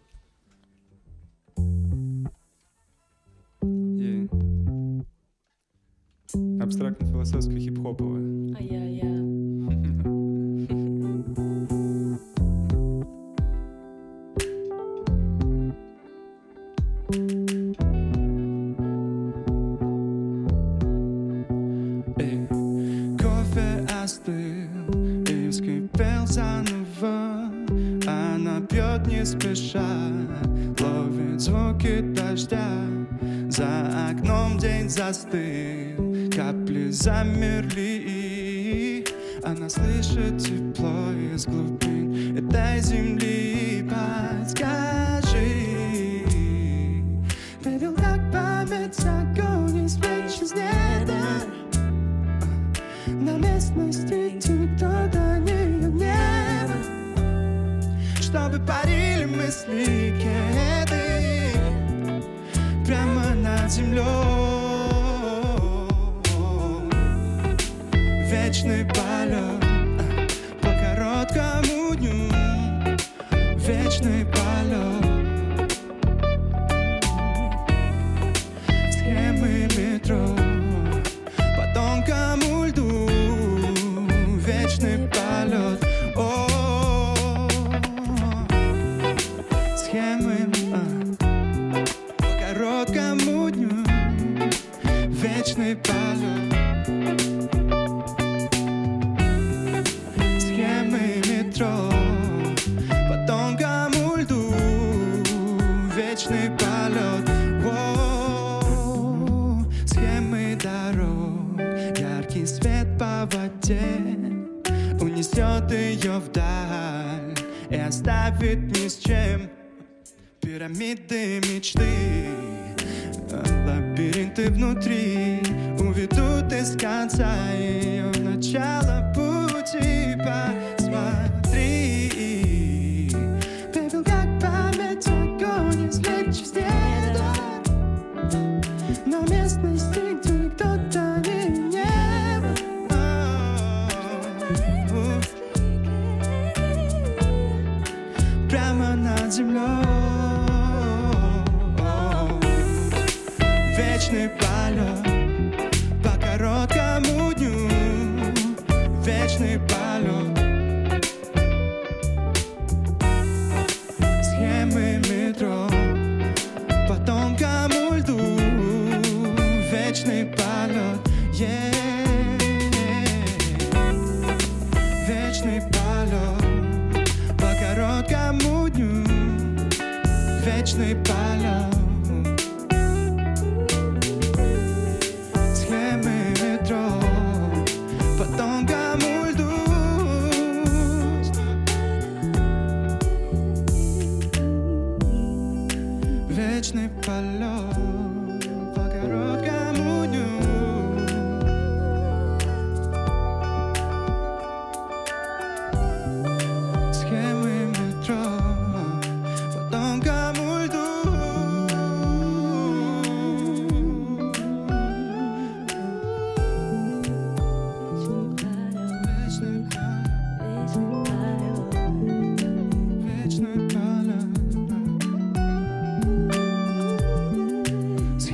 Абстрактно-философская хип-хоповая. Кофе остыл и вскипел заново. Она пьет не спеша, ловит звуки дождя. За окном день застыл, капли замерли, и она слышит тепло из глубин этой земли. Подскажи, видел, как память огонь из плеч из недр. На местности тянет кто-то нее небо, чтобы парили мысли кеды прямо над землей. Вечный полет по короткому дню. Вечный полет. Схемы метро по тонкому льду. Вечный полет. Схемы по короткому дню. Вечный полет. Схемы метро по тонкому льду. Вечный полет. Схемы дорог. Яркий свет по воде унесет ее вдаль и оставит ни с чем. Пирамиды мечты, лабиринты внутри уведут из конца ее начало пути. Посмотри, видел, как память огонь из плеч из недр. На местности, где кто-то не небо. Прямо над землей. Вечный полет по короткому дню. Вечный полет. Схемы метро по тонкому льду. Вечный полет. Вечный полет по короткому дню. Вечный полет. Схемы метро по тонкому льду. Вечный полет по короткому дню. Схемы метро по тонкому льду. Вечный полет.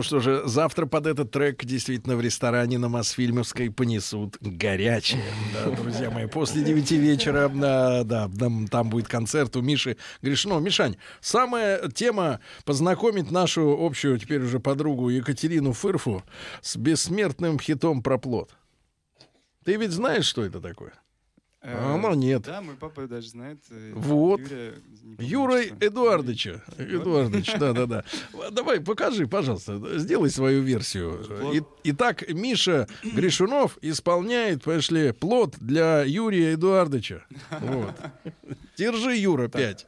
что же, завтра под этот трек действительно в ресторане на Мосфильмовской понесут горячее. Да, друзья мои, после 9 вечера, там будет концерт у Миши Гришунова. Мишань, самая тема познакомить нашу общую теперь уже подругу Екатерину Фырфу с бессмертным хитом про плод. Ты ведь знаешь, что это такое? Она нет. Да, мой папа даже знает. Вот. Юра Эдуардович, да. Давай, покажи, пожалуйста, сделай свою версию. Итак, Миша Гришунов исполняет, понимаешь ли, плод для Юрия Эдуардовича. Вот. Держи, Юра, 5.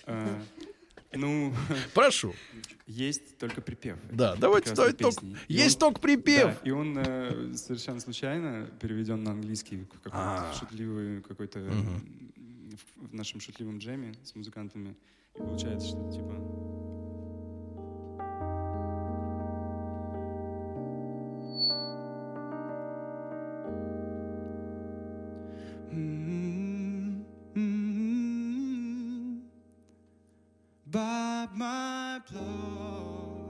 Прошу. Есть только припев. Да, давайте есть только припев. Да, и он совершенно случайно переведен на английский в какой-то шутливый какой-то в нашем шутливом джеме с музыкантами. И получается что-то типа... By my blood,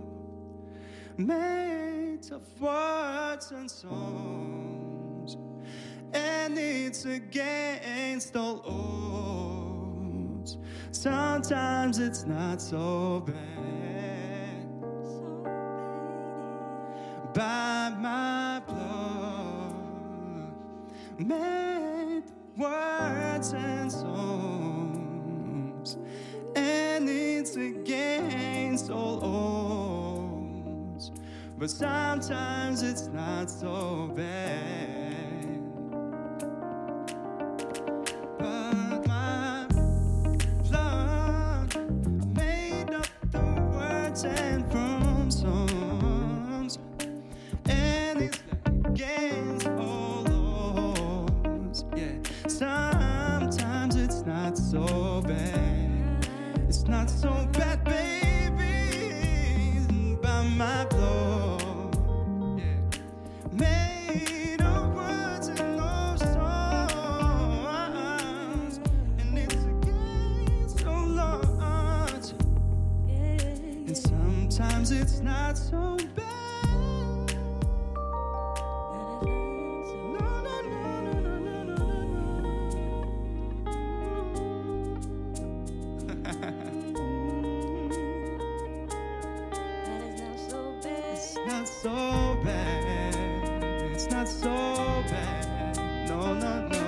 made of words and songs, and it's against all odds. Sometimes it's not so bad. By my blood, made of words and songs, and it's against all odds. But sometimes it's not so bad. But my blood made up the words and from songs, and it's against all odds. Yeah, sometimes it's not so bad. It's not so bad, baby, by my blood, yeah. Made of words and of songs, and it's against all odds, and sometimes it's not so bad. So bad, it's not so bad, no, no, no.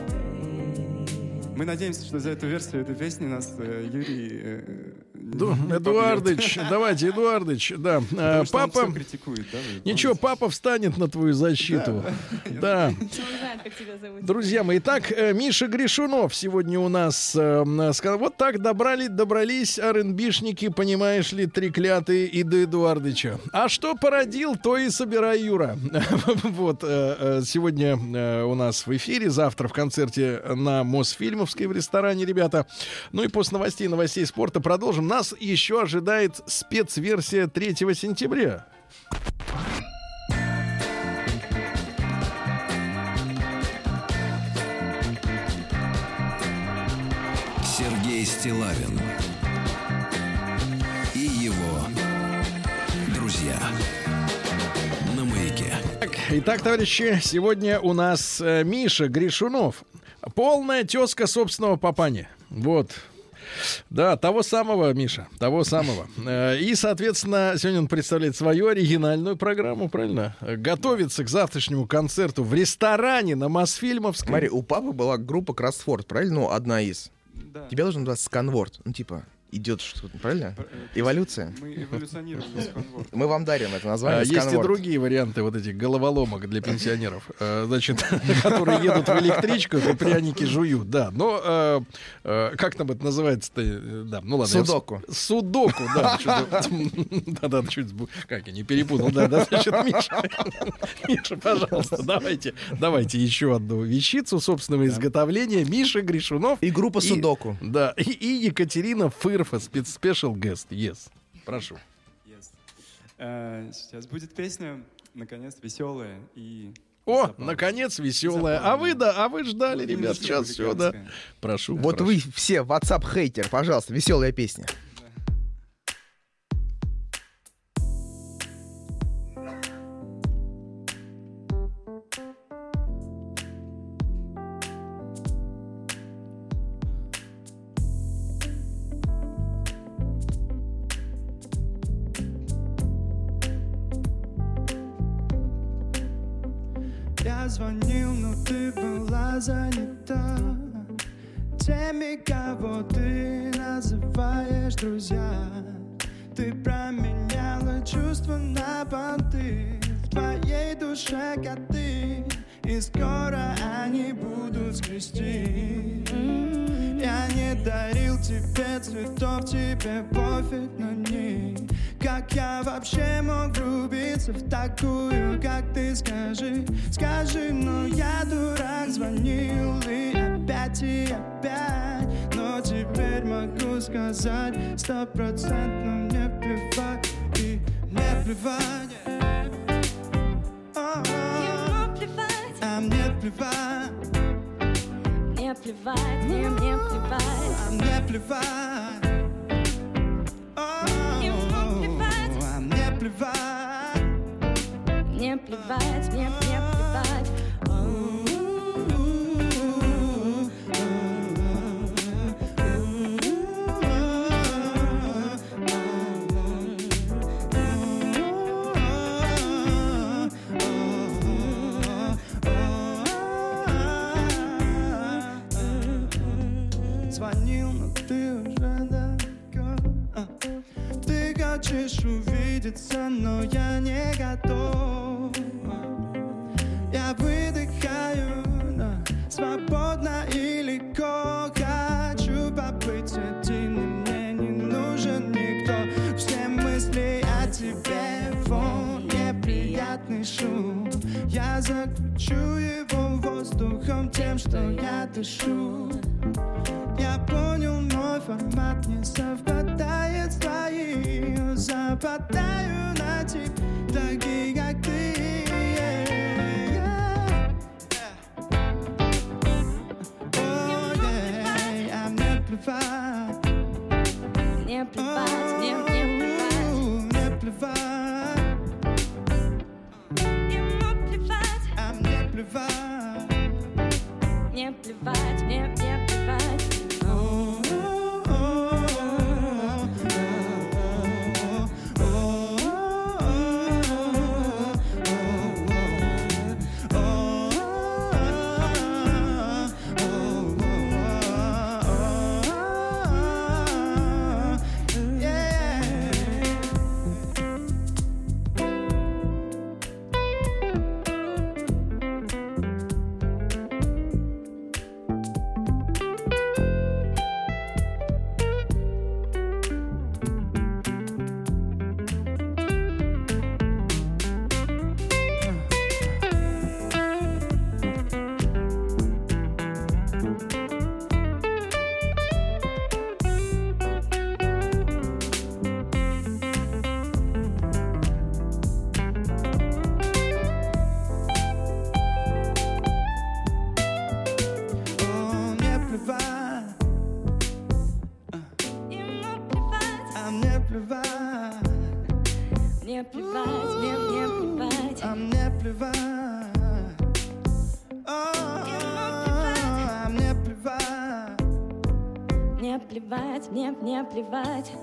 Мы надеемся, что за эту версию этой песни нас Юрий... Эдуардович, давайте, Эдуардович, да. Папа критикует, да? Ничего, папа встанет на твою защиту. Да. Друзья мои, итак, Миша Гришунов сегодня у нас сказал, вот так добрались R&B-шники, понимаешь ли, треклятые, и до Эдуардовича. А что породил, то и собирай, Юра. Вот, сегодня у нас в эфире, завтра в концерте на Мосфильмовской в ресторане, ребята. Ну и после новостей спорта продолжим. Нас еще ожидает спецверсия 3 сентября. Сергей Стиллавин и его друзья на Маяке. Итак, товарищи, сегодня у нас Миша Гришунов. Полная тезка собственного папани. Вот. Да, того самого, Миша, того самого. И, соответственно, сегодня он представляет свою оригинальную программу, правильно? Готовится к завтрашнему концерту в ресторане на Мосфильмовской. Смотри, у папы была группа Кроссворд, правильно? Ну, одна из. Да. Тебе должен называться Сканворд. Ну, типа, идет что-то, правильно? Эволюция. Мы эволюционировали Сканворд. Мы вам дарим это название. Есть и другие варианты вот этих головоломок для пенсионеров, значит, которые едут в электричках и пряники жуют, да. Но как там это называется-то? Да, ну ладно. Судоку. Судоку, да. Да, чуть как я не перепутал, да, значит, Миша, пожалуйста, давайте еще одну вещицу собственного изготовления. Миша Гришунов. И группа Судоку. Да, и Екатерина Фырфа, спецспешл гест. Yes. Прошу. Сейчас будет песня, наконец, веселая и... О, наконец, веселая. А вы ждали, ребят. Сейчас все, да. Прошу. Вот прошу. Вы все WhatsApp-хейтер, пожалуйста, веселая песня. Я звонил, но ты была занята теми, кого ты называешь друзья. Ты променяла чувства на понты. В твоей душе коты, и скоро они будут скрести. Я не дарил тебе цветов, тебе пофиг на них. Как я вообще мог влюбиться в такую, как ты, скажи, скажи. Но я дурак, звонил и опять, но теперь могу сказать 100% мне плевать и мне плевать. Ему плевать. А мне плевать. Мне плевать, мне плевать. А мне плевать. Ему плевать. А мне плевать. Мне плевать, мне плевать. Звонил, но ты уже далеко. Ты хочешь увидеться, но я не готов. Я выдыхаю, да, свободно и легко. Хочу побыть один, и мне не нужен никто. Все мысли о тебе, вон неприятный шум. Я закручу его воздухом тем, что я дышу. Я понял, мой формат не совпадает с твоим. Западаю на тебя, такие, как ты. А мне плевать. Мне плевать, мне плевать. Мне плевать. Ему плевать. А мне плевать. Мне плевать, мне плевать. Мне плевать, мне плевать. А мне плевать. А мне плевать. Мне плевать, мне плевать.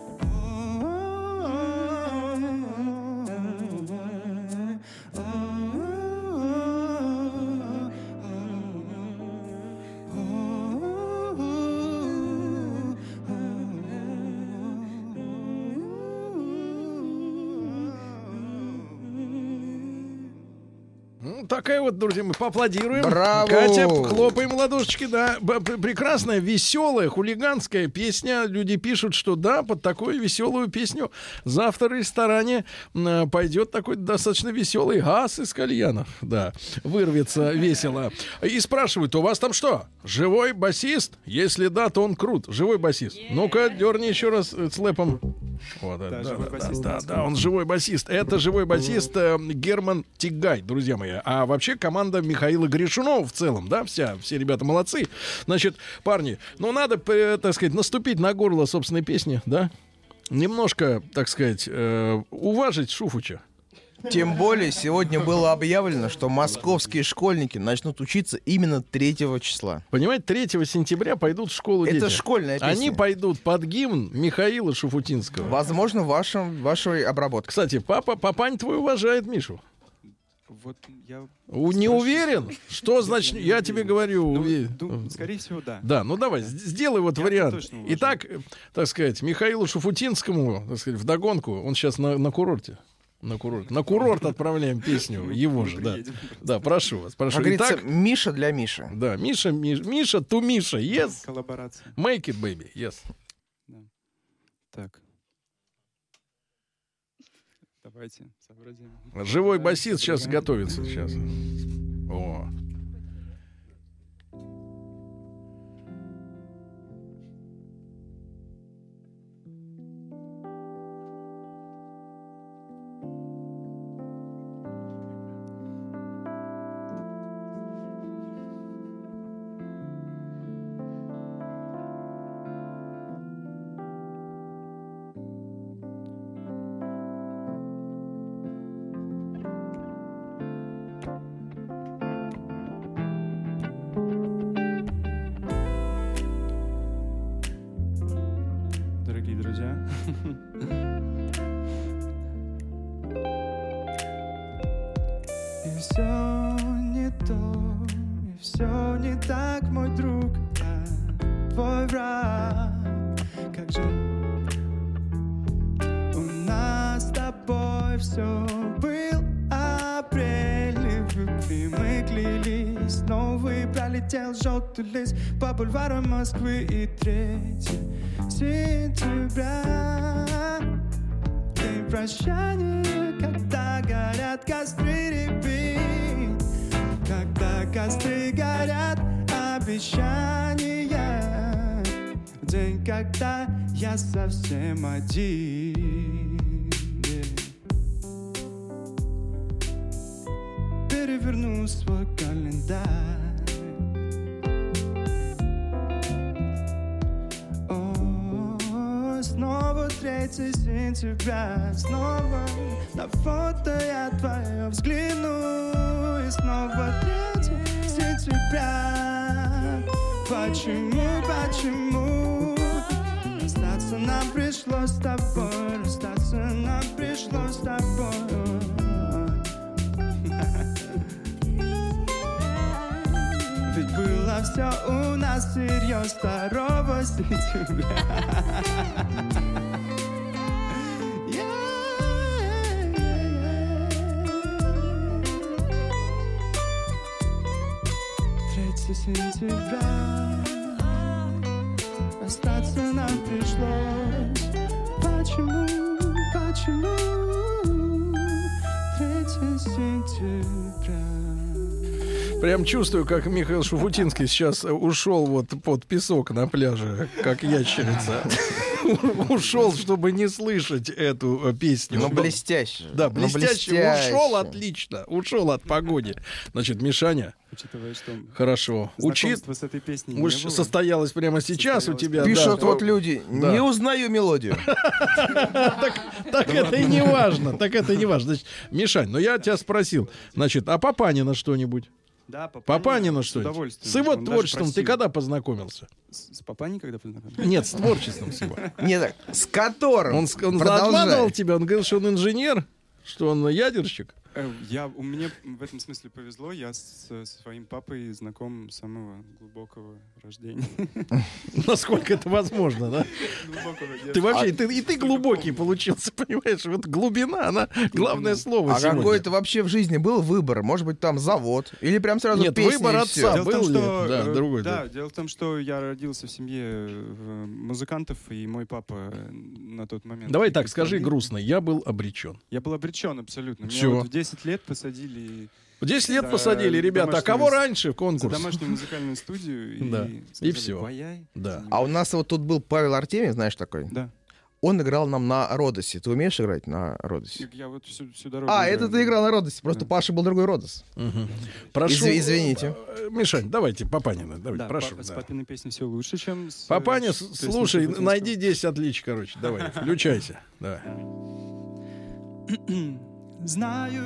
Такая вот, друзья, мы поаплодируем. Браво! Катя, хлопаем в ладошечки, да. Прекрасная, веселая, хулиганская песня. Люди пишут, что да, под такую веселую песню завтра в ресторане пойдет такой достаточно веселый газ из кальянов. Да, вырвется весело. И спрашивают, у вас там что? Живой басист? Если да, то он крут. Живой басист. Ну-ка, дерни еще раз слэпом. Вот, да, он живой басист. Это живой басист Герман Тигай, друзья мои. А вообще команда Михаила Гришунова в целом, да, все ребята молодцы. Значит, парни, ну надо, так сказать, наступить на горло собственной песни, да? Немножко, так сказать, уважить Шуфуча. Тем более сегодня было объявлено, что московские школьники начнут учиться именно 3 числа. Понимаете, 3 сентября пойдут в школу дети. Это школьная песня. Они пойдут под гимн Михаила Шуфутинского. Возможно, вашей обработке. Кстати, папань твой уважает Мишу. Вот я... Не уверен? Что значит? Я тебе говорю, уверен. Скорее всего, да. Да, ну давай, сделай вот вариант. Итак, так сказать, Михаилу Шуфутинскому, так сказать, вдогонку, он сейчас на курорте. На курорт отправляем песню его же, да. Да, прошу вас, прошу. Итак, Миша для Миши. Да, Миша, to Миша, yes. Коллаборация. Make it, baby, yes. Да. Так. Давайте сообразим. Живой басист сейчас готовится. Сейчас. О. И все не то, и все не так, мой друг, я твой враг. Как же у нас с тобой все был апрель, и в любви мы клялись. Новый пролетел желтый лист по бульварам Москвы, и 3 сентября. И прощание, когда горят костры, репит. Когда костры горят, обещания. День, когда я совсем один. Переверну свой календарь. Снова 3 сентября, снова на фото я твое взгляну. И снова 3 сентября. Почему расстаться нам пришлось с тобой, расстаться нам пришлось с тобой. Ведь было все у нас всерьез 2 сентября. Сентября. Остаться нам пришлось. Почему 3 сентября. Прям чувствую, как Михаил Шуфутинский сейчас ушел вот под песок на пляже, как ящерица. Ушел, чтобы не слышать эту песню. Ну, блестяще. Да, блестяще. Ушел отлично. Ушел от погоди. Значит, Мишаня. Учитывая, что хорошо. Знакомство с этой песней не было. Состоялось прямо сейчас у тебя. Пишут вот люди, не узнаю мелодию. Так это и не важно. Так это и не важно. Значит, Мишань, ну я тебя спросил. Значит, а Папанина что-нибудь? Да, Папанина что-нибудь? С его творчеством ты когда познакомился? С Папаней когда познакомился? Нет, с творчеством с его. Нет, с которым. Он обманывал тебя, он говорил, что он инженер, что он ядерщик. Мне в этом смысле повезло. Я со своим папой знаком с самого глубокого рождения. Насколько это возможно, да? Ты вообще, и ты глубокий получился, понимаешь? Вот глубина, она главное слово. А какой-то вообще в жизни был выбор? Может быть, там завод? Или прям сразу песня? Нет, выбор отца был ли? Да, другой. Да, дело в том, что я родился в семье музыкантов, и мой папа на тот момент... Давай так, скажи грустно. Я был обречен. Я был обречен абсолютно. Меня вот в 10 лет посадили... 10 лет посадили, ребята. А кого раньше в конкурс? За домашнюю музыкальную студию. Да. И все. Да. А у нас вот тут был Павел Артемьев, знаешь такой? Да. Он играл нам на Родосе. Ты умеешь играть на Родосе? Я вот всю дорогу... это ты играл на Родосе. Просто Паша был другой Родос. Прошу. Извините. Мишань, давайте Папанина. Давайте, да, прошу. С папиной песней все лучше, чем с... Папаня, слушай, найди 10 отличий, короче. Давай, включайся. Давай. Знаю,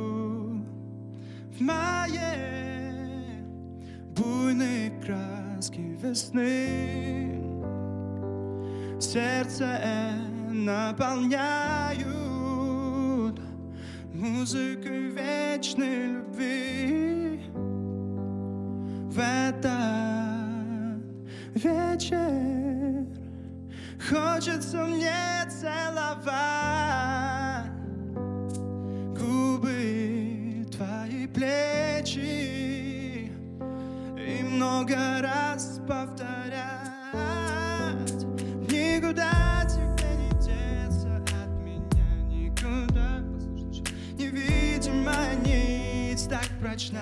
в моей буйной краске весны сердце наполняют музыкой вечной любви. В этот вечер хочется мне целовать губы, твои плечи и много раз повторять. Никуда тебе не деться от меня, никуда. Невидимая нить так прочна.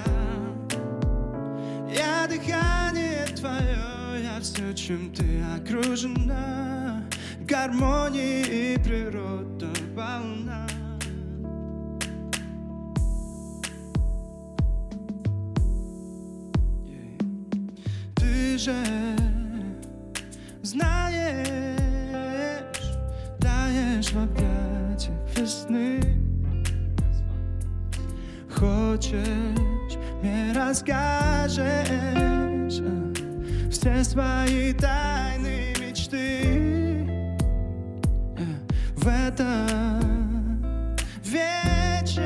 Я дыхание твое, я все, чем ты окружена. Гармонии и природа волна. Ты же знаешь, даешь в объятиях весны. Хочешь, мне расскажешь все свои тайны мечты. В этот вечер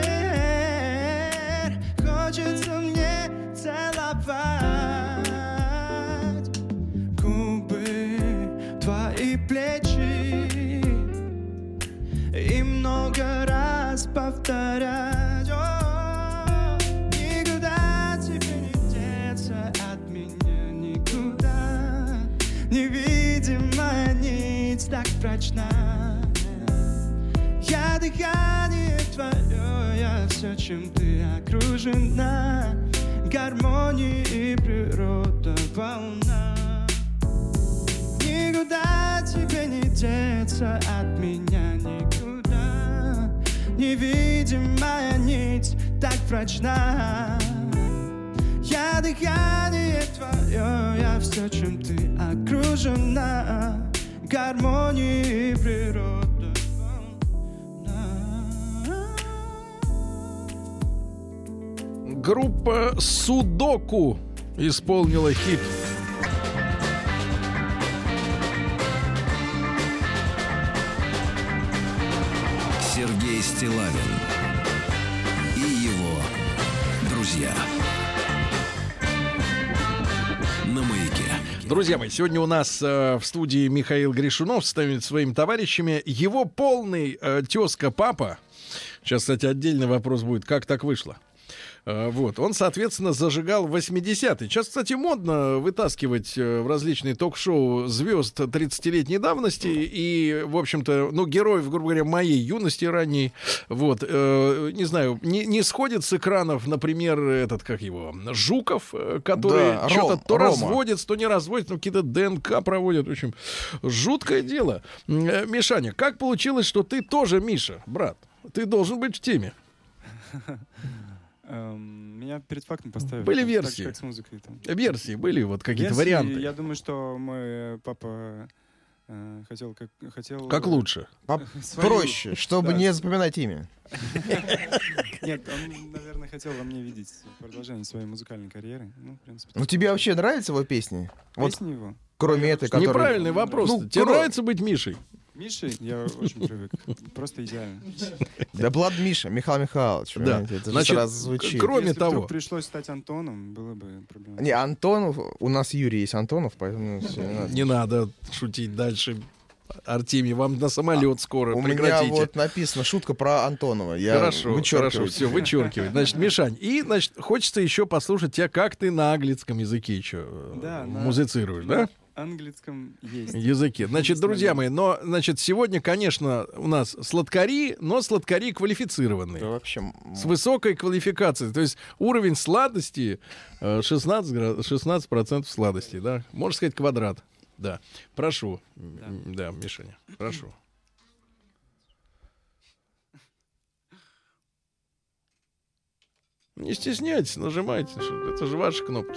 хочется мне целовать губы, твои плечи и много раз повторять. Никуда тебе не деться от меня, никуда. Невидимая нить так прочна. Я дыхание твое, я все, чем ты окружена. Гармония и природа волна. Никуда тебе не деться от меня, никуда. Невидимая нить так прочна. Я дыхание твое, я все, чем ты окружена. Гармония и природа. Группа Судоку исполнила хит. Сергей Стиллавин и его друзья на Маяке. Друзья мои, сегодня у нас в студии Михаил Гришунов с своими товарищами. Его полный тезка папа. Сейчас, кстати, отдельный вопрос будет, как так вышло. Вот, он, соответственно, зажигал 80-е. Сейчас, кстати, модно вытаскивать в различные ток-шоу звезд 30-летней давности и, в общем-то, ну, героев, грубо говоря, моей юности ранней. Вот, не знаю, не сходит с экранов, например, этот, как его, Жуков, который да, что-то то Рома. разводится, то не разводится, но какие-то ДНК проводят. В общем, жуткое дело. Мишаня, как получилось, что ты тоже Миша, брат? Ты должен быть в теме. Меня перед фактом поставили. Были так, версии. Так, как с музыкой, там. Версии были, вот какие-то Версии, варианты. Я думаю, что мой папа хотел... Как лучше. Проще, чтобы да. не запоминать имя. Нет, он, наверное, хотел во мне видеть продолжение своей музыкальной карьеры. Ну, в принципе. Ну, тебе вообще нравятся его песни? Песни его? Кроме этой, которая... Неправильный вопрос. Ну, тебе нравится быть Мишей? Мишей я очень привык. Просто идеально. Да Влад Миша, Михаил Михайлович. Да. Это Значит, же сразу звучит. кроме Если того... вдруг пришлось стать Антоном, было бы проблема. Не, Антонов, у нас Юрий есть Антонов, поэтому все, не надо. Не надо шутить дальше. Артемий, вам на самолет скоро. У Прекратите. меня вот написано шутка про Антонова. Я Хорошо, все, вычеркивай. Значит, Мишань, и, значит, хочется еще послушать тебя, как ты на английском языке еще музицируешь, да? Английском есть. Языке. Значит, друзья мои, но, значит, сегодня, конечно, у нас сладкари, но сладкари квалифицированные. Да, вообще... С высокой квалификацией. То есть уровень сладости 16% сладости, да? Можно сказать, квадрат. Да. Прошу. Да, Мишаня, прошу. Не стесняйтесь, нажимайте. Это же ваши кнопки.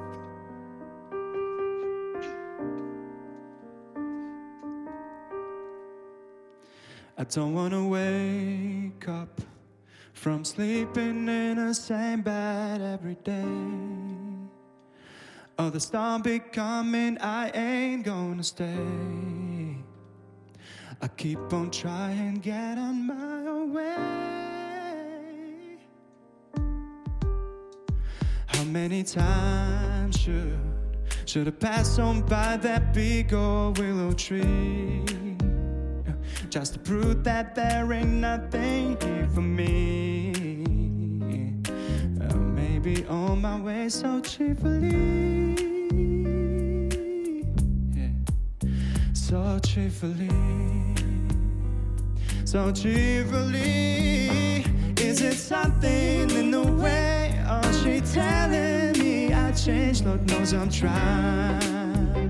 I don't wanna wake up from sleeping in the same bed every day. Oh, the storm be coming, I ain't gonna stay. I keep on trying, get on my way. How many times should I pass on by that big old willow tree, just to prove that there ain't nothing here for me? Maybe on my way so cheerfully, so cheerfully, so cheerfully. Is it something in the way, or she telling me I changed? Lord knows I'm trying.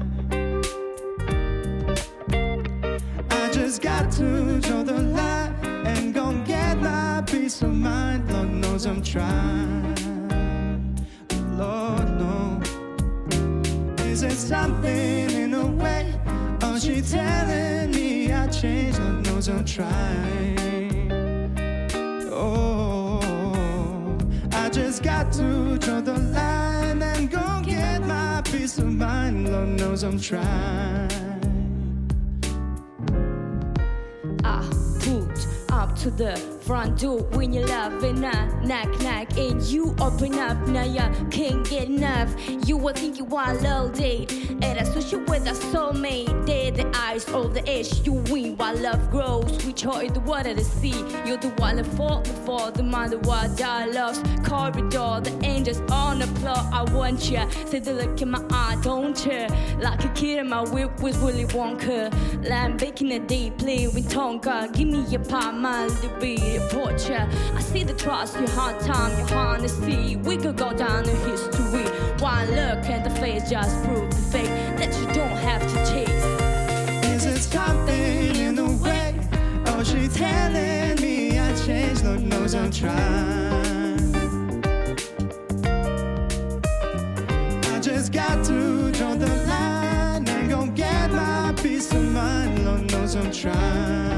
I just got to draw the line and gon' get my peace of mind. Lord knows I'm trying. Lord knows. Is it something in the way, or she telling me I changed? Lord knows I'm trying. Oh, I just got to draw the line and go get my peace of mind. Lord knows I'm trying. I put up to the front door when you love and I knock knock and you open up. Now you can't get enough. You will think you are low date and I switch you with a soulmate. They're the eyes of the edge. You win while love grows. We joy the water to see. You're the one that fall for the mother what I lost. Corridor, the angels on the floor. I want ya. Say the look in my eye, don't you? Like a kid in my whip with Willy Wonka. Lamb baking a day, play with Tonka. Give me your palm, my little bit. Portrait. I see the trust, your hard time, your honesty. We could go down in history. One look at the face just prove the fake that you don't have to chase. Is it something in the way, or she telling me I changed? Lord knows I'm trying. I just got to draw the line and go get my peace of mind. Lord knows I'm trying.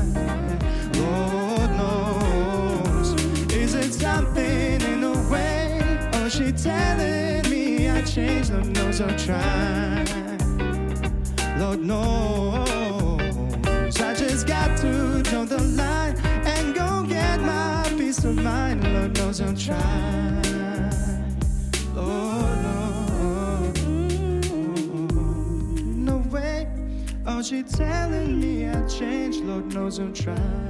Something in the way, or she telling me I changed? Lord knows I'm trying. Lord knows I just got to draw the line and go get my peace of mind. Lord knows I'm trying. Lord knows. No way, or she telling me I changed? Lord knows I'm trying.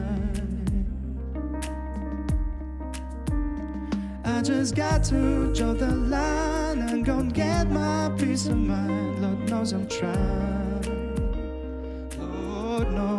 I just got to draw the line and go get my peace of mind. Lord knows I'm trying. Lord knows.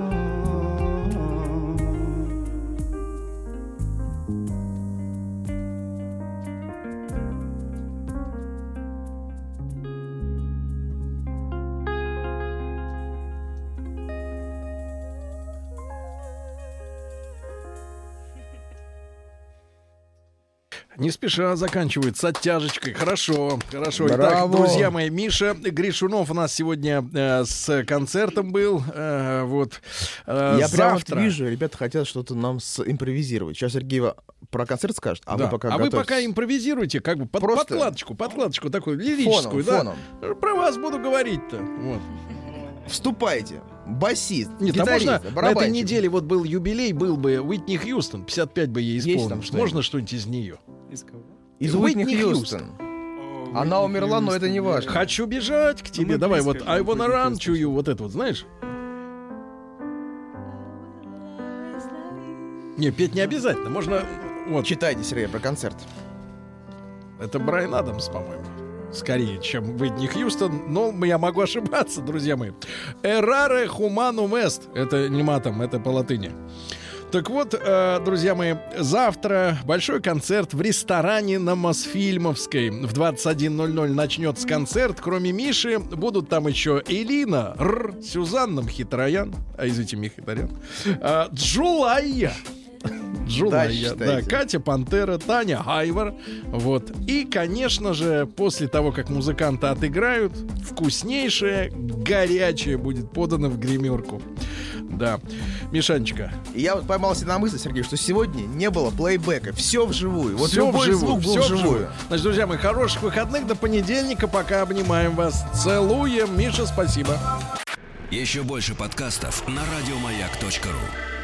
Не спеша заканчивает с оттяжечкой. Хорошо, хорошо. Браво. Итак, друзья мои, Миша Гришунов у нас сегодня с концертом был. Вот. Я прямо вот завтра вижу, ребята хотят что-то нам импровизировать. Сейчас Сергей про концерт скажет, а да. вы пока вы пока импровизируйте, как бы подкладочку такую лирическую. Фоном. Про вас буду говорить-то. Вот. Вступайте. Басист, нет, гитарист, а можно на этой неделе вот был юбилей, был бы Уитни Хьюстон, 55 бы ей исполнилось. Можно что-нибудь из нее? Из кого? Из Уитни Хьюстон. Она умерла, но это не важно. Хочу бежать к тебе. Давай вот I wanna run to you. Вот это вот, знаешь? Не, петь не обязательно. Можно... Вот. Читайте, Сергей, про концерт. Это Брайан Адамс, по-моему. Скорее, чем Уитни Хьюстон. Но я могу ошибаться, друзья мои. Errare humanum est. Это не матом, это по латыни. Так вот, друзья мои, завтра большой концерт в ресторане на Мосфильмовской. В 21:00 начнется концерт. Кроме Миши будут там еще Элина, Сюзанна Мхитарян, извините, Мхитарян, Джулайя, да, Катя Пантера, Таня Хайвар, вот. И, конечно же, после того, как музыканты отыграют, вкуснейшее, горячее будет подано в гримерку. Да. Мишанечка. Я вот поймался на мысли, Сергей, что сегодня не было плейбека. Все вживую. Вот все любой вживую, звук был вживую. Значит, друзья мои, хороших выходных. До понедельника. Пока обнимаем вас. Целуем. Миша, спасибо. Еще больше подкастов на радиомаяк.ру.